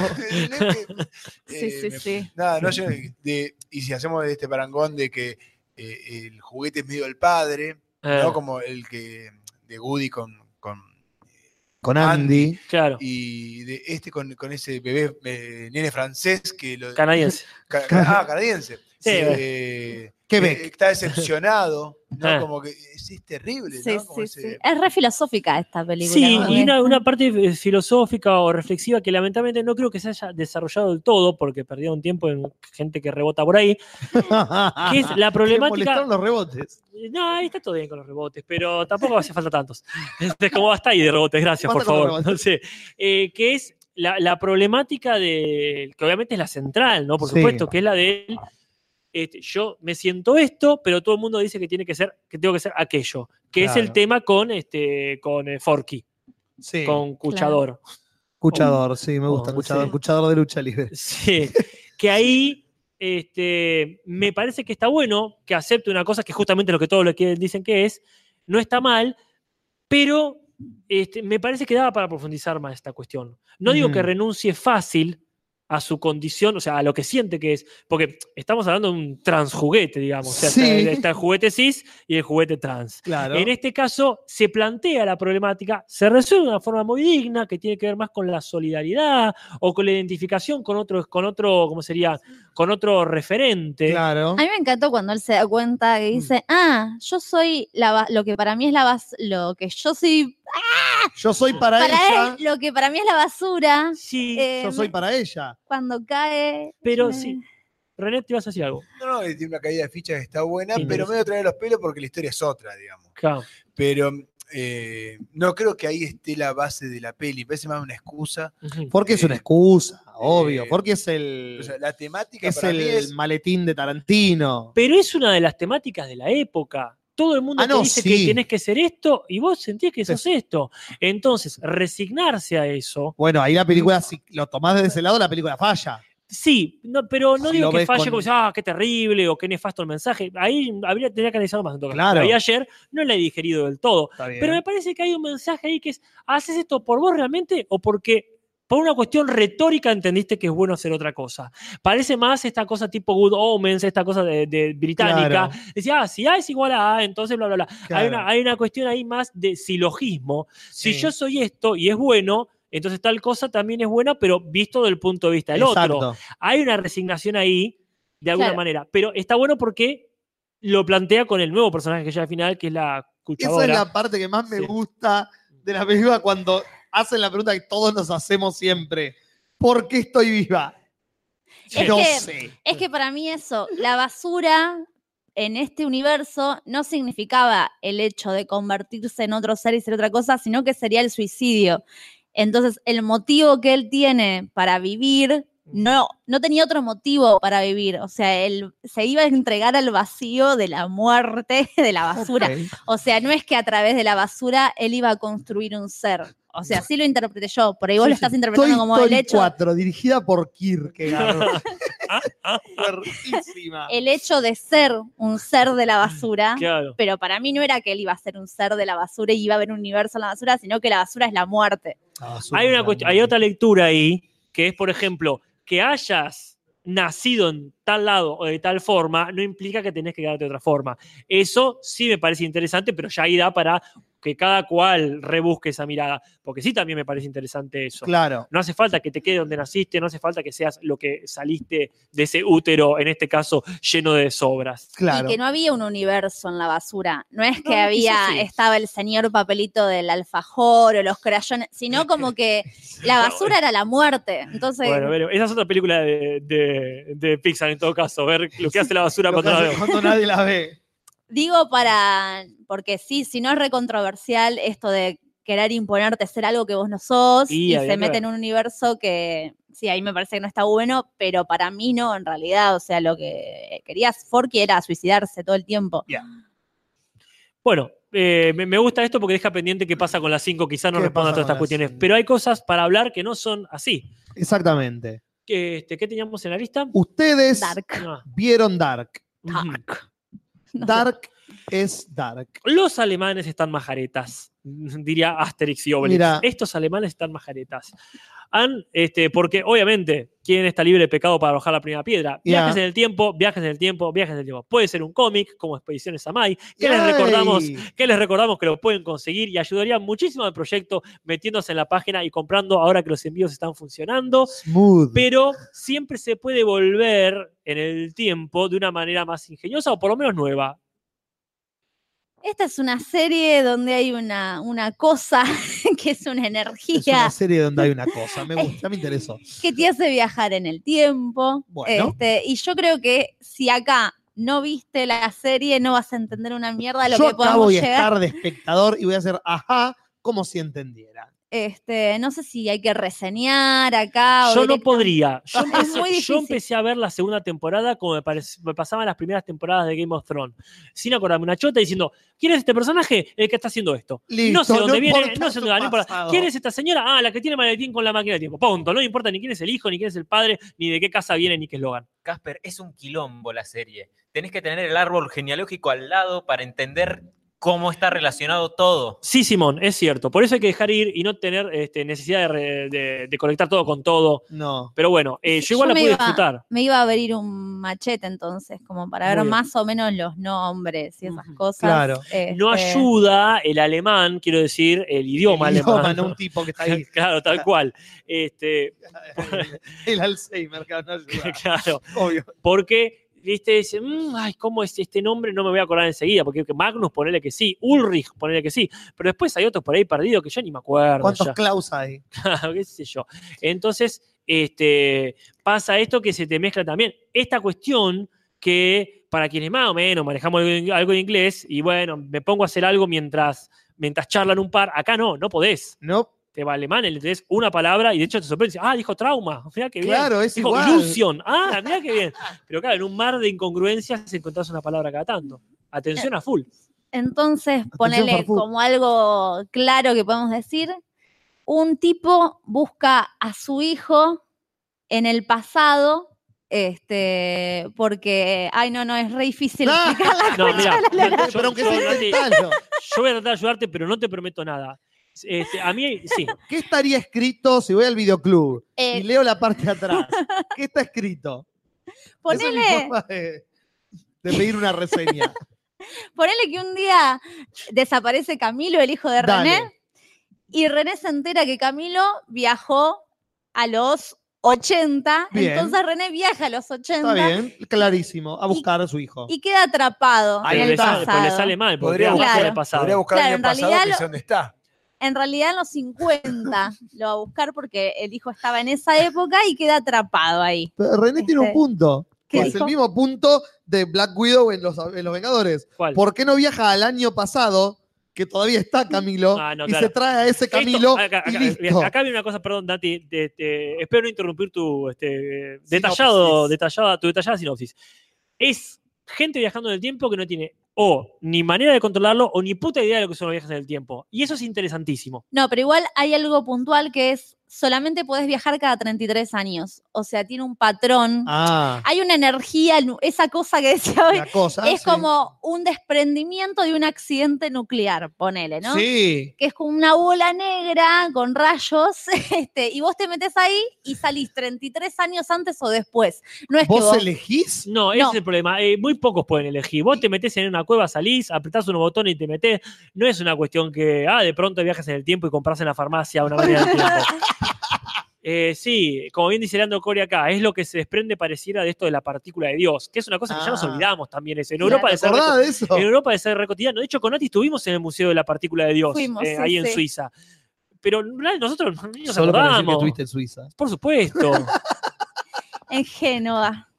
Sí, sí, me- sí. Nada, no llena de, y si hacemos de este parangón de que eh, el juguete es medio del padre, Eh, ¿no? Como el que de Woody con, con Con Andy. Claro, y de este con, con ese bebé eh, nene francés que lo canadiense. ca- ca- ah, canadiense. Sí, Eh, Quebec. que está decepcionado, ¿no? Ah. Como que es, es terrible, Sí, ¿no? Como sí, ese- sí. Es re filosófica esta película. Sí, ¿no? y una, una parte eh, filosófica o reflexiva que lamentablemente no creo que se haya desarrollado del todo, porque perdieron tiempo en gente que rebota por ahí, que es la Me problemática. molestaron los rebotes. No, ahí está todo bien con los rebotes, pero tampoco hace falta tantos. Es como hasta ahí de rebotes, gracias, Basta por con los favor. rebotes. No sé. Eh, que es la, la problemática de. Que obviamente es la central, ¿no? Por Sí. supuesto, que es la de él. Este, yo me siento esto, pero todo el mundo dice que tiene que ser, que tengo que ser aquello. Que es el Claro. tema con este, con eh, Forky, Sí. con Cuchador. Cuchador, sí, me gusta. Oh, Cuchador, sí. cuchador de lucha libre. Sí. Que ahí. Este, me parece que está bueno que acepte una cosa que justamente lo que todos lo que dicen que es, no está mal, pero este, me parece que daba para profundizar más esta cuestión. No digo Ujú. que renuncie fácil a su condición, o sea, a lo que siente que es, porque estamos hablando de un transjuguete, digamos. O sea, Sí. está, está el juguete cis y el juguete trans. Claro. En este caso, se plantea la problemática, se resuelve de una forma muy digna, que tiene que ver más con la solidaridad o con la identificación con otro, con otro, ¿cómo sería? Con otro referente. Claro. A mí me encantó cuando él se da cuenta que dice, ah, yo soy la ba- lo que para mí es la bas lo que yo soy Yo soy para, para ella. él, lo que para mí es la basura. Sí, eh, Yo soy me- para ella. Cuando cae. pero me- sí. René, te ibas a decir algo. No, no, tiene una caída de fichas que está buena, Sí, pero sí. medio trae los pelos porque la historia es otra, digamos. Claro. Pero eh, no creo que ahí esté la base de la peli, parece más una excusa. Ujú. Porque es una Eh, excusa, obvio. eh, Porque es el, O sea, la temática es para el mí es maletín de Tarantino. Pero es una de las temáticas de la época. Todo el mundo Ah, te no, dice sí. que tenés que ser esto y vos sentís que Sí. sos esto. Entonces, resignarse a eso. Bueno, ahí la película, si lo tomás desde ese lado, la película falla. Sí, no, pero no Si digo lo que ves falle con- como si, ah, qué terrible o qué nefasto el mensaje. Ahí habría tendría que analizarlo más en todo caso. Claro. Ahí ayer no la he digerido del todo. Está bien. Pero me parece que hay un mensaje ahí que es, ¿haces esto por vos realmente o porque por una cuestión retórica entendiste que es bueno hacer otra cosa? Parece más esta cosa tipo Good Omens, esta cosa de, de británica. Claro. Decía, ah, si A es igual a A, entonces bla, bla, bla. Claro. Hay, una, hay una cuestión ahí más de silogismo. Si Sí. yo soy esto y es bueno, Entonces tal cosa también es buena, pero visto del punto de vista del Exacto. otro. Hay una resignación ahí, de alguna Claro. manera. Pero está bueno porque lo plantea con el nuevo personaje que llega al final, que es la Esa cuchadora. es la parte que más me Sí. gusta de la película, cuando hacen la pregunta que todos nos hacemos siempre. ¿Por qué estoy viva? Es no que- sé. Es que para mí eso, la basura en este universo no significaba el hecho de convertirse en otro ser y ser otra cosa, sino que sería el suicidio. Entonces, el motivo que él tiene para vivir, no, no tenía otro motivo para vivir. O sea, él se iba a entregar al vacío de la muerte, de la basura. Ok. O sea, no es que a través de la basura él iba a construir un ser. O sea, así lo interpreté yo. Por ahí vos Sí, lo sí. estás interpretando Toy como Story el hecho. cuatro, dirigida por Kierkegaard. Fuertísima. El hecho de ser un ser de la basura, Claro. pero para mí no era que él iba a ser un ser de la basura y iba a haber un universo en la basura, sino que la basura es la muerte. La basura Hay, una es cuestión- la hay otra lectura ahí, que es, por ejemplo, que hayas nacido en tal lado o de tal forma, no implica que tenés que quedarte de otra forma. Eso sí me parece interesante, pero ya ahí da para que cada cual rebusque esa mirada, porque sí también me parece interesante eso. Claro. No hace falta que te quede donde naciste, no hace falta que seas lo que saliste de ese útero, en este caso, lleno de sobras. Claro. Y que no había un universo en la basura. No es que No, había, quizás sí. estaba el señor papelito del alfajor o los crayones, sino como que la basura era la muerte. Entonces, Bueno, bueno, esa es otra película de, de- de Pixar en todo caso, ver lo que hace la basura Lo que cuando la hace veo. cuando nadie la ve. digo para, porque sí, si no es recontroversial esto de querer imponerte ser algo que vos no sos Y y, había se que mete ver. en un universo que, sí, ahí me parece que no está bueno, pero para mí no, en realidad, o sea, lo que quería Forky era suicidarse todo el tiempo. Bueno, eh, me, me gusta esto porque deja pendiente qué pasa con las cinco, quizás no ¿Qué responda a pasa todas estas con las cuestiones, cinco? pero hay cosas para hablar que no son así. Exactamente. ¿Qué, este, ¿qué teníamos en la lista? Ustedes Dark. Ah, vieron Dark. ujú. Dark. No sé. Dark es Dark. Los alemanes están majaretas, diría Asterix y Obelix. Mira. Estos alemanes están majaretas. Han, este, porque obviamente, ¿quién está libre de pecado para arrojar la primera piedra? Viajes Ya. en el tiempo, viajes en el tiempo, viajes en el tiempo. Puede ser un cómic, como Expediciones Samai, que les ¡Yay! recordamos, que les recordamos que lo pueden conseguir y ayudaría muchísimo al proyecto metiéndose en la página y comprando ahora que los envíos están funcionando. Smooth. Pero siempre se puede volver en el tiempo de una manera más ingeniosa o por lo menos nueva. Esta es una serie donde hay una, una cosa que es una Es energía una serie donde hay una cosa. Me gusta, me interesó. que te hace viajar en el tiempo. Bueno. Este, y yo creo que si acá no viste la serie, no vas a entender una mierda de lo Yo que acá podamos voy a llegar. estar de espectador y voy a hacer ajá como si entendiera. Este, no sé si hay que reseñar acá. o Yo no directamente- podría. Yo Es empecé, muy yo difícil. empecé a ver la segunda temporada como me, parec- me pasaban las primeras temporadas de Game of Thrones. Sin acordarme, una chota diciendo, ¿quién es este personaje? El que está haciendo esto. Listo, no sé dónde no viene, importa no sé dónde tu va, no importa. pasado. ¿Quién es esta señora? Ah, la que tiene maletín con la máquina de tiempo. Punto. No me importa ni quién es el hijo, ni quién es el padre, ni de qué casa viene, ni qué es Logan. Casper, es un quilombo la serie. Tenés que tener el árbol genealógico al lado para entender cómo está relacionado todo. Sí, Simón, es cierto. Por eso hay que dejar ir y no tener este, necesidad de, re- de- de conectar todo con todo. No. Pero bueno, eh, yo igual Yo la me pude iba- disfrutar. Me iba a abrir un machete entonces, como para Muy ver bien. más o menos los nombres y esas cosas. Claro. No Este, ayuda el alemán, quiero decir, el idioma El idioma, alemán. no un tipo que está ahí. Claro, tal cual. Este, El Alzheimer, claro, no ayuda. claro, Obvio. porque, viste, dice, "Mm, ay, ¿cómo es este nombre? No me voy a acordar enseguida, porque Magnus ponele que sí, Ulrich ponele que sí, pero después hay otros por ahí perdidos que yo ni me acuerdo. ¿Cuántos ya. Klaus hay? qué sé yo. Entonces, este, pasa esto que se te mezcla también. Esta cuestión que para quienes más o menos manejamos algo, algo de inglés y bueno, me pongo a hacer algo mientras, mientras charlan un par, acá no, no podés. No, Te va alemán, le tenés una palabra y de hecho te sorprende. Ah, dijo trauma. Mirá qué bien. claro, es Dijo igual. ilusión. Ah, mirá qué bien. Pero claro, en un mar de incongruencias encontrás una palabra cada tanto. Atención a full. Entonces, ponele Farfú. como algo claro que podemos decir, un tipo busca a su hijo en el pasado, este, porque, ay no, no, es re difícil Ah. explicar la No, concha mirá, de la lora. yo- Pero aunque yo, sea Nati, intentalo. yo voy a tratar de ayudarte, pero no te prometo nada. Este, a mí, sí. ¿Qué estaría escrito si voy al videoclub Eh. y leo la parte de atrás? ¿Qué está escrito? Esa es mi Ponele, forma de, de pedir una reseña. ponele que un día desaparece Camilo, el hijo de Dale. René, Y René se entera que Camilo viajó a los ochenta. Bien. Entonces René viaja a los ochenta. Está bien, clarísimo, a buscar a su hijo. Y queda atrapado Ahí en el le sale, pasado. pues le sale mal, porque Podría queda buscar, abajo Claro. del pasado. podría buscar Claro, el en año pasado realidad que lo- sé dónde está. En realidad en los cincuenta lo va a buscar porque el hijo estaba en esa época y queda atrapado ahí. Pero René tiene un Este, punto. ¿qué Es dijo? el mismo punto de Black Widow en los, en los Vengadores. ¿Cuál? ¿Por qué no viaja al año pasado, que todavía está Camilo, Ah, no, y claro. se trae a ese Esto- Camilo acá, acá- y listo? acá viene una cosa, perdón, Dati, te- te- espero no interrumpir tu este, detallado, detallada, tu detallada sinopsis. Es gente viajando en el tiempo que no tiene o ni manera de controlarlo o ni puta idea de lo que son los viajes en el tiempo. Y eso es interesantísimo. No, pero igual hay algo puntual que es solamente podés viajar cada treinta y tres años. O sea, tiene un patrón. Ah, Hay una energía, nu- esa cosa que decía hoy, la cosa. es sí. como un desprendimiento de un accidente nuclear, ponele, ¿no? Sí. Que es como una bola negra con rayos, este, y vos te metes ahí y salís treinta y tres años antes o después. No es que ¿Vos vos... elegís? No, ese No. es el problema. Eh, muy pocos pueden elegir. Vos te metés en una cueva, salís, apretás unos botones y te metés. No es una cuestión que, ah, de pronto viajas en el tiempo y compras en la farmacia una máquina del tiempo. Eh, sí, como bien dice Leandro Coria acá, es lo que se desprende pareciera de esto de la partícula de Dios, que es una cosa que ya nos Ah. olvidamos también. Es. En, Claro. Europa ¿Te de ser acordás reco- de eso? en Europa de ser re cotidiano. De hecho, con Nati estuvimos en el Museo de la Partícula de Dios, Fuimos, eh, sí, ahí en sí. Suiza. Pero nosotros ni nos Solo para decir que acordamos. estuviste en Suiza. Por supuesto. En Génova.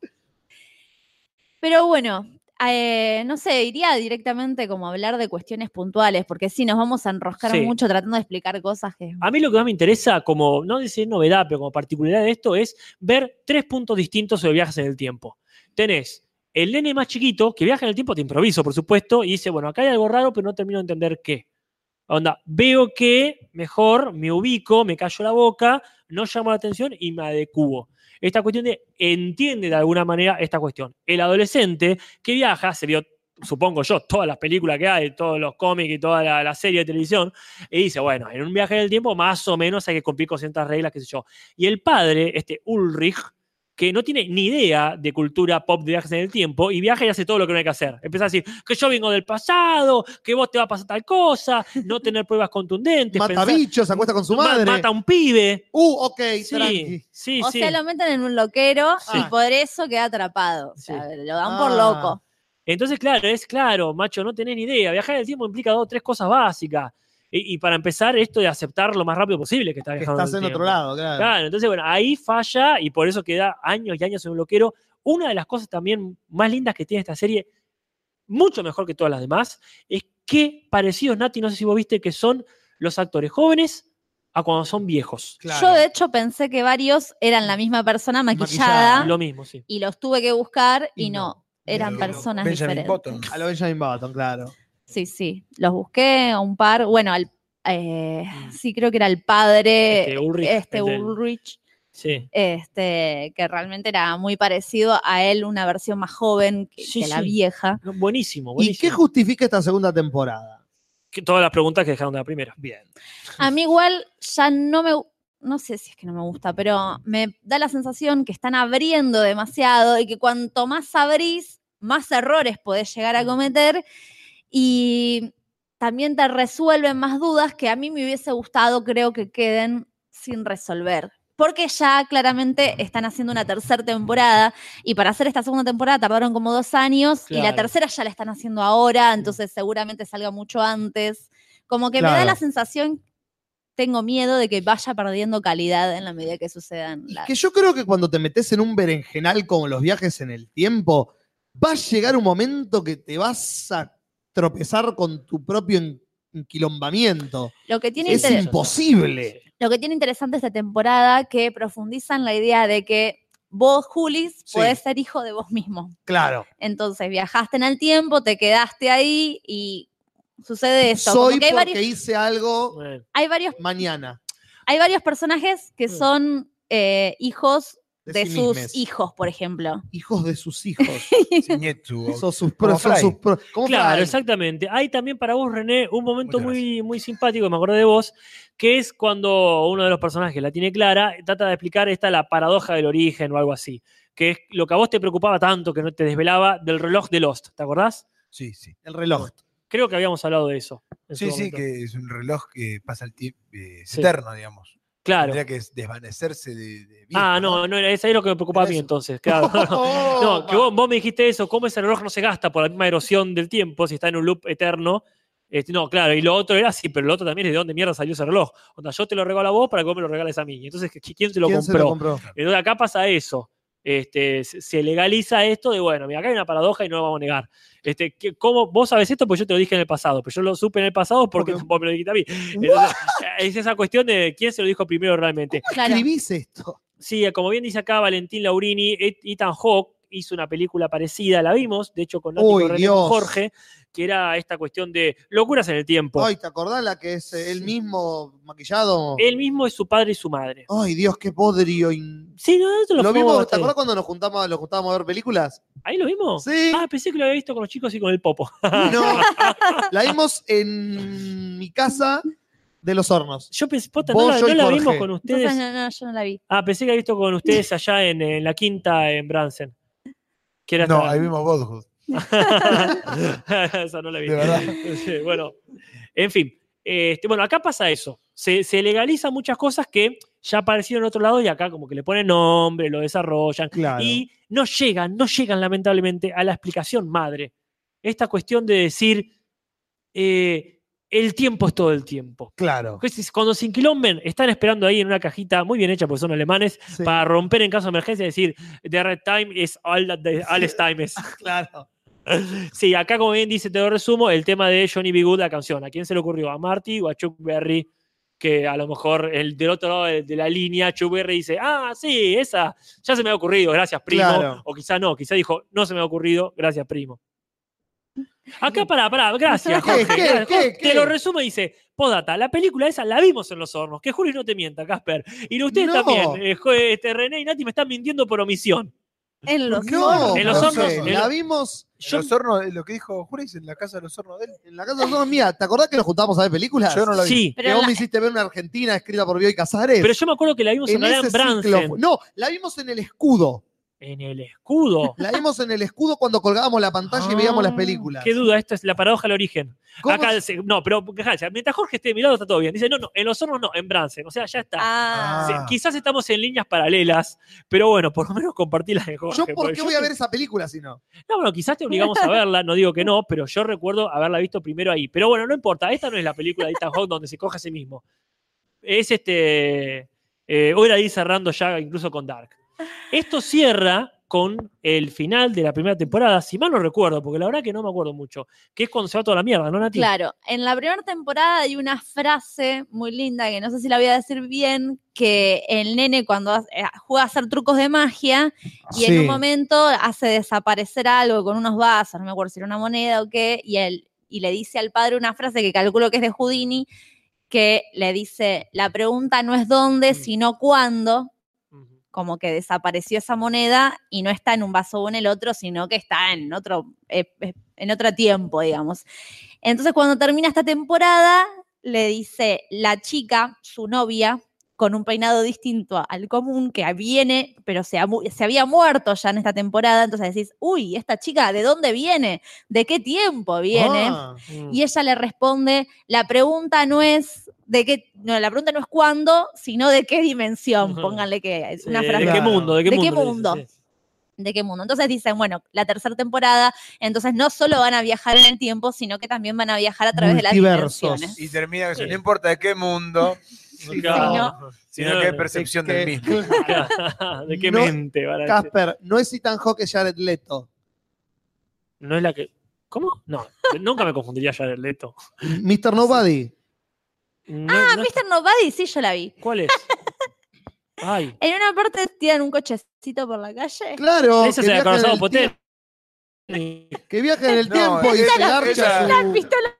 Pero bueno, eh, no sé, iría directamente como a hablar de cuestiones puntuales, porque sí, nos vamos a enroscar Sí. mucho tratando de explicar cosas que... A mí lo que más me interesa, como no decir novedad, pero como particularidad de esto, es ver tres puntos distintos sobre viajes en el tiempo. Tenés el nene más chiquito, que viaja en el tiempo, te improviso, por supuesto, y dice, bueno, acá hay algo raro, pero no termino de entender qué. Onda, veo que mejor me ubico, me callo la boca, no llamo la atención y me adecuo. Esta cuestión de entiende de alguna manera esta cuestión. El adolescente que viaja, se vio, supongo yo, todas las películas que hay, todos los cómics y toda la, la serie de televisión, y dice, bueno, en un viaje en el tiempo más o menos hay que cumplir con ciertas reglas, qué sé yo. Y el padre, este Ulrich, que no tiene ni idea de cultura pop de viajes en el tiempo, y viaja y hace todo lo que no hay que hacer. Empieza a decir que yo vengo del pasado, que vos te va a pasar tal cosa, no tener pruebas contundentes. Mata pensar- bichos, se acuesta con su ma- madre. Mata a un pibe. Uh, ok, Sí, tranqui. sí, o sí. sea, lo meten en un loquero y Sí. por eso queda atrapado. O sea, lo dan por Ah. loco. Entonces, claro, es claro, macho, no tenés ni idea. Viajar en el tiempo implica dos o tres cosas básicas. Y, y para empezar, esto de aceptar lo más rápido posible que estás Que viajando. estás en en el otro tiempo. lado, claro. Claro, entonces, bueno, ahí falla y por eso queda años y años en un loquero. Una de las cosas también más lindas que tiene esta serie, mucho mejor que todas las demás, es que parecidos, Nati, no sé si vos viste, que son los actores jóvenes a cuando son viejos. Claro. Yo, de hecho, pensé que varios eran la misma persona maquillada, Maquillada. Lo mismo, sí. y los tuve que buscar y, Y no, no. eran Pero personas Benjamin diferentes. Button. A lo Benjamin Button, claro. Sí, sí. Los busqué a un par. Bueno, al, eh, sí, creo que era el padre, Este Ulrich, este el del- Ulrich, Sí. este, que realmente era muy parecido a él, una versión más joven que, Sí, que la sí. vieja. No, buenísimo, ¿Y buenísimo. qué justifica esta segunda temporada? Que todas las preguntas que dejaron de la primera. Bien. A mí igual ya no me, no sé si es que no me gusta, pero me da la sensación que están abriendo demasiado y que cuanto más abrís, más errores podés llegar a cometer y también te resuelven más dudas que a mí me hubiese gustado, creo que queden sin resolver. Porque ya claramente están haciendo una tercera temporada y para hacer esta segunda temporada tardaron como dos años y la Claro. tercera ya la están haciendo ahora, entonces seguramente salga mucho antes. Como que me da Claro. la sensación, tengo miedo de que vaya perdiendo calidad en la medida que sucedan las... Que yo creo que cuando te metes en un berenjenal como los viajes en el tiempo, va a llegar un momento que te vas a tropezar con tu propio en- enquilombamiento. Lo que tiene Es interes- imposible. Lo que tiene interesante esta temporada que profundizan la idea de que vos, Julis, Sí. podés ser hijo de vos mismo. Claro. Entonces viajaste en el tiempo, te quedaste ahí y sucede esto. Como Soy que hay porque varios, hice algo Bueno, hay varios, mañana. hay varios personajes que son eh, hijos De de sí sus mismes. hijos, por ejemplo. Hijos de sus hijos. Nietzsche. Son sus Como pro- son Fry. sus pro- como claro, Fry. exactamente. Hay también para vos, René, un momento Muchas muy, muy simpático, me acordé de vos, que es cuando uno de los personajes la tiene clara, trata de explicar esta la paradoja del origen o algo así, que es lo que a vos te preocupaba tanto, que no te desvelaba, del reloj de Lost, ¿te acordás? Sí, sí. El reloj. Creo que habíamos hablado de eso. en Sí, su sí, momento. que es un reloj que pasa el tiempo, eh, es Sí. eterno, digamos. Claro. Tendría que desvanecerse de, de viejo, Ah, no, no, era eso es lo que me preocupaba a mí entonces, claro. No, que vos, vos me dijiste eso, cómo ese reloj no se gasta por la misma erosión del tiempo si está en un loop eterno. Este, no, claro, y lo otro era sí, pero lo otro también es de dónde mierda salió ese reloj. O sea, yo te lo regalo a vos para que vos me lo regales a mí. Entonces, ¿quién se lo ¿Quién compró? se lo compró? Entonces, acá pasa eso. Este, se se legaliza esto de, bueno, mira, acá hay una paradoja y no lo vamos a negar. Este, que- ¿cómo vos sabés esto? Pues yo te lo dije en el pasado, pero yo lo supe en el pasado porque Porque- vos me lo dijiste a mí. Entonces, es esa cuestión de quién se lo dijo primero realmente. Claro. Escribís esto. Sí, como bien dice acá Valentín Laurini, Et- Ethan Hawke hizo una película parecida, la vimos, de hecho con Nati Uy, Correia y con Dios. Jorge, que era esta cuestión de locuras en el tiempo. Ay, ¿te acordás la que es eh, él mismo maquillado? Él mismo es su padre y su madre. Ay, Dios, qué podrio. in- Sí, no, esto lo, ¿Lo fuimos vimos? ¿Te bastante. acordás cuando nos juntamos, nos juntábamos a ver películas? ¿Ahí lo vimos? Sí. Ah, pensé que lo había visto con los chicos y con el popo. No. La vimos en mi casa de los hornos. Yo pensé, pota, Vos, no la, yo no y la Jorge. vimos con ustedes. Entonces, no, no, yo no la vi. Ah, pensé que había visto con ustedes allá en, en la quinta en Bransen. Que era No, esta- ahí vimos Bodyhood. Esa no la vi. De verdad. Sí, bueno, en fin. Este, bueno, acá pasa eso. Se, se legalizan muchas cosas que ya aparecieron en otro lado y acá como que le ponen nombre, lo desarrollan. Claro. Y no llegan, no llegan lamentablemente a la explicación madre. Esta cuestión de decir eh, el tiempo es todo el tiempo. Claro. Cuando se inquilomben, están esperando ahí en una cajita muy bien hecha porque son alemanes Sí. para romper en caso de emergencia y decir the red time is all that the, all is time is. Claro. Sí, acá como bien dice, te lo resumo, el tema de Johnny B. Good, la canción. ¿A quién se le ocurrió? ¿A Marty o a Chuck Berry? Que a lo mejor el del otro lado de, de la línea, Chuck Berry dice, ah, sí, esa ya se me ha ocurrido, gracias, primo. Claro. O quizá no, quizá dijo, no se me ha ocurrido, gracias, primo. Acá, pará, pará, gracias, ¿Qué, Jorge. qué, gracias. qué, Jorge, qué? Te lo resumo y dice, podata, la película esa la vimos en los hornos, que Julio no te mienta, Casper. Y ustedes No. también, eh, jo- este, René y Nati me están mintiendo por omisión. En los No, hornos. En los Jorge, hornos, en la lo- vimos En los hornos, lo que dijo Juris, en la casa de los hornos de él. en la casa de los hornos mía. ¿Te acordás que nos juntábamos a ver películas? Yo no la vi. Sí, Pero que vos la- me hiciste ver una argentina escrita por Bioy Casares. pero yo me acuerdo que la vimos en, en realidad ese en ciclo. Bransen. fue- No, la vimos en el escudo. En el escudo. La vimos en el escudo cuando colgábamos la pantalla y veíamos las películas. Qué duda, esto es la paradoja del origen. ¿Cómo Acá, se- se- no, pero cállate, mientras Jorge esté de mi lado está todo bien. Dice, no, no, en los hornos no, en Bransen. O sea, ya está. Ah, Se- Ah. quizás estamos en líneas paralelas, pero bueno, por lo menos compartí las de Jorge. ¿Yo por porque qué yo voy a te- ver esa película si no? No, bueno, quizás te obligamos a verla, no digo que no, pero yo recuerdo haberla visto primero ahí. Pero bueno, no importa, esta no es la película de Ethan Hawke donde se coge a sí mismo. Es este. Eh, voy a ir cerrando ya incluso con Dark. Esto cierra con el final de la primera temporada, si mal no recuerdo, porque la verdad que no me acuerdo mucho, que es cuando se va toda la mierda, ¿no, Nati? claro. En la primera temporada hay una frase muy linda, que no sé si la voy a decir bien, que el nene cuando hace- eh, juega a hacer trucos de magia y en Sí. un momento hace desaparecer algo con unos vasos, no me acuerdo si era una moneda o qué, y, él, y le dice al padre una frase que calculo que es de Houdini, que le dice, la pregunta no es dónde, Mm. sino cuándo, Ujú. como que desapareció esa moneda y no está en un vaso o en el otro, sino que está en otro, eh, eh, en otro tiempo, digamos. Entonces, cuando termina esta temporada, le dice la chica, su novia, con un peinado distinto al común, que viene, pero se, ha mu- se había muerto ya en esta temporada, entonces decís, uy, esta chica, ¿de dónde viene? ¿De qué tiempo viene? Ah, Mm. Y ella le responde, la pregunta no es de qué, no, la pregunta no es cuándo, sino de qué dimensión. Ujú. Pónganle que Sí, una ¿De frase. qué Claro. mundo? ¿De qué ¿De mundo? qué le dice, mundo? sí. ¿De qué mundo? Entonces dicen, bueno, la tercera temporada, entonces no solo van a viajar en el tiempo, sino que también van a viajar a través de las Multiversos. dimensiones. Y termina con eso, Sí. no importa de qué mundo, Claro. sino Sí, que hay no, percepción que- del mismo. ¿De qué No, mente? van a decir? Casper, no es Ethan Hawke, es Jared Leto. No es la que. ¿Cómo? No, nunca me confundiría ya del Leto. mister Nobody. No, Ah, no- mister Nobody, sí, yo la vi. ¿Cuál es? Ay, En una parte tiran un cochecito por la calle. Claro. esa que se la viaja en conocemos el potente. tie- Que viaja en el No, tiempo y esa- se garcha esa- su- La pistola.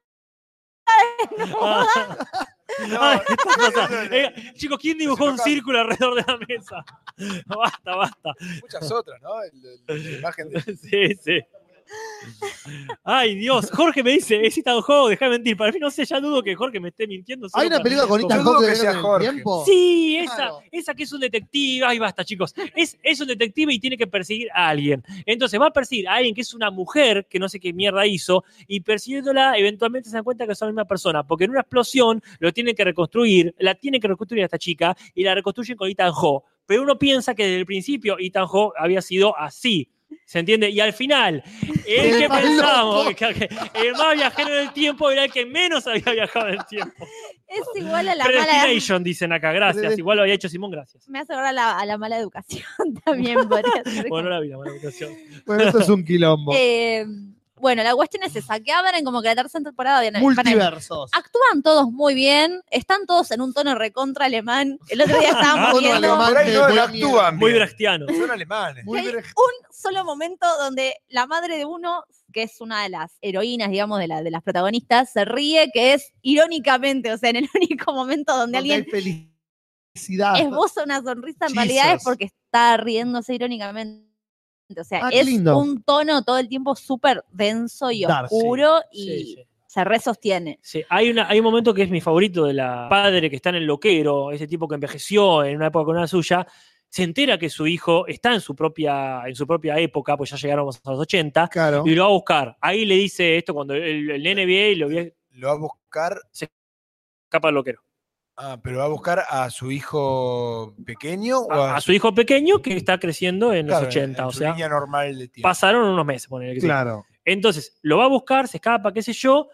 Ay, esta cosa. Eh, chicos, ¿quién dibujó un círculo alrededor de la mesa? Basta, basta. Muchas otras, ¿no? El- el- la imagen de Sí, sí. Ay, Dios. Jorge me dice, es Ethan Hawke, deja de mentir. Para mí no sé, ya dudo que Jorge me esté mintiendo. solo ¿Hay una para- película con Ethan Yo dudo Hawke que de sea en el Jorge. tiempo? Sí, esa, Claro. esa que es un detective. Ay, basta, chicos. Es, es un detective y tiene que perseguir a alguien. Entonces va a perseguir a alguien que es una mujer, que no sé qué mierda hizo, y persiguiéndola, eventualmente se dan cuenta que son la misma persona. Porque en una explosión lo tienen que reconstruir, la tienen que reconstruir a esta chica, y la reconstruyen con Ethan Hawke. Pero uno piensa que desde el principio Ethan Hawke había sido así. ¿Se entiende? Y al final, el El que más pensábamos loco. que, que el más viajero del tiempo era el que menos había viajado en el tiempo. Es igual a la mala... Predestination, dicen acá, gracias. Predest- Igual lo había hecho Simón, gracias. Me hace acordar a la, a la mala educación también. Podría ser. Bueno, no la vi, la mala educación. Bueno, esto es un quilombo. Eh, bueno, la cuestión es esa, que abren como que la tercera temporada viene. Multiversos. Actúan todos muy bien, están todos en un tono recontra alemán. El otro día estábamos Tono viendo alemán. Por ahí no que la da miedo. actúan Muy bien. brechtiano. Son alemanes. Muy hay bre- un solo momento donde la madre de uno, que es una de las heroínas, digamos, de, la, de las protagonistas, se ríe, que es irónicamente, o sea, en el único momento donde donde hay alguien felicidad. esboza una sonrisa, en Jesus. realidad es porque está riéndose irónicamente. O sea, Ah, qué es lindo. un tono todo el tiempo súper denso y Dark, oscuro y Sí, sí. se resostiene. Sí, hay, una, hay un momento que es mi favorito de la padre que está en el loquero, ese tipo que envejeció en una época con una suya, se entera que su hijo está en su propia, en su propia época, pues ya llegaron a los ochenta, Claro. y lo va a buscar. Ahí le dice esto cuando el, el nene ve y lo ve, Lo va a buscar. escapa del loquero. Ah, pero va a buscar a su hijo pequeño o A, a su hijo pequeño que está creciendo en claro, los ochenta, en o su sea, línea normal de tiempo. pasaron unos meses, ponele que sí. Claro. Entonces, lo va a buscar, se escapa, qué sé yo,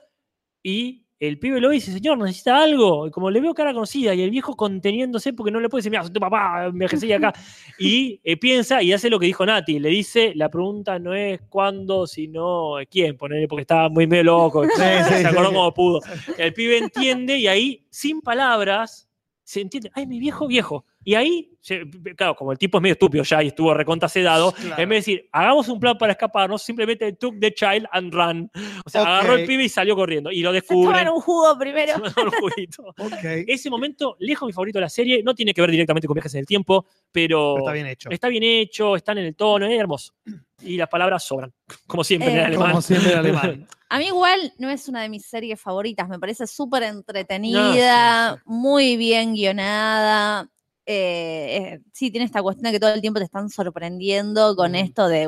y el pibe lo ve y dice, señor, ¿necesita algo? Y como le veo cara conocida, y el viejo conteniéndose porque no le puede decir, mira, soy tu papá, envejecí acá. Y eh, piensa y hace lo que dijo Nati, le dice, la pregunta no es cuándo, sino quién, ponele, porque estaba muy medio loco, se sí, acordó sí. como pudo. El pibe entiende y ahí, sin palabras, se entiende, ay, mi viejo, viejo. Y ahí, se- claro, como el tipo es medio estúpido ya y estuvo recontra sedado, Claro. en vez de decir, hagamos un plan para escaparnos, simplemente took the child and run. O sea, Ok. agarró el pibe y salió corriendo. Y lo Se descubre. toman un jugo primero. Se tomó un juguito. Ok. Ese momento, lejos mi favorito de la serie, no tiene que ver directamente con viajes en el tiempo, pero, Pero está bien hecho. está bien hecho, están en el tono, es hermoso. Y las palabras sobran, como siempre en Eh, el alemán. Como siempre en alemán. A mí igual no es una de mis series favoritas, me parece súper entretenida, No, sí, muy bien guionada. Eh, eh, sí, tiene esta cuestión de que todo el tiempo te están sorprendiendo con Mm. esto de,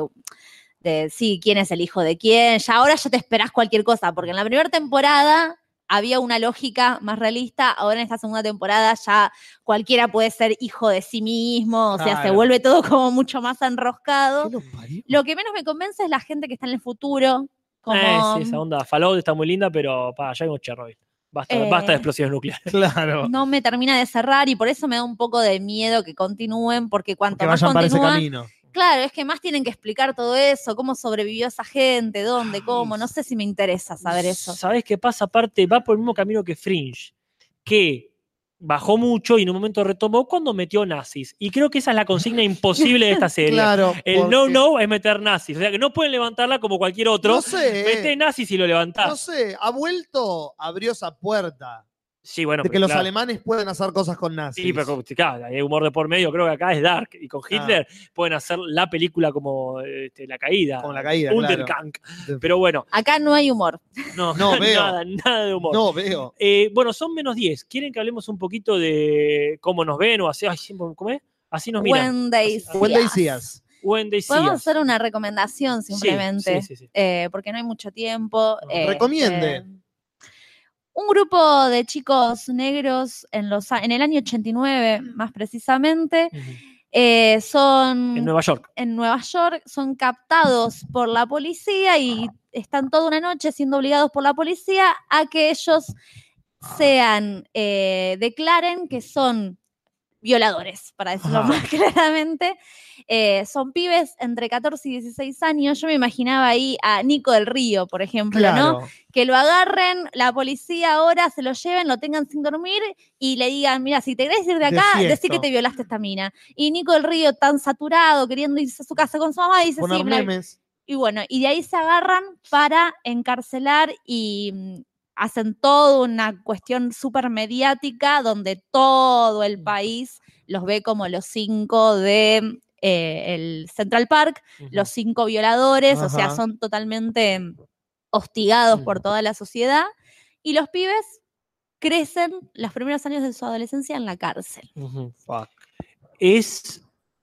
de, sí, quién es el hijo de quién. Ya ahora ya te esperás cualquier cosa, porque en la primera temporada había una lógica más realista, ahora en esta segunda temporada ya cualquiera puede ser hijo de sí mismo, o sea, se Claro. vuelve todo como mucho más enroscado. ¿Qué lo parió? Lo que menos me convence es la gente que está en el futuro, como... Eh, sí, esa onda Fallout está muy linda, pero pa, ya vimos Chernobyl. Basta, Eh, basta de explosiones nucleares. Claro. no me termina de cerrar y por eso me da un poco de miedo que continúen, porque cuanto Que más vayan para ese continúan, camino. claro, es que más tienen que explicar todo eso, cómo sobrevivió esa gente, dónde, cómo, no sé si me interesa saber eso. ¿Sabés qué pasa? Aparte, va por el mismo camino que Fringe, que bajó mucho y en un momento retomó cuando metió nazis. Y creo que esa es la consigna imposible de esta serie. Claro. El porque- no-no es meter nazis. O sea, que no pueden levantarla como cualquier otro. No sé. Mete nazis y lo levantás. No sé. Ha vuelto, abrió esa puerta. Sí, bueno, de que pero los claro. alemanes pueden hacer cosas con nazis. Sí, pero claro, hay humor de por medio, creo que acá es dark. Y con Hitler pueden hacer la película como este, La Caída. Como La Caída, Untergang. claro. Pero bueno, Acá no hay humor. no, No, veo. nada, nada de humor. No, veo. Eh, bueno, son menos diez. ¿Quieren que hablemos un poquito de cómo nos ven o así? Ay, siempre- ¿cómo es? Así nos miran. When they see When they us. see us. When they see Podemos us. hacer una recomendación simplemente, Sí, sí, sí. eh, porque no hay mucho tiempo. No. eh, Recomiende. eh, un grupo de chicos negros en, los, a- en el año ochenta y nueve, más precisamente, Ujú. eh, son En Nueva York. en Nueva York, son captados por la policía y están toda una noche siendo obligados por la policía a que ellos sean, eh, declaren que son violadores, para decirlo Ajá. más claramente. Eh, son pibes entre catorce y dieciséis años. Yo me imaginaba ahí a Nico del Río, por ejemplo, ¿no? Claro. Que lo agarren, la policía ahora se lo lleven, lo tengan sin dormir y le digan, mira, si te querés ir de acá, De decí fiesta. que te violaste a esta mina. Y Nico del Río tan saturado, queriendo irse a su casa con su mamá, dice, Poner sí, me la- memes. y bueno, y de ahí se agarran para encarcelar y mm, hacen toda una cuestión súper mediática donde todo el país los ve como los cinco de eh, el Central Park, Ujú. los cinco violadores, o sea, Ajá. son totalmente hostigados por toda la sociedad, y los pibes crecen los primeros años de su adolescencia en la cárcel. Ujú. Es.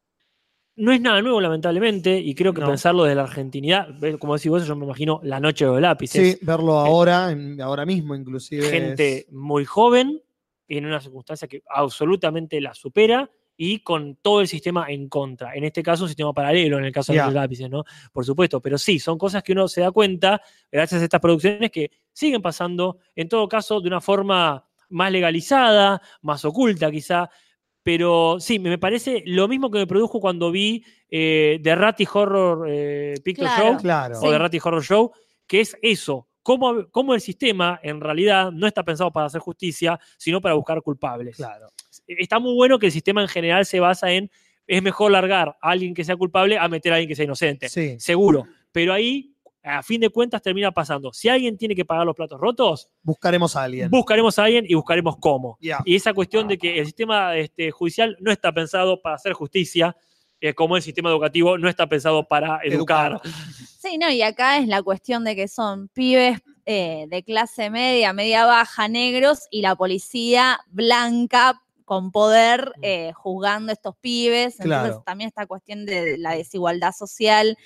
No es nada nuevo, lamentablemente, y creo que No. pensarlo de la argentinidad, ve- como decís vos, yo me imagino La Noche de los Lápices. Sí, verlo ahora, en- ahora mismo inclusive. Gente es- muy joven, en una circunstancia que absolutamente la supera y con todo el sistema en contra. En este caso, un sistema paralelo, en el caso de Ya. los lápices, ¿no? Por supuesto, pero sí, son cosas que uno se da cuenta gracias a estas producciones que siguen pasando, en todo caso, de una forma más legalizada, más oculta quizá, pero sí, me parece lo mismo que me produjo cuando vi eh, The Ratty Horror eh, Picture Claro, Show Claro. o sí. The Ratty Horror Show, que es eso, cómo, cómo el sistema en realidad no está pensado para hacer justicia, sino para buscar culpables. Claro. Está muy bueno que el sistema en general se basa en es mejor largar a alguien que sea culpable a meter a alguien que sea inocente. Sí. Seguro. Pero ahí, a fin de cuentas, termina pasando. Si alguien tiene que pagar los platos rotos, Buscaremos a alguien. buscaremos a alguien y buscaremos cómo. Ya. Y esa cuestión de que el sistema este, judicial no está pensado para hacer justicia, eh, como el sistema educativo no está pensado para educar. Educar. Sí, no, y acá es la cuestión de que son pibes eh, de clase media, media baja, negros, y la policía blanca con poder eh, juzgando a estos pibes. Entonces Claro. también esta cuestión de la desigualdad social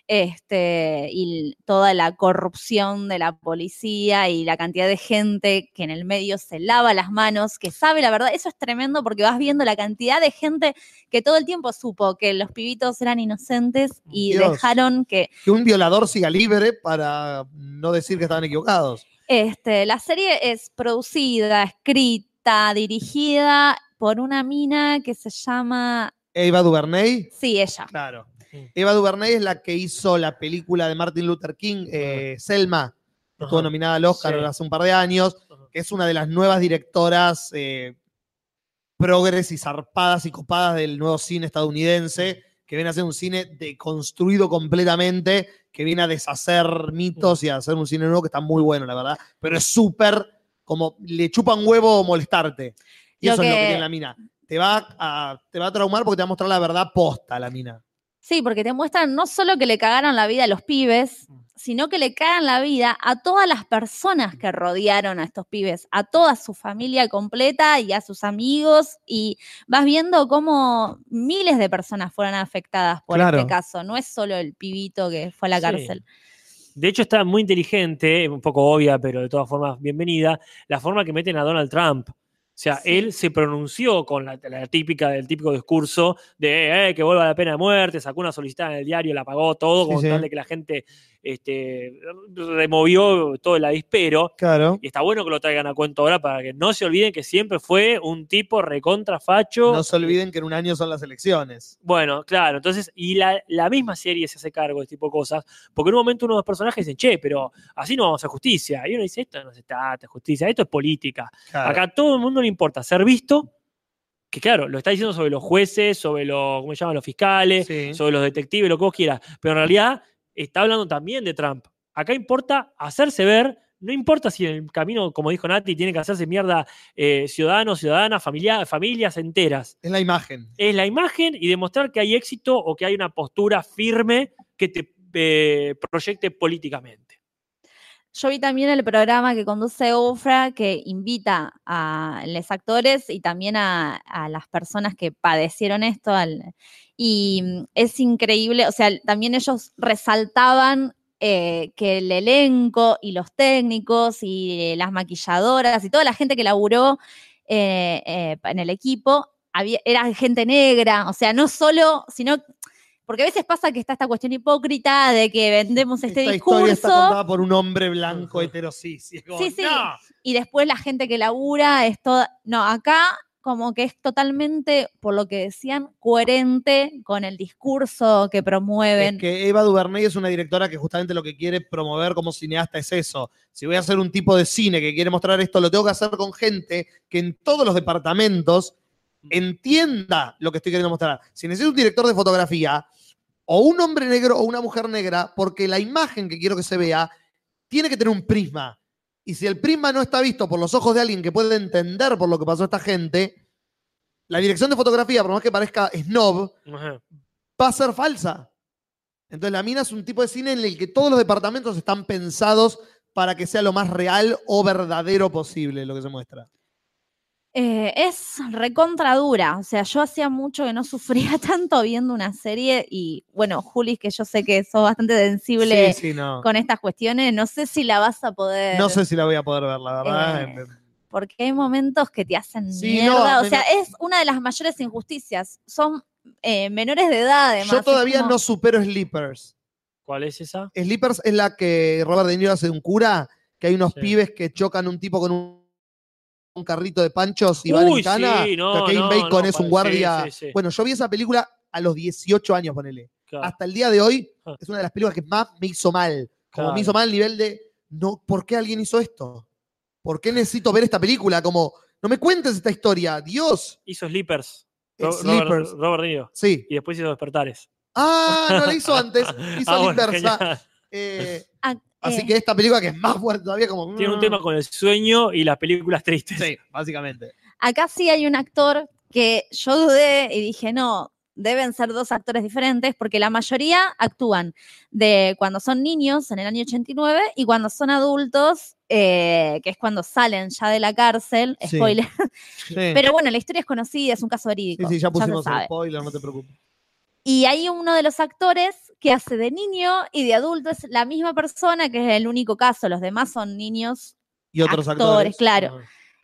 este, y toda la corrupción de la policía y la cantidad de gente que en el medio se lava las manos, que sabe la verdad. Eso es tremendo porque vas viendo la cantidad de gente que todo el tiempo supo que los pibitos eran inocentes y Dios. dejaron que Que un violador siga libre para no decir que estaban equivocados. Este, la serie es producida, escrita, dirigida por una mina que se llama... Eva DuVernay. Sí, ella. Claro. Eva DuVernay es la que hizo la película de Martin Luther King, eh, Selma, que estuvo Ajá. nominada al Oscar Sí. hace un par de años, que es una de las nuevas directoras eh, progres y zarpadas y copadas del nuevo cine estadounidense, que viene a hacer un cine deconstruido completamente, que viene a deshacer mitos y a hacer un cine nuevo que está muy bueno, la verdad. Pero es súper, como le chupa un huevo molestarte. Y Lo eso es lo que- que tiene la mina. Te va, a, te va a traumar porque te va a mostrar la verdad posta, la mina. Sí, porque te muestran no solo que le cagaron la vida a los pibes, sino que le cagan la vida a todas las personas que rodearon a estos pibes, a toda su familia completa y a sus amigos, y vas viendo cómo miles de personas fueron afectadas por Claro. este caso. No es solo el pibito que fue a la Sí. cárcel. De hecho, está muy inteligente, un poco obvia, pero de todas formas bienvenida, la forma que meten a Donald Trump. O sea, Sí. él se pronunció con la, la típica, el típico discurso de eh, que vuelva la pena de muerte, sacó una solicitud en el diario, la pagó todo, Sí, con sí. tal de que la gente este, removió todo el avispero. Claro. Y está bueno que lo traigan a cuento ahora para que no se olviden que siempre fue un tipo recontrafacho. No se olviden que en un año son las elecciones. Bueno, claro, entonces, y la, la misma serie se hace cargo de este tipo de cosas, porque en un momento uno de los personajes dice, che, pero así no vamos a hacer justicia. Y uno dice, esto no se trata de justicia, esto es política. Claro. Acá a todo el mundo le importa ser visto, que claro, lo está diciendo sobre los jueces, sobre los, ¿cómo se llaman? Los fiscales, Sí. sobre los detectives, lo que vos quieras, pero en realidad está hablando también de Trump. Acá importa hacerse ver, no importa si en el camino, como dijo Nati, tiene que hacerse mierda eh, ciudadanos, ciudadanas, familia, familias enteras. Es la imagen. Es la imagen y demostrar que hay éxito o que hay una postura firme que te eh, proyecte políticamente. Yo vi también el programa que conduce Oprah, que invita a los actores y también a, a las personas que padecieron esto. Al, y mm, es increíble, o sea, también ellos resaltaban eh, que el elenco y los técnicos y eh, las maquilladoras y toda la gente que laburó eh, eh, en el equipo había, era gente negra, o sea, no solo, sino... Porque a veces pasa que está esta cuestión hipócrita de que vendemos este Esta discurso. historia está contada por un hombre blanco heterosis. Y es como, Sí, sí. ¡no! Y después la gente que labura es toda. No, acá como que es totalmente, por lo que decían, coherente con el discurso que promueven. Es que Eva DuVernay es una directora que justamente lo que quiere promover como cineasta es eso. Si voy a hacer un tipo de cine que quiere mostrar esto, lo tengo que hacer con gente que en todos los departamentos entienda lo que estoy queriendo mostrar. Si necesito un director de fotografía, o un hombre negro o una mujer negra, porque la imagen que quiero que se vea tiene que tener un prisma. Y si el prisma no está visto por los ojos de alguien que puede entender por lo que pasó a esta gente, la dirección de fotografía, por más que parezca snob, Ajá. va a ser falsa. Entonces la mina es un tipo de cine en el que todos los departamentos están pensados para que sea lo más real o verdadero posible lo que se muestra. Eh, es recontra dura, o sea, yo hacía mucho que no sufría tanto viendo una serie y, bueno, Juli, que yo sé que sos bastante sensible Sí, sí, no. con estas cuestiones, no sé si la vas a poder... No sé si la voy a poder ver, la verdad. Eh, porque hay momentos que te hacen Sí, mierda, no, o me- sea, es una de las mayores injusticias, son eh, menores de edad además. Yo es todavía como- no supero Sleepers. ¿Cuál es esa? Sleepers es la que Robert De Niro hace de un cura, que hay unos Sí. pibes que chocan un tipo con un, un carrito de panchos y van Uy, en cana. sí, no, que Kevin no, Bacon no, es un pa- guardia. sí, sí, sí. Bueno, yo vi esa película a los dieciocho años, ponele. Claro. Hasta el día de hoy Ah. es una de las películas que más me hizo mal. Como Claro. me hizo mal al nivel de, no, ¿por qué alguien hizo esto? ¿Por qué necesito ver esta película? Como, no me cuentes esta historia, Dios. Hizo Sleepers. Eh, Ro- Sleepers. Robert, Robert De Niro. Sí. Y después hizo Despertares. Ah, no la hizo antes, hizo Ah, bueno, Sleepers. ah. genial. Eh, Ah, así eh, que esta película que es más fuerte todavía, como. Tiene un mm. tema con el sueño y las películas tristes. Sí, básicamente. Acá sí hay un actor que yo dudé y dije, no, deben ser dos actores diferentes porque la mayoría actúan de cuando son niños en el año ochenta y nueve y cuando son adultos, eh, que es cuando salen ya de la cárcel, Sí. spoiler. Sí. Pero bueno, la historia es conocida, es un caso verídico. Sí, sí, ya se pusimos el sabe. spoiler, no te preocupes. Y hay uno de los actores que hace de niño y de adulto, es la misma persona, que es el único caso, los demás son niños Y otros actores, actores. claro.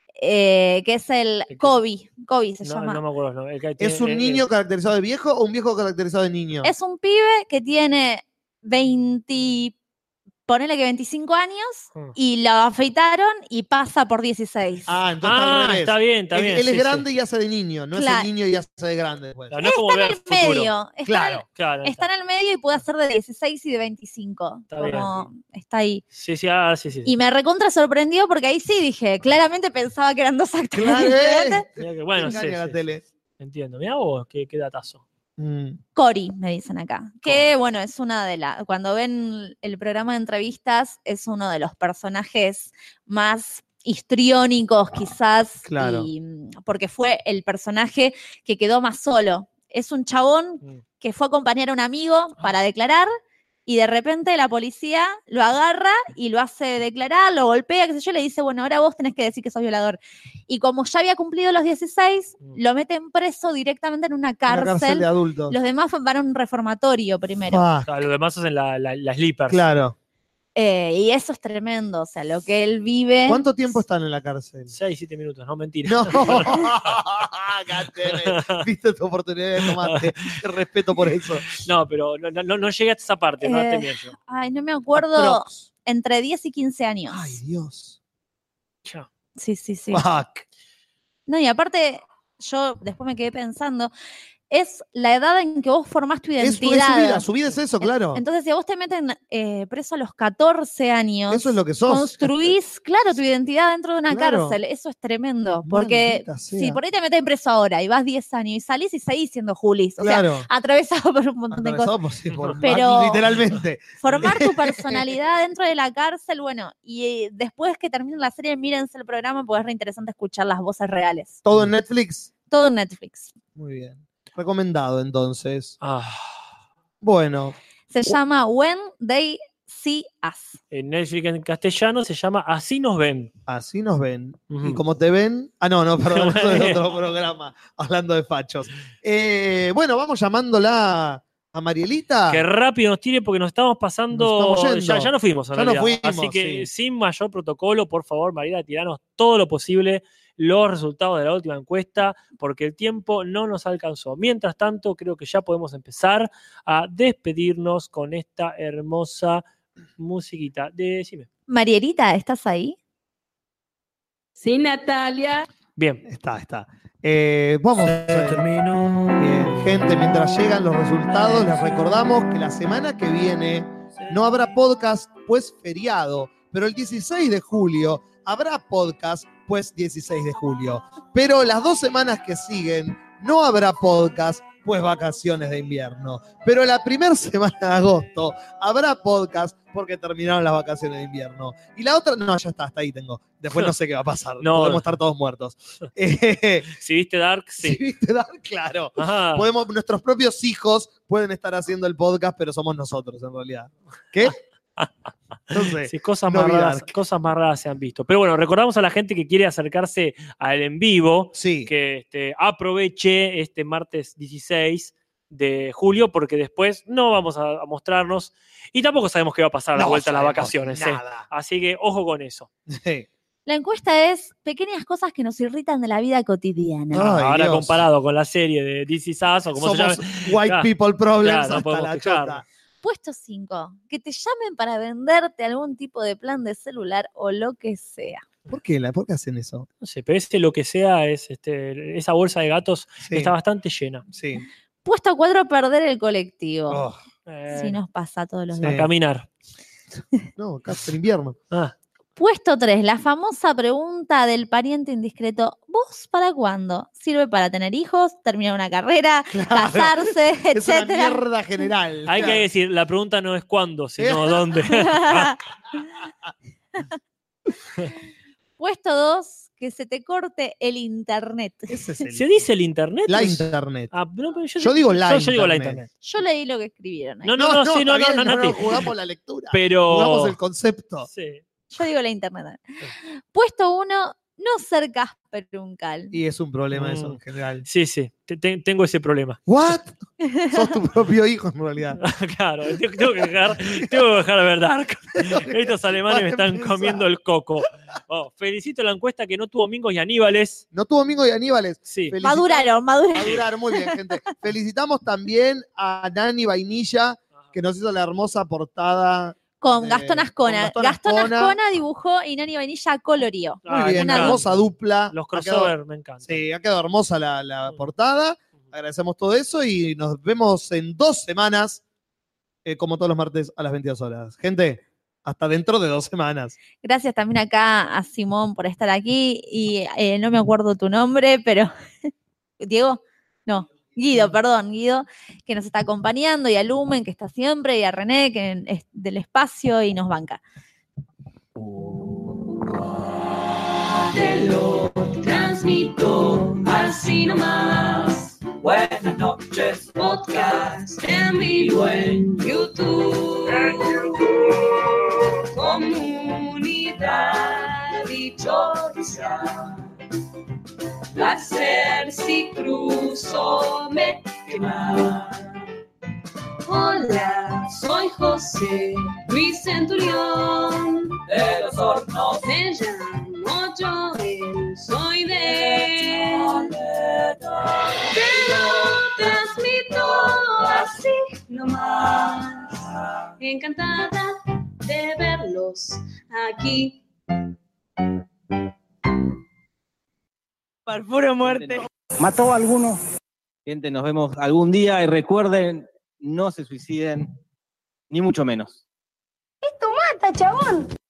Eh, que es el Kobe, Kobe se No, llama. no me acuerdo. no. El que ¿Es tiene- un eh, niño eh, caracterizado de viejo o un viejo caracterizado de niño? Es un pibe que tiene veinte, ponele que veinticinco años, Mm. y lo afeitaron y pasa por dieciséis. Ah, entonces está Ah, al revés. está bien, está Él- bien. Él es sí, grande sí. y hace de niño, no es Claro. el niño y hace de grande después. Claro, no es como Está ver en el futuro. medio, está, Claro. Claro. está en el medio y puede hacer de dieciséis y de veinticinco. Está Como está ahí. Sí, sí, ah, sí, sí. Y me recontra sorprendió porque ahí sí dije, claramente pensaba que eran dos actores Claro, diferentes. eh. Mirá que- bueno, Te sí, engaña la sí, tele. sí. Entiendo. Mirá vos, qué, qué datazo. Mm. Cory, me dicen acá. Que bueno, es una de las. Cuando ven el programa de entrevistas, es uno de los personajes más histriónicos, quizás. Claro. y, mm, porque fue el personaje que quedó más solo. Es un chabón Mm. que fue a acompañar a un amigo para declarar. Y de repente la policía lo agarra y lo hace declarar, lo golpea, qué sé yo, le dice, bueno, ahora vos tenés que decir que sos violador. Y como ya había cumplido los dieciséis, Mm. lo meten preso directamente en una Una cárcel. cárcel de adultos. Los demás van a un reformatorio primero. Fuck. Claro, los demás hacen la, la, la Sleepers. Claro. Eh, y eso es tremendo. O sea, lo que él vive. ¿Cuánto tiempo están en la cárcel? Seis, siete minutos, no, mentira. No. Gatene, viste tu oportunidad de tomarte. Te respeto por eso. No, pero no, no, no llegué hasta esa parte, no Eh, te miento. Ay, no me acuerdo. Aprox. Entre diez y quince años. Ay, Dios. Ya. Sí, sí, sí. Fuck. No, y aparte, yo después me quedé pensando. Es la edad en que vos formás tu Es, es su identidad. vida, su vida es eso, claro. Entonces, si a vos te meten eh, preso a los catorce años, Eso es lo que sos. construís, claro, tu identidad dentro de una Claro. cárcel. Eso es tremendo. Porque Maldita sea. si por ahí te meten preso ahora y vas diez años y salís y seguís siendo Julis. O Claro. sea, atravesado por un montón de cosas. Atravesado por- sí, por- Pero- literalmente. Formar tu personalidad dentro de la cárcel, bueno, y eh, después que termine la serie, mírense el programa porque es re interesante escuchar las voces reales. Todo en Netflix. Todo en Netflix. Muy bien. Recomendado entonces. Ah, Bueno, Se llama When They See Us. en Netflix en castellano se llama Así nos ven. así nos ven. Ujú. Y como te ven. Ah, no, no, perdón, eso es otro programa. Hablando de fachos. Eh, bueno, vamos llamándola a Marielita. Que rápido nos tire porque nos estamos pasando. Nos estamos yendo. ya, ya nos fuimos, en Ya nos realidad. fuimos, Así que sí. sin mayor protocolo, por favor, Mariela, tiranos todo lo posible los resultados de la última encuesta, porque el tiempo no nos alcanzó. Mientras tanto, creo que ya podemos empezar a despedirnos con esta hermosa musiquita. Decime. Marielita, ¿estás ahí? Sí, Natalia. Bien. Está, está. Eh, vamos. Bien, gente, mientras llegan los resultados, les recordamos que la semana que viene no habrá podcast, pues feriado. Pero el dieciséis de julio habrá podcast, pues dieciséis de julio. Pero las dos semanas que siguen no habrá podcast, pues vacaciones de invierno. Pero la primera semana de agosto habrá podcast porque terminaron las vacaciones de invierno. Y la otra, no, ya está, hasta ahí tengo. Después no sé qué va a pasar. No. Podemos estar todos muertos. Eh, Si viste Dark, sí. si viste Dark, claro. Ajá. Podemos, nuestros propios hijos pueden estar haciendo el podcast, pero somos nosotros en realidad. ¿Qué? No sé. Sí, cosas, No más vi raras, Dark. cosas más raras se han visto. Pero bueno, recordamos a la gente que quiere acercarse al en vivo Sí. que este, aproveche este martes dieciséis de julio, porque después no vamos a, a mostrarnos y tampoco sabemos qué va a pasar a la No vuelta a las sabemos vacaciones. ¿eh? nada. Así que ojo con eso. Sí. La encuesta es pequeñas cosas que nos irritan de la vida cotidiana. Ay, Ahora Dios. comparado con la serie de This Is Us o como Somos se llama. white Claro. people problems Claro, no hasta podemos la quejarnos. chota. Puesto cinco. Que te llamen para venderte algún tipo de plan de celular o lo que sea. ¿Por qué, la, ¿Por qué hacen eso? No sé, pero este lo que sea es este, esa bolsa de gatos Sí. está bastante llena. Sí. Puesto cuatro, perder el colectivo. Oh, Eh, Si nos pasa todos los Sí. a días. caminar. no, casi en invierno. Ah, Puesto tres, la famosa pregunta del pariente indiscreto. ¿Vos para cuándo? ¿Sirve para tener hijos, terminar una carrera, casarse, Es una etcétera? mierda general. hay que Claro. decir, la pregunta no es cuándo, sino dónde. Puesto dos, que se te corte el internet. Ese es el- ¿Se dice el internet? la Es- internet. Ah, no, pero Yo digo la yo, yo digo la internet. internet. Yo leí lo que escribieron ahí. No, no, no, sí, no, está no, bien, no, Nati. jugamos la lectura. Pero. Jugamos el concepto. Sí. Yo digo la internet. Puesto uno, no ser Casper Uncal. Y es un problema eso Mm. en general. Sí, sí, te- te- tengo ese problema. ¿What? Sos tu propio hijo en realidad. Claro, tengo, tengo que dejar, tengo que dejar de ver Dark. Estos alemanes me están Para comiendo el coco. Oh, felicito la encuesta que no tuvo Mingos y Aníbales. No tuvo Mingo y Aníbales. Sí. Felicitamos- Maduraron, maduraron. Maduraron, muy bien, gente. Felicitamos también a Nani Vainilla, que nos hizo la hermosa portada. Con de- Gastón con Ascona. Gastón Gastón Ascona. Ascona dibujó y Nani Vainilla coloreó. Muy Ah, bien, una hermosa dupla. Los Ha quedado- crossover me encantan. Sí, ha quedado hermosa la, la portada. Agradecemos todo eso y nos vemos en dos semanas, eh, como todos los martes a las veintidós horas. Gente, hasta dentro de dos semanas. Gracias también acá a Simón por estar aquí. Y eh, no me acuerdo tu nombre, pero. Diego, no. Guido, perdón, Guido, que nos está acompañando, y a Lumen, que está siempre, y a René, que es del espacio y nos banca. Te lo transmito así nomás. Buenas noches, podcast en vivo en YouTube. Comunidad dichosa. Placer si cruzo me quema. Hola, soy José Luis Centurión de los Hornos. Me llamo Joel, soy de Te lo transmito así nomás. Encantada de verlos aquí. Por puro muerte. ¿Mató a alguno? Gente, nos vemos algún día y recuerden, no se suiciden, ni mucho menos. Esto mata, chabón.